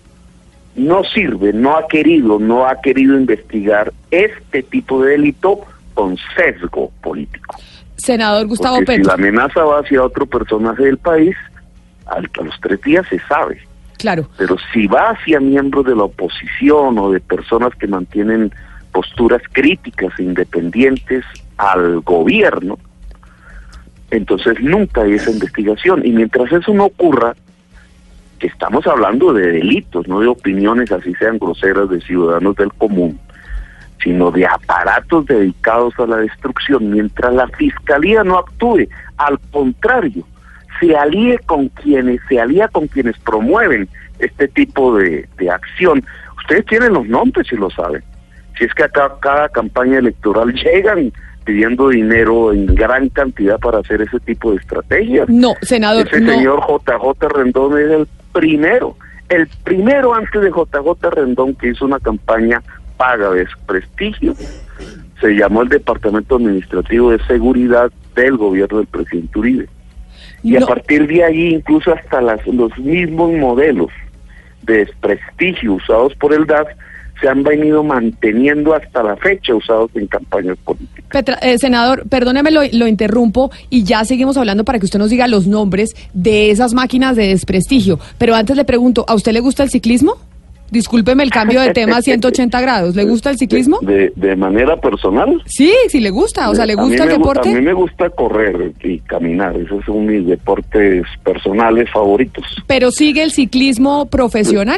no sirve, no ha querido, no ha querido investigar este tipo de delito con sesgo político. Senador Gustavo Porque Petro. Si la amenaza va hacia otro personaje del país, al, a los tres días se sabe. Claro. Pero si va hacia miembros de la oposición o de personas que mantienen posturas críticas e independientes al gobierno, entonces nunca hay esa investigación. Y mientras eso no ocurra, que estamos hablando de delitos, no de opiniones así sean groseras de ciudadanos del común, sino de aparatos dedicados a la destrucción, mientras la Fiscalía no actúe, al contrario, se alíe con quienes, se alía con quienes promueven este tipo de, de acción. Ustedes tienen los nombres si lo saben. Si es que acá cada campaña electoral llegan pidiendo dinero en gran cantidad para hacer ese tipo de estrategias. No, senador, Ese no. señor J J Rendón es el primero, el primero antes de J J Rendón que hizo una campaña paga de prestigio. Se llamó el Departamento Administrativo de Seguridad del gobierno del presidente Uribe. Y No. a partir de ahí, incluso hasta las, los mismos modelos de desprestigio usados por el D A S se han venido manteniendo hasta la fecha usados en campañas políticas. Petra, eh, senador, perdóneme, lo, lo interrumpo y ya seguimos hablando para que usted nos diga los nombres de esas máquinas de desprestigio. Pero antes le pregunto, ¿a usted le gusta el ciclismo? Discúlpeme el cambio de tema a ciento ochenta grados. ¿Le gusta el ciclismo? De, de manera personal. Sí, sí le gusta. O sea, ¿le A mí gusta el me gu- deporte? A mí me gusta correr y caminar. Esos son mis deportes personales favoritos. ¿Pero sigue el ciclismo profesional?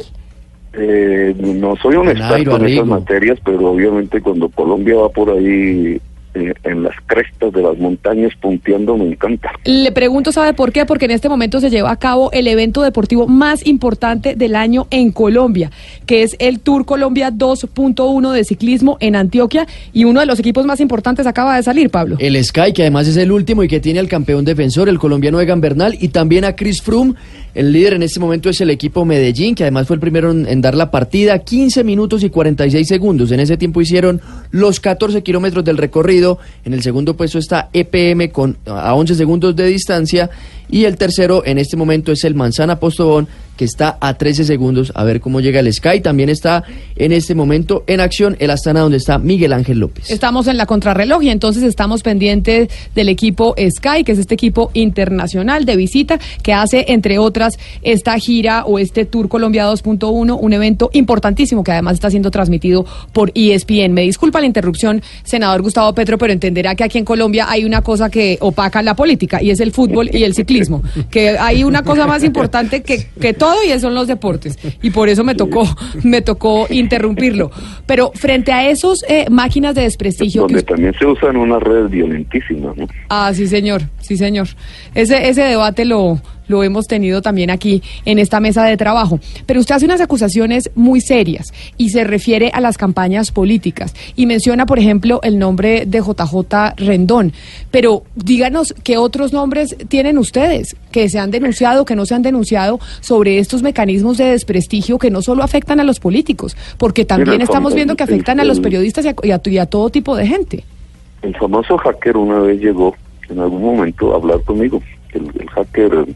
Eh, no soy un experto Nairo, en esas Arrigo. materias, pero obviamente cuando Colombia va por ahí eh, en las crestas de las montañas punteando, me encanta. Le pregunto, ¿sabe por qué? Porque en este momento se lleva a cabo el evento deportivo más importante del año en Colombia, que es el Tour Colombia dos punto uno de ciclismo en Antioquia, y uno de los equipos más importantes acaba de salir, Pablo. El Sky, que además es el último y que tiene al campeón defensor, el colombiano Egan Bernal, y también a Chris Froome. El líder en este momento es el equipo Medellín, que además fue el primero en, en dar la partida, quince minutos y cuarenta y seis segundos. En ese tiempo hicieron los catorce kilómetros del recorrido. En el segundo puesto está E P M con a once segundos de distancia. Y el tercero en este momento es el Manzana Postobón, que está a trece segundos. A ver cómo llega el Sky. También está en este momento en acción el Astana, donde está Miguel Ángel López. Estamos en la contrarreloj y entonces estamos pendientes del equipo Sky, que es este equipo internacional de visita que hace, entre otras, esta gira o este Tour Colombia dos punto uno, un evento importantísimo que además está siendo transmitido por E S P N. Me disculpa la interrupción, senador Gustavo Petro, pero entenderá que aquí en Colombia hay una cosa que opaca la política y es el fútbol y el ciclismo, que hay una cosa más importante que, que todo y son los deportes, y por eso me tocó me tocó interrumpirlo. Pero frente a esos eh, máquinas de desprestigio Donde que también se usan unas redes violentísimas, ¿no? Ah, sí, señor, sí, señor. Ese, ese debate lo, lo hemos tenido también aquí en esta mesa de trabajo. Pero usted hace unas acusaciones muy serias y se refiere a las campañas políticas y menciona, por ejemplo, el nombre de J J Rendón. Pero díganos qué otros nombres tienen ustedes que se han denunciado, que no se han denunciado sobre estos mecanismos de desprestigio que no solo afectan a los políticos, porque también Mira, estamos el- viendo que afectan a el- los periodistas y a, y a- y a todo tipo de gente. El famoso hacker una vez llegó en algún momento a hablar conmigo. El, el hacker, eh,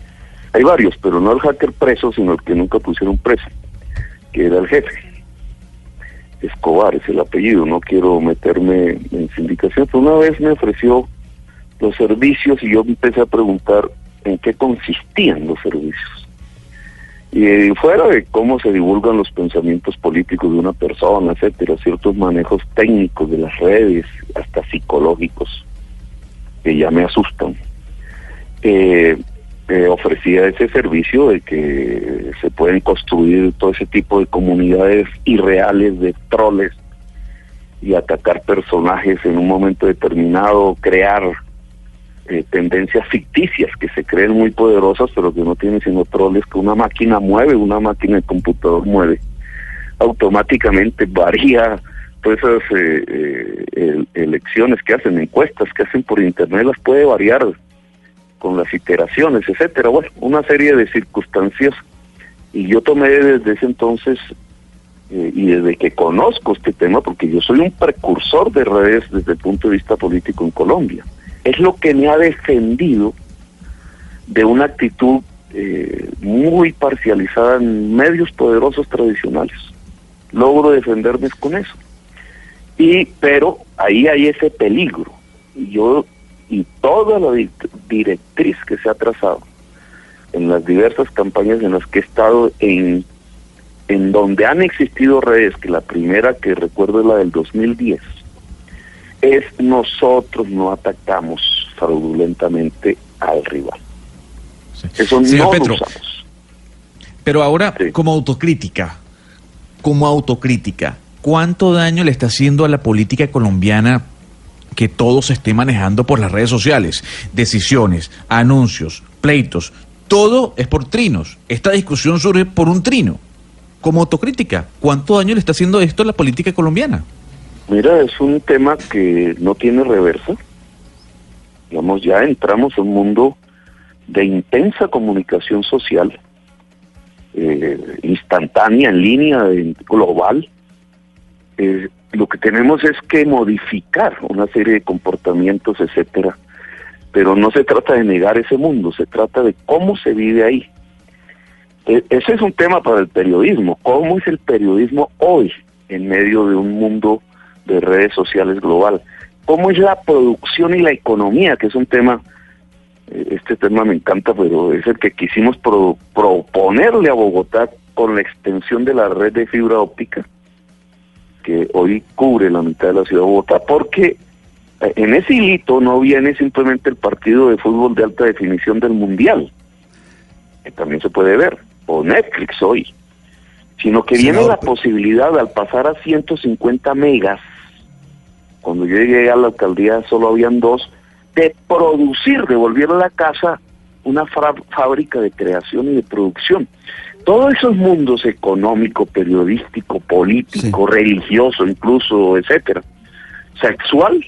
hay varios, pero no el hacker preso, sino el que nunca pusieron preso, que era el jefe. Escobar es el apellido, no quiero meterme en sindicación, pero una vez me ofreció los servicios y yo empecé a preguntar en qué consistían los servicios. Y eh, fuera de cómo se divulgan los pensamientos políticos de una persona, etcétera, ciertos manejos técnicos de las redes, hasta psicológicos, que ya me asustan, eh, eh, ofrecía ese servicio de que se pueden construir todo ese tipo de comunidades irreales de troles y atacar personajes en un momento determinado, crear eh, tendencias ficticias que se creen muy poderosas, pero que no tienen sino troles que una máquina mueve, una máquina de computador mueve. Automáticamente varía todas esas eh, eh, el, elecciones que hacen, encuestas que hacen por internet, las puede variar con las iteraciones, etcétera. Bueno, una serie de circunstancias, y yo tomé desde ese entonces eh, y desde que conozco este tema, porque yo soy un precursor de redes desde el punto de vista político en Colombia, es lo que me ha defendido de una actitud eh, muy parcializada en medios poderosos tradicionales. Logro defenderme con eso. Y pero ahí hay ese peligro. Y yo y toda la di- directriz que se ha trazado en las diversas campañas en las que he estado, en en donde han existido redes, que la primera que recuerdo es la del dos mil diez, es nosotros no atacamos fraudulentamente al rival. Eso Señor no Petro, lo usamos. Pero ahora, sí, como autocrítica, como autocrítica, ¿cuánto daño le está haciendo a la política colombiana que todo se esté manejando por las redes sociales? Decisiones, anuncios, pleitos, todo es por trinos. Esta discusión surge por un trino. Como autocrítica, ¿cuánto daño le está haciendo esto a la política colombiana? Mira, es un tema que no tiene reversa. Digamos, ya entramos en un mundo de intensa comunicación social, eh, instantánea, en línea, en global. Eh, lo que tenemos es que modificar una serie de comportamientos, etcétera. Pero no se trata de negar ese mundo, se trata de cómo se vive ahí. E- ese es un tema para el periodismo. ¿Cómo es el periodismo hoy en medio de un mundo de redes sociales global? ¿Cómo es la producción y la economía? Que es un tema, eh, este tema me encanta, pero es el que quisimos pro- proponerle a Bogotá con la extensión de la red de fibra óptica, que hoy cubre la mitad de la ciudad de Bogotá, porque en ese hilito no viene simplemente el partido de fútbol de alta definición del Mundial, que también se puede ver, o Netflix hoy, sino que viene la posibilidad, al pasar a ciento cincuenta megas, cuando yo llegué a la alcaldía solo habían dos, de producir, de volver a la casa una fra- fábrica de creación y de producción. Todos esos mundos económico, periodístico, político, sí, religioso incluso, etcétera, sexual,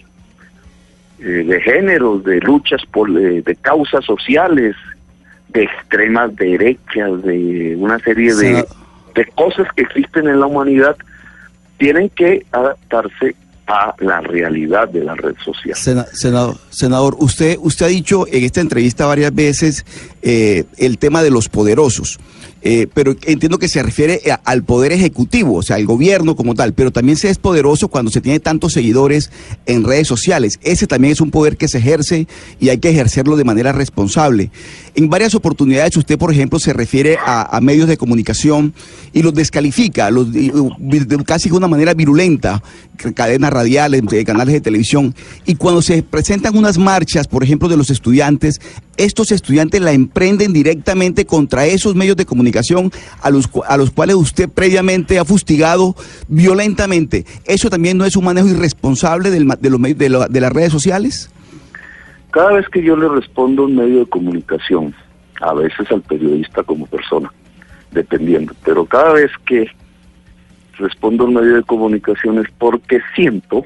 eh, de géneros, de luchas por, de, de causas sociales, de extremas derechas, de una serie sí, de, de cosas que existen en la humanidad, tienen que adaptarse a la realidad de la red social. Sena, senador, senador, usted usted ha dicho en esta entrevista varias veces eh, el tema de los poderosos, eh, pero entiendo que se refiere a, al poder ejecutivo, o sea, al gobierno como tal, pero también se es poderoso cuando se tiene tantos seguidores en redes sociales. Ese también es un poder que se ejerce y hay que ejercerlo de manera responsable. En varias oportunidades usted, por ejemplo, se refiere a, a medios de comunicación y los descalifica, los, de, casi de una manera virulenta, cadenas radiales, canales de televisión, y cuando se presentan unas marchas, por ejemplo, de los estudiantes, estos estudiantes la emprenden directamente contra esos medios de comunicación a los, a los cuales usted previamente ha fustigado violentamente. ¿Eso también no es un manejo irresponsable del, de, los, de, lo, de las redes sociales? Cada vez que yo le respondo a un medio de comunicación, a veces al periodista como persona, dependiendo, pero cada vez que respondo a un medio de comunicación es porque siento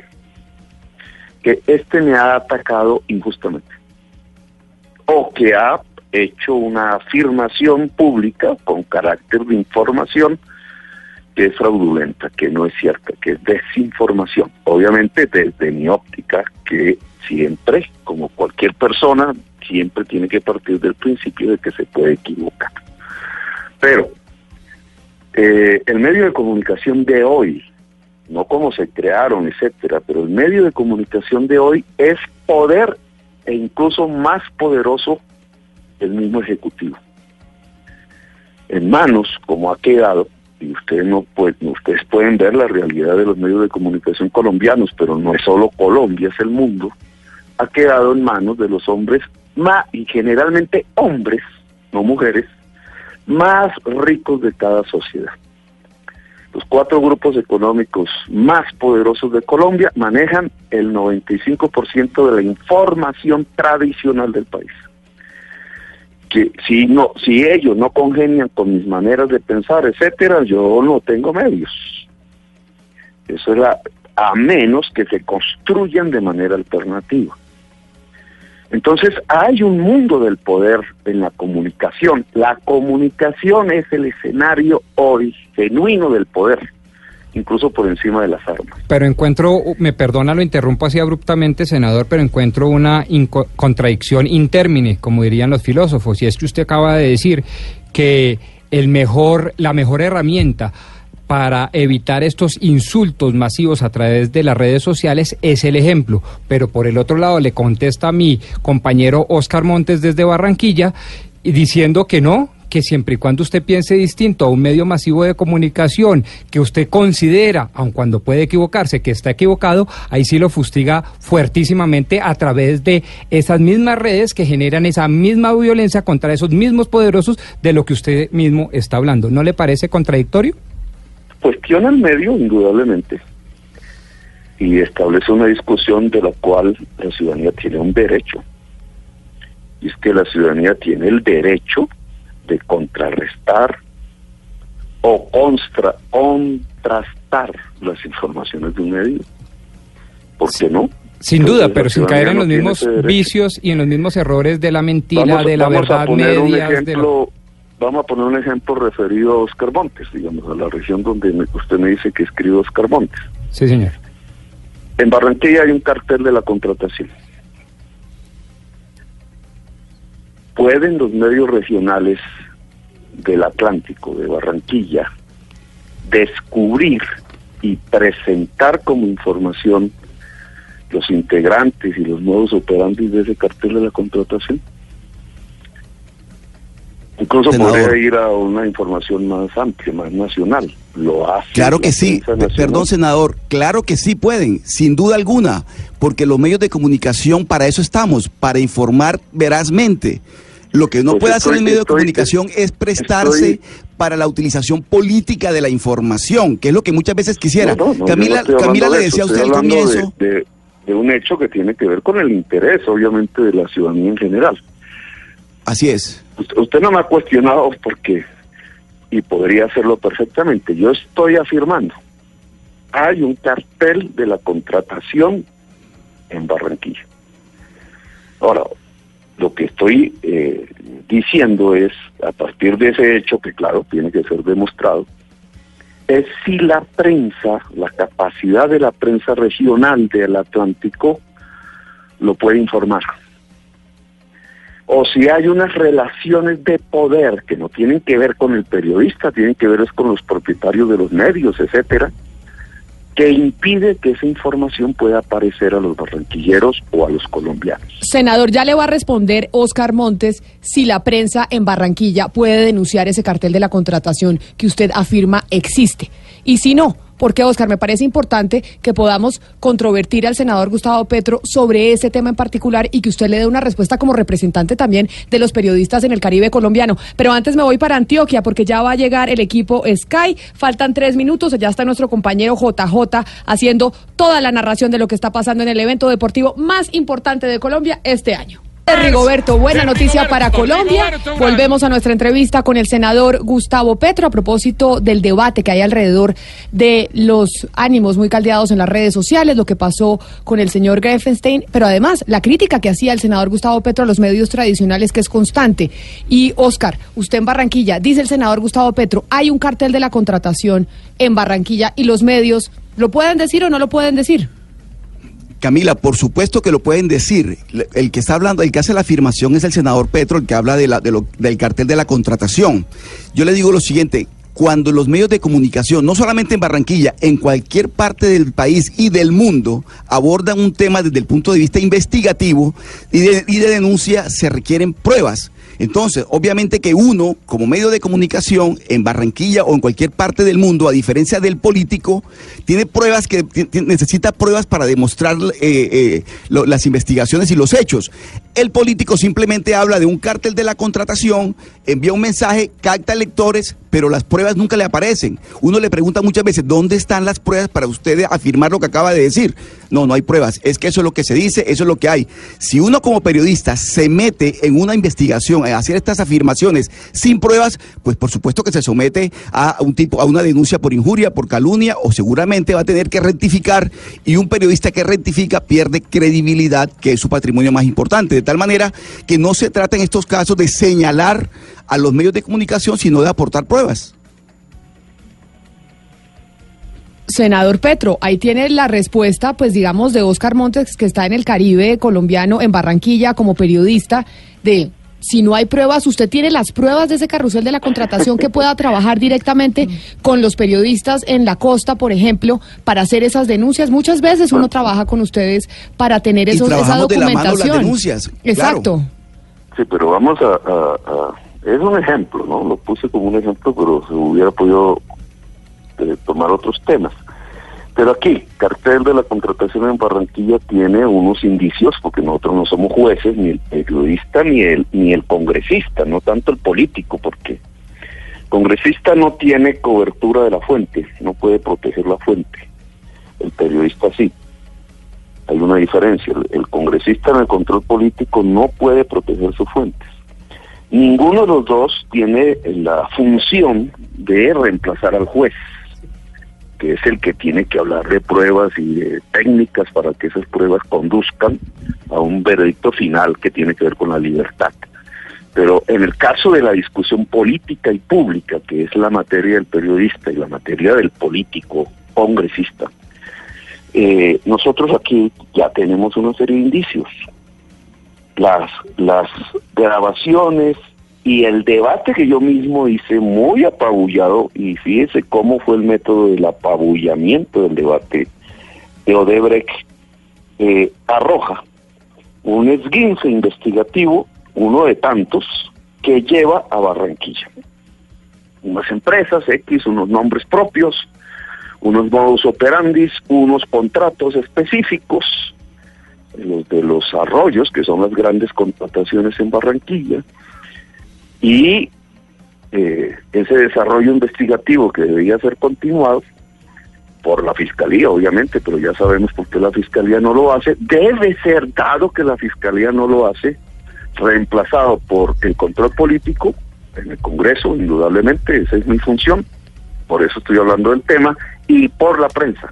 que este me ha atacado injustamente, o que ha hecho una afirmación pública con carácter de información que es fraudulenta, que no es cierta, que es desinformación. Obviamente desde mi óptica, que siempre, como cualquier persona, siempre tiene que partir del principio de que se puede equivocar. Pero eh, el medio de comunicación de hoy, no cómo se crearon, etcétera, pero el medio de comunicación de hoy es poder, e incluso más poderoso el mismo ejecutivo. En manos, como ha quedado, y ustedes no pueden, ustedes pueden ver la realidad de los medios de comunicación colombianos, pero no es solo Colombia, es el mundo, ha quedado en manos de los hombres más, y generalmente hombres, no mujeres, más ricos de cada sociedad. Los cuatro grupos económicos más poderosos de Colombia manejan el noventa y cinco por ciento de la información tradicional del país. Que si no, si ellos no congenian con mis maneras de pensar, etcétera, yo no tengo medios. Eso era a menos que se construyan de manera alternativa. Entonces hay un mundo del poder en la comunicación. La comunicación es el escenario hoy genuino del poder, incluso por encima de las armas. Pero encuentro, me perdona, lo interrumpo así abruptamente, senador, pero encuentro una inco- contradicción in termine, como dirían los filósofos, y es que usted acaba de decir que el mejor, la mejor herramienta para evitar estos insultos masivos a través de las redes sociales es el ejemplo, pero por el otro lado le contesta a mi compañero Oscar Montes desde Barranquilla diciendo que no, que siempre y cuando usted piense distinto a un medio masivo de comunicación que usted considera, aun cuando puede equivocarse, que está equivocado, ahí sí lo fustiga fuertísimamente a través de esas mismas redes que generan esa misma violencia contra esos mismos poderosos de lo que usted mismo está hablando. ¿No le parece contradictorio? Cuestiona el medio, indudablemente, y establece una discusión de la cual la ciudadanía tiene un derecho. Y es que la ciudadanía tiene el derecho de contrarrestar o constra, contrastar las informaciones de un medio. ¿Por qué no? Sin Entonces, duda, pero sin caer en los mismos vicios y en los mismos errores de la mentira, vamos, de la vamos verdad a poner media. un ejemplo, la... Vamos a poner un ejemplo referido a Oscar Montes, digamos, a la región donde me, usted me dice que escribe Oscar Montes. Sí, señor. En Barranquilla hay un cartel de la contratación. ¿Pueden los medios regionales del Atlántico, de Barranquilla, descubrir y presentar como información los integrantes y los nuevos operantes de ese cartel de la contratación? Incluso Senador, podría ir a una información más amplia, más nacional. Lo hace. Claro que sí, perdón, senador, claro que sí pueden, sin duda alguna, porque los medios de comunicación para eso estamos, para informar verazmente. Lo que no Pues puede estoy, hacer el medio estoy, de comunicación es prestarse estoy, para la utilización política de la información, que es lo que muchas veces quisiera. No, no, no, Camila, no Camila le de decía a eso, usted al estoy hablando comienzo. De, de, de un hecho que tiene que ver con el interés, obviamente, de la ciudadanía en general. Así es. Usted, usted no me ha cuestionado porque, y podría hacerlo perfectamente, yo estoy afirmando, hay un cartel de la contratación en Barranquilla. Ahora, lo que estoy eh, diciendo es, a partir de ese hecho, que claro, tiene que ser demostrado, es si la prensa, la capacidad de la prensa regional del Atlántico, lo puede informar. O si hay unas relaciones de poder que no tienen que ver con el periodista, tienen que ver es con los propietarios de los medios, etcétera, que impide que esa información pueda aparecer a los barranquilleros o a los colombianos. Senador, ya le va a responder Oscar Montes si la prensa en Barranquilla puede denunciar ese cartel de la contratación que usted afirma existe. Y si no, porque, Oscar, me parece importante que podamos controvertir al senador Gustavo Petro sobre ese tema en particular y que usted le dé una respuesta como representante también de los periodistas en el Caribe colombiano. Pero antes me voy para Antioquia porque ya va a llegar el equipo Sky. Faltan tres minutos, ya está nuestro compañero J J haciendo toda la narración de lo que está pasando en el evento deportivo más importante de Colombia este año. Rigoberto, buena noticia para Colombia. Volvemos a nuestra entrevista con el senador Gustavo Petro a propósito del debate que hay alrededor de los ánimos muy caldeados en las redes sociales, lo que pasó con el señor Greifenstein, pero además la crítica que hacía el senador Gustavo Petro a los medios tradicionales, que es constante. Y Oscar, usted en Barranquilla, dice el senador Gustavo Petro, hay un cartel de la contratación en Barranquilla y los medios, ¿lo pueden decir o no lo pueden decir? Camila, por supuesto que lo pueden decir. El que está hablando, el que hace la afirmación es el senador Petro, el que habla de la, de lo, del cartel de la contratación. Yo le digo lo siguiente, cuando los medios de comunicación, no solamente en Barranquilla, en cualquier parte del país y del mundo, abordan un tema desde el punto de vista investigativo y de, y de denuncia, se requieren pruebas. Entonces, obviamente que uno, como medio de comunicación, en Barranquilla o en cualquier parte del mundo, a diferencia del político, tiene pruebas que necesita pruebas para demostrar eh, eh, lo, las investigaciones y los hechos. El político simplemente habla de un cártel de la contratación, envía un mensaje, capta lectores, pero las pruebas nunca le aparecen. Uno le pregunta muchas veces, ¿dónde están las pruebas para usted afirmar lo que acaba de decir? No, no hay pruebas. Es que eso es lo que se dice, eso es lo que hay. Si uno como periodista se mete en una investigación, a hacer estas afirmaciones sin pruebas, pues por supuesto que se somete a un tipo, a una denuncia por injuria, por calumnia, o seguramente va a tener que rectificar, y un periodista que rectifica pierde credibilidad, que es su patrimonio más importante. De tal manera que no se trata en estos casos de señalar a los medios de comunicación, sino de aportar pruebas. Senador Petro, ahí tiene la respuesta, pues digamos, de Oscar Montes, que está en el Caribe colombiano, en Barranquilla, como periodista, de si no hay pruebas, usted tiene las pruebas de ese carrusel de la contratación que pueda trabajar directamente con los periodistas en la costa, por ejemplo, para hacer esas denuncias. Muchas veces uno trabaja con ustedes para tener esos, esa documentación. De la mano las denuncias. Exacto. Claro. Sí, pero vamos a, a, a Es un ejemplo, ¿no? Lo puse como un ejemplo, pero se hubiera podido eh, tomar otros temas. Pero aquí, cartel de la contratación en Barranquilla tiene unos indicios, porque nosotros no somos jueces, ni el periodista, ni el, ni el congresista, no tanto el político, porque el congresista no tiene cobertura de la fuente, no puede proteger la fuente. El periodista sí. Hay una diferencia. El, el congresista en el control político no puede proteger sus fuentes. Ninguno de los dos tiene la función de reemplazar al juez, que es el que tiene que hablar de pruebas y de técnicas para que esas pruebas conduzcan a un veredicto final que tiene que ver con la libertad. Pero en el caso de la discusión política y pública, que es la materia del periodista y la materia del político congresista, eh, nosotros aquí ya tenemos una serie de indicios. Las, las grabaciones y el debate que yo mismo hice muy apabullado, y fíjese cómo fue el método del apabullamiento del debate de Odebrecht, eh, arroja un esguince investigativo, uno de tantos, que lleva a Barranquilla. Unas empresas X, unos nombres propios, unos modus operandis, unos contratos específicos, los de los arroyos, que son las grandes contrataciones en Barranquilla, y eh, ese desarrollo investigativo que debía ser continuado por la Fiscalía, obviamente, pero ya sabemos por qué la Fiscalía no lo hace, debe ser, dado que la Fiscalía no lo hace, reemplazado por el control político en el Congreso, indudablemente, esa es mi función, por eso estoy hablando del tema, y por la prensa.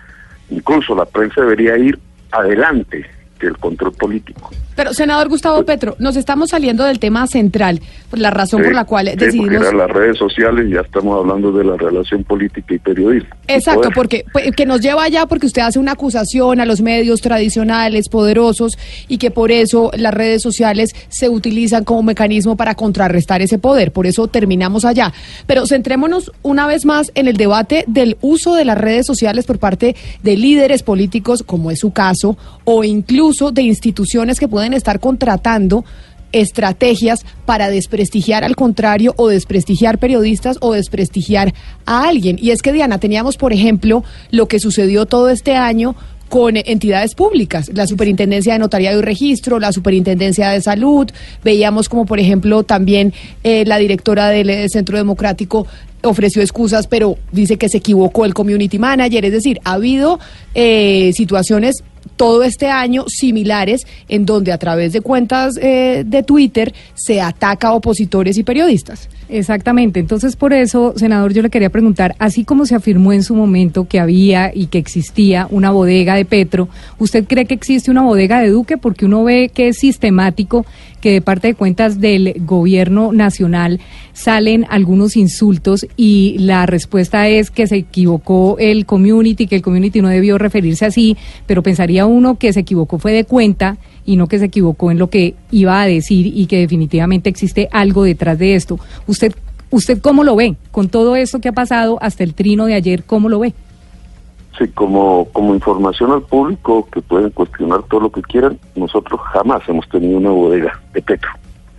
Incluso la prensa debería ir adelante del control político. Pero, senador Gustavo Petro, nos estamos saliendo del tema central, por la razón Sí, por la cual sí, decidimos... porque eran las redes sociales, ya estamos hablando de la relación política y periodismo. Exacto, Poder. porque pues, que nos lleva allá porque usted hace una acusación a los medios tradicionales, poderosos, y que por eso las redes sociales se utilizan como mecanismo para contrarrestar ese poder. Por eso terminamos allá. Pero centrémonos una vez más en el debate del uso de las redes sociales por parte de líderes políticos, como es su caso, o incluso de instituciones que pueden estar contratando estrategias para desprestigiar al contrario o desprestigiar periodistas o desprestigiar a alguien. Y es que, Diana, teníamos, por ejemplo, lo que sucedió todo este año con entidades públicas, la Superintendencia de Notariado y Registro, la Superintendencia de Salud, veíamos como, por ejemplo, también eh, la directora del eh, Centro Democrático ofreció excusas, pero dice que se equivocó el community manager, es decir, ha habido eh, situaciones todo este año similares en donde a través de cuentas eh, de Twitter se ataca a opositores y periodistas. Exactamente, entonces por eso, senador, yo le quería preguntar, así como se afirmó en su momento que había y que existía una bodega de Petro, ¿usted cree que existe una bodega de Duque? Porque uno ve que es sistemático que de parte de cuentas del gobierno nacional salen algunos insultos y la respuesta es que se equivocó el community, que el community no debió referirse así, pero pensaría uno que se equivocó fue de cuenta y no que se equivocó en lo que iba a decir y que definitivamente existe algo detrás de esto. ¿Usted usted cómo lo ve? Con todo esto que ha pasado hasta el trino de ayer, ¿cómo lo ve? Sí, como, como información al público, que pueden cuestionar todo lo que quieran, nosotros jamás hemos tenido una bodega de Petro.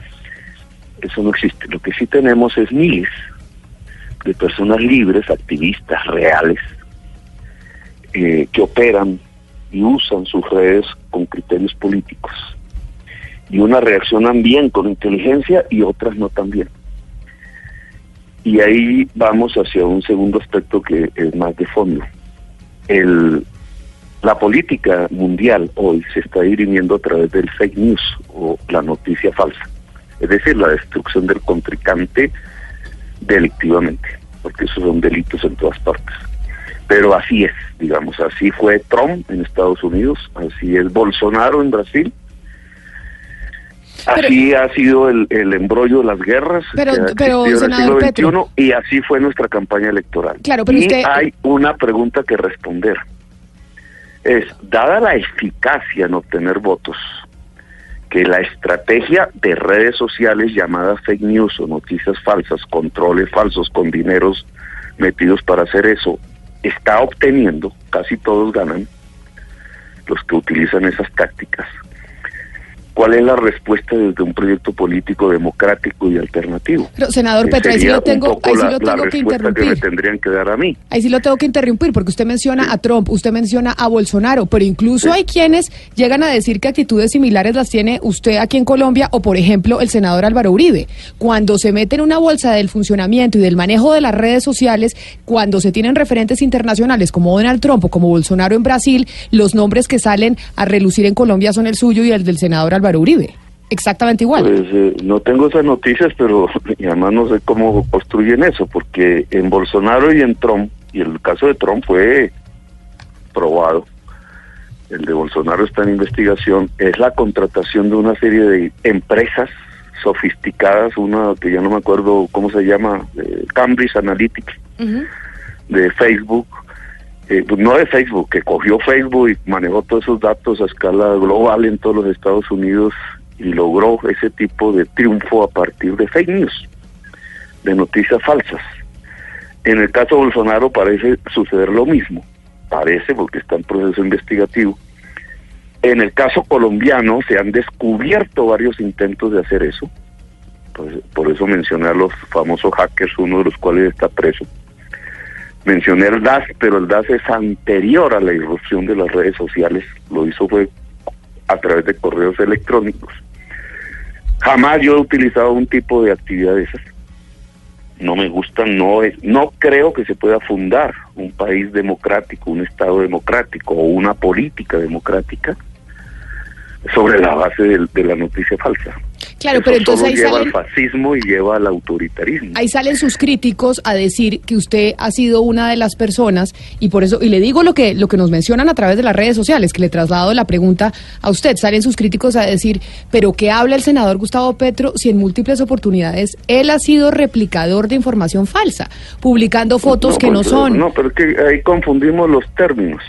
Eso no existe. Lo que sí tenemos es miles de personas libres, activistas, reales, eh, que operan y usan sus redes con criterios políticos. Y unas reaccionan bien con inteligencia y otras no tan bien. Y ahí vamos hacia un segundo aspecto que es más de fondo. El, la política mundial hoy se está dirimiendo a través del fake news o la noticia falsa, es decir, la destrucción del contrincante delictivamente, porque esos son delitos en todas partes. Pero así es, digamos, así fue Trump en Estados Unidos, así es Bolsonaro en Brasil, así pero, ha sido el, el embrollo de las guerras pero, que ha pero, existido en el siglo veintiuno, Petro. Y así fue nuestra campaña electoral. Claro, pero y usted... hay una pregunta que responder. Es, dada la eficacia en obtener votos, que la estrategia de redes sociales llamadas fake news o noticias falsas, controles falsos con dineros metidos para hacer eso, está obteniendo, casi todos ganan, los que utilizan esas tácticas. ¿Cuál es la respuesta desde un proyecto político democrático y alternativo? Pero, senador Que Petro, ahí sí sería lo tengo, un poco ahí sí la, lo tengo la que respuesta interrumpir. que me tendrían que dar a mí. Ahí sí lo tengo que interrumpir porque usted menciona a Trump, usted menciona a Bolsonaro, pero incluso Sí. hay quienes llegan a decir que actitudes similares las tiene usted aquí en Colombia o, por ejemplo, el senador Álvaro Uribe. Cuando se mete en una bolsa del funcionamiento y del manejo de las redes sociales, cuando se tienen referentes internacionales como Donald Trump o como Bolsonaro en Brasil, los nombres que salen a relucir en Colombia son el suyo y el del senador Álvaro Uribe. Exactamente igual. Pues eh, no tengo esas noticias, pero y además no sé cómo construyen eso, porque en Bolsonaro y en Trump, y el caso de Trump fue probado, el de Bolsonaro está en investigación, es la contratación de una serie de empresas sofisticadas, una que ya no me acuerdo cómo se llama, eh, Cambridge Analytica, Uh-huh. de Facebook, eh, pues no de Facebook, que cogió Facebook y manejó todos esos datos a escala global en todos los Estados Unidos y logró ese tipo de triunfo a partir de fake news, de noticias falsas. En el caso de Bolsonaro parece suceder lo mismo, parece porque está en proceso investigativo. En el caso colombiano se han descubierto varios intentos de hacer eso, pues, por eso mencioné a los famosos hackers, uno de los cuales está preso. Mencioné el D A S, pero el D A S es anterior a la irrupción de las redes sociales, lo hizo fue a través de correos electrónicos. Jamás yo he utilizado un tipo de actividad de esas. No me gustan, no es, no creo que se pueda fundar un país democrático, un Estado democrático o una política democrática sobre la base de, de la noticia falsa. Claro, Eso pero entonces solo ahí lleva salen, al fascismo y lleva al autoritarismo. ahí salen sus críticos a decir que usted ha sido una de las personas y por eso, y le digo lo que, lo que nos mencionan a través de las redes sociales, que le traslado la pregunta a usted, salen sus críticos a decir, pero ¿qué habla el senador Gustavo Petro si en múltiples oportunidades él ha sido replicador de información falsa, publicando fotos que no pues, son? No, pero es que ahí confundimos los términos.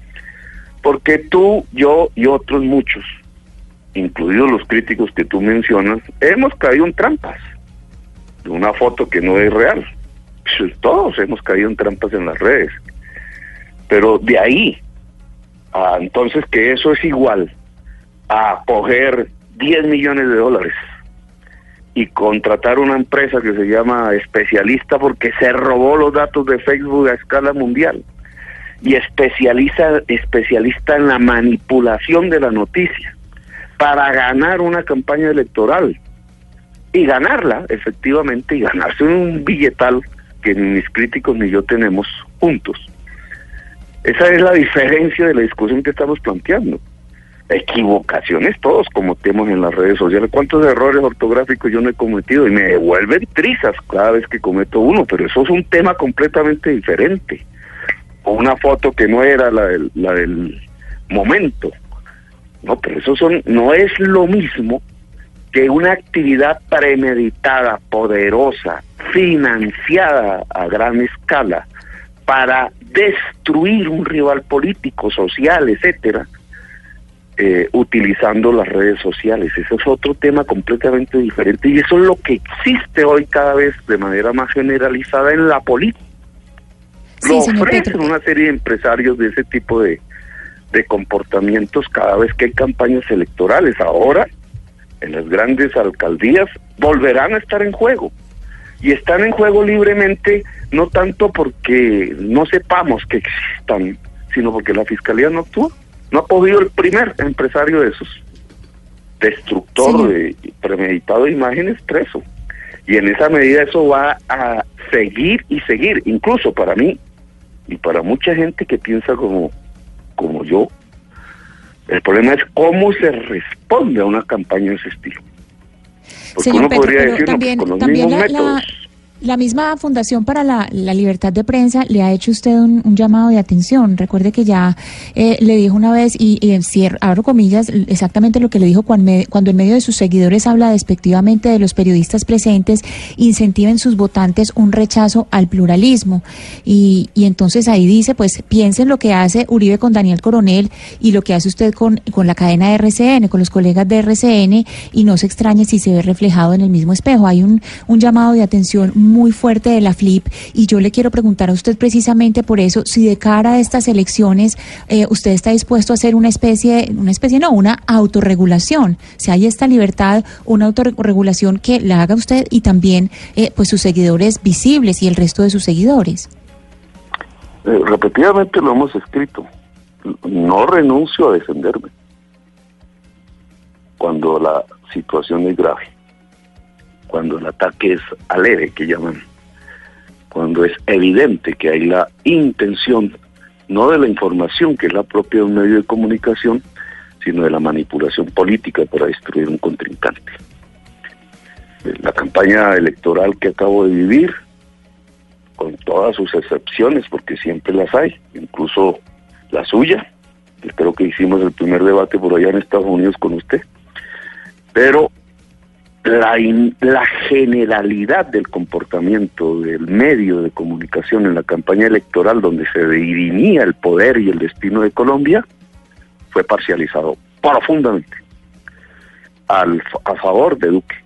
Porque tú, yo y otros muchos, incluidos los críticos que tú mencionas, hemos caído en trampas de una foto que no es real. Pues, todos hemos caído en trampas en las redes. Pero de ahí a entonces que eso es igual a coger diez millones de dólares y contratar una empresa que se llama Especialista porque se robó los datos de Facebook a escala mundial y especializa especialista en la manipulación de la noticia para ganar una campaña electoral y ganarla efectivamente y ganarse un billetal que ni mis críticos ni yo tenemos juntos. Esa es la diferencia de la discusión que estamos planteando. Equivocaciones todos cometemos en las redes sociales. ¿Cuántos errores ortográficos yo no he cometido? Y me devuelven trizas cada vez que cometo uno, pero eso es un tema completamente diferente. O una foto que no era la del, la del momento. No, pero eso son, no es lo mismo que una actividad premeditada, poderosa, financiada a gran escala para destruir un rival político, social, etcétera, eh, utilizando las redes sociales. Ese es otro tema completamente diferente y eso es lo que existe hoy cada vez de manera más generalizada en la política. Sí, Lo señor ofrecen Petro. una serie de empresarios de ese tipo de, de comportamientos cada vez que hay campañas electorales. Ahora, en las grandes alcaldías, volverán a estar en juego. Y están en juego libremente, no tanto porque no sepamos que existan, sino porque la Fiscalía no actúa. No ha podido el primer empresario de esos, destructor Señor. de premeditado de imágenes, preso. Y en esa medida eso va a seguir y seguir, incluso para mí y para mucha gente que piensa como, como yo. El problema es cómo se responde a una campaña de ese estilo. Porque Señor uno Petro, podría pero decir, no, también, pues con los también mismos la, la, métodos. la misma Fundación para la, la Libertad de Prensa le ha hecho usted un, un llamado de atención. Recuerde que ya eh, le dijo una vez, y, y cierro, abro comillas, exactamente lo que le dijo cuando, me, cuando en medio de sus seguidores habla despectivamente de los periodistas presentes, incentiva en sus votantes un rechazo al pluralismo. Y, y entonces ahí dice, pues piensen lo que hace Uribe con Daniel Coronel y lo que hace usted con, con la cadena de R C N, con los colegas de R C N, y no se extrañe si se ve reflejado en el mismo espejo. Hay un, un llamado de atención muy fuerte de la F L I P, y yo le quiero preguntar a usted precisamente por eso, si de cara a estas elecciones eh, usted está dispuesto a hacer una especie, una especie no, una autorregulación, si hay esta libertad, una autorregulación que la haga usted y también eh, pues sus seguidores visibles y el resto de sus seguidores. Eh, repetidamente lo hemos escrito. No renuncio a defenderme cuando la situación es grave, cuando el ataque es aleve, que llaman, cuando es evidente que hay la intención, no de la información, que es la propia de un medio de comunicación, sino de la manipulación política para destruir un contrincante. La campaña electoral que acabo de vivir, con todas sus excepciones, porque siempre las hay, incluso la suya, que creo que hicimos el primer debate por allá en Estados Unidos con usted, pero la, in, la generalidad del comportamiento del medio de comunicación en la campaña electoral, donde se dirimía el poder y el destino de Colombia, fue parcializado profundamente al, a favor de Duque.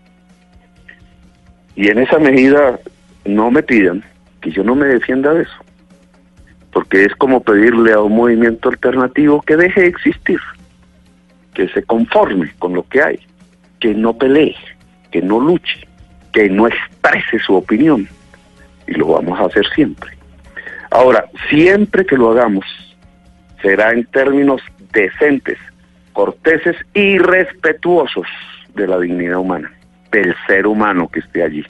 Y en esa medida no me pidan que yo no me defienda de eso, porque es como pedirle a un movimiento alternativo que deje de existir, que se conforme con lo que hay, que no pelee, que no luche, que no exprese su opinión, y lo vamos a hacer siempre. Ahora, siempre que lo hagamos, será en términos decentes, corteses y respetuosos de la dignidad humana, del ser humano que esté allí,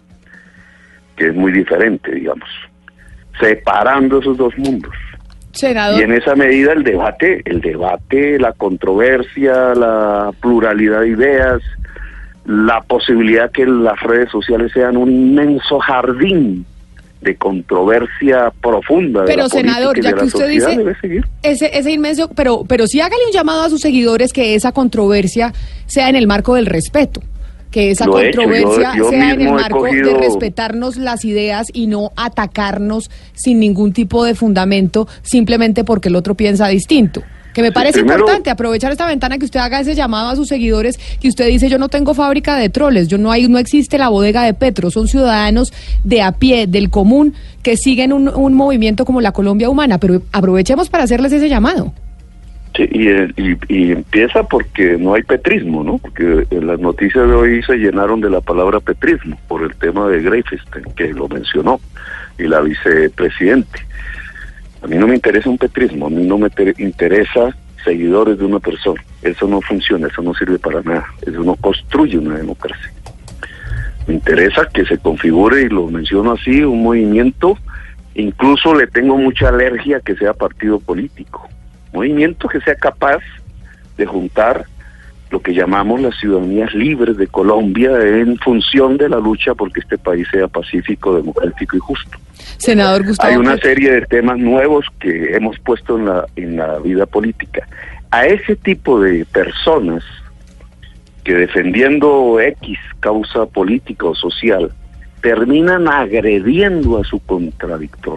que es muy diferente, digamos, separando esos dos mundos. Senador. Y en esa medida el debate, el debate, la controversia, la pluralidad de ideas, la posibilidad que las redes sociales sean un inmenso jardín de controversia profunda. Pero de la senador, ya que usted dice ese, ese inmenso, pero, pero sí hágale un llamado a sus seguidores que esa controversia sea en el marco del respeto. Que esa Lo he hecho, controversia yo- yo sea en el mismo he marco cogido- de respetarnos las ideas y no atacarnos sin ningún tipo de fundamento simplemente porque el otro piensa distinto. Que me Sí, parece primero- importante aprovechar esta ventana que usted haga ese llamado a sus seguidores, que usted dice: yo no tengo fábrica de troles, yo no hay, no existe la bodega de Petro, son ciudadanos de a pie, del común, que siguen un, un movimiento como la Colombia Humana, pero aprovechemos para hacerles ese llamado. Sí, y, y, y empieza porque no hay petrismo, ¿no? Porque en las noticias de hoy se llenaron de la palabra petrismo por el tema de Greifestein, que lo mencionó, y la vicepresidente. A mí no me interesa un petrismo, a mí no me ter- interesa seguidores de una persona. Eso no funciona, eso no sirve para nada, eso no construye una democracia. Me interesa que se configure, y lo menciono así, un movimiento, incluso le tengo mucha alergia a que sea partido político. Movimiento que sea capaz de juntar lo que llamamos las ciudadanías libres de Colombia en función de la lucha porque este país sea pacífico, democrático y justo. Senador Gustavo Hay una Petro. serie de temas nuevos que hemos puesto en la, en la vida política. A ese tipo de personas que defendiendo X causa política o social terminan agrediendo a su contradictor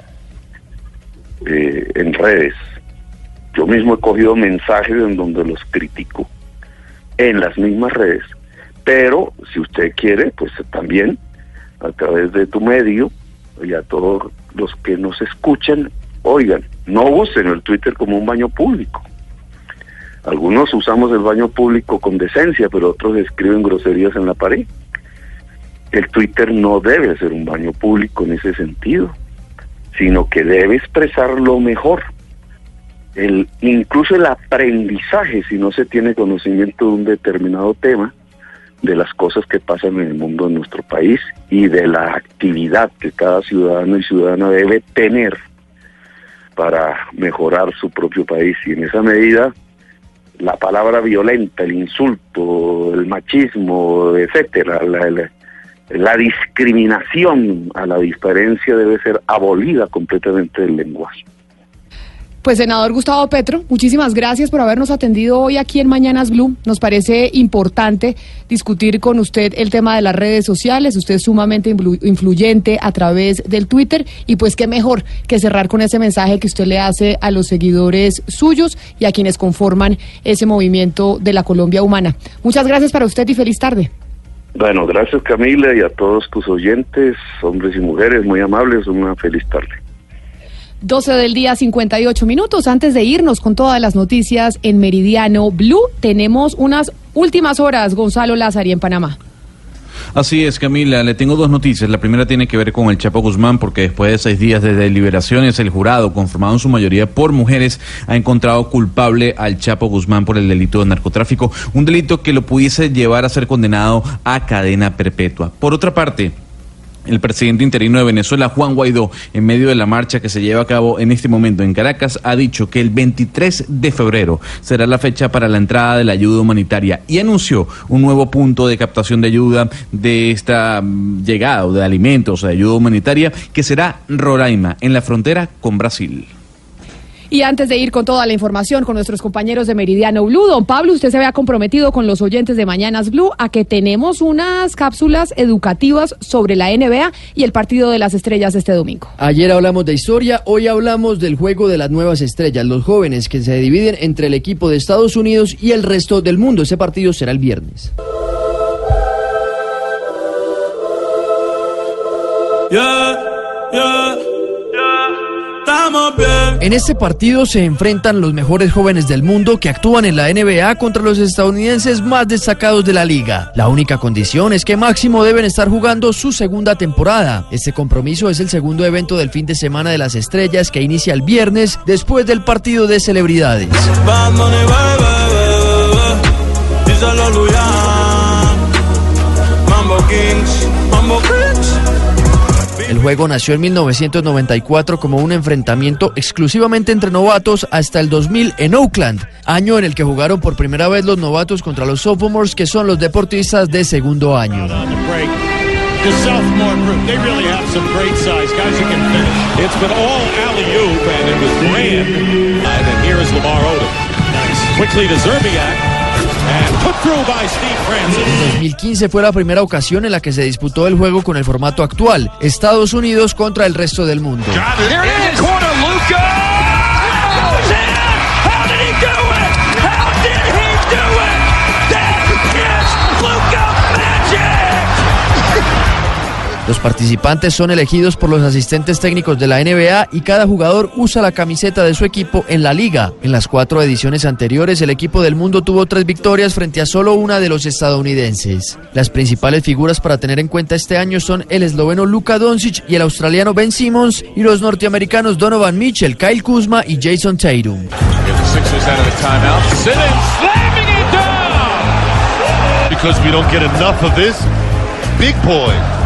eh, en redes. Yo mismo he cogido mensajes en donde los critico en las mismas redes, pero si usted quiere, pues también a través de tu medio y a todos los que nos escuchan, oigan, no usen el Twitter como un baño público. Algunos usamos el baño público con decencia, pero otros escriben groserías en la pared. El Twitter no debe ser un baño público en ese sentido, sino que debe expresar lo mejor. El, incluso el aprendizaje, si no se tiene conocimiento de un determinado tema, de las cosas que pasan en el mundo de nuestro país y de la actividad que cada ciudadano y ciudadana debe tener para mejorar su propio país. Y en esa medida, la palabra violenta, el insulto, el machismo, etcétera, la, la, la discriminación a la diferencia debe ser abolida completamente del lenguaje. Pues senador Gustavo Petro, muchísimas gracias por habernos atendido hoy aquí en Mañanas Blue. Nos parece importante discutir con usted el tema de las redes sociales. Usted es sumamente influ- influyente a través del Twitter, y pues qué mejor que cerrar con ese mensaje que usted le hace a los seguidores suyos y a quienes conforman ese movimiento de la Colombia Humana. Muchas gracias para usted y feliz tarde. Bueno, gracias Camila y a todos tus oyentes, hombres y mujeres, muy amables, una feliz tarde. doce del día, cincuenta y ocho minutos. Antes de irnos con todas las noticias en Meridiano Blue, tenemos unas últimas horas, Gonzalo Lázari, en Panamá. Así es, Camila, le tengo dos noticias. La primera tiene que ver con el Chapo Guzmán, porque después de seis días de deliberaciones, el jurado, conformado en su mayoría por mujeres, ha encontrado culpable al Chapo Guzmán por el delito de narcotráfico, un delito que lo pudiese llevar a ser condenado a cadena perpetua. Por otra parte, el presidente interino de Venezuela, Juan Guaidó, en medio de la marcha que se lleva a cabo en este momento en Caracas, ha dicho que el veintitrés de febrero será la fecha para la entrada de la ayuda humanitaria y anunció un nuevo punto de captación de ayuda de esta llegada de alimentos o de ayuda humanitaria, que será Roraima, en la frontera con Brasil. Y antes de ir con toda la información con nuestros compañeros de Meridiano Blue, don Pablo, usted se había comprometido con los oyentes de Mañanas Blue a que tenemos unas cápsulas educativas sobre la N B A y el partido de las estrellas este domingo. Ayer hablamos de historia, hoy hablamos del juego de las nuevas estrellas, los jóvenes que se dividen entre el equipo de Estados Unidos y el resto del mundo. Ese partido será el viernes. Yeah, yeah. En este partido se enfrentan los mejores jóvenes del mundo que actúan en la N B A contra los estadounidenses más destacados de la liga. La única condición es que máximo deben estar jugando su segunda temporada. Este compromiso es el segundo evento del fin de semana de las estrellas que inicia el viernes después del partido de celebridades. El juego nació en mil novecientos noventa y cuatro como un enfrentamiento exclusivamente entre novatos hasta el dos mil en Oakland, año en el que jugaron por primera vez los novatos contra los sophomores, que son los deportistas de segundo año. En dos mil quince fue la primera ocasión en la que se disputó el juego con el formato actual, Estados Unidos contra el resto del mundo. Los participantes son elegidos por los asistentes técnicos de la N B A y cada jugador usa la camiseta de su equipo en la liga. En las cuatro ediciones anteriores, el equipo del mundo tuvo tres victorias frente a solo una de los estadounidenses. Las principales figuras para tener en cuenta este año son el esloveno Luka Doncic y el australiano Ben Simmons, y los norteamericanos Donovan Mitchell, Kyle Kuzma y Jason Tatum. Because we don't get enough of this big boy.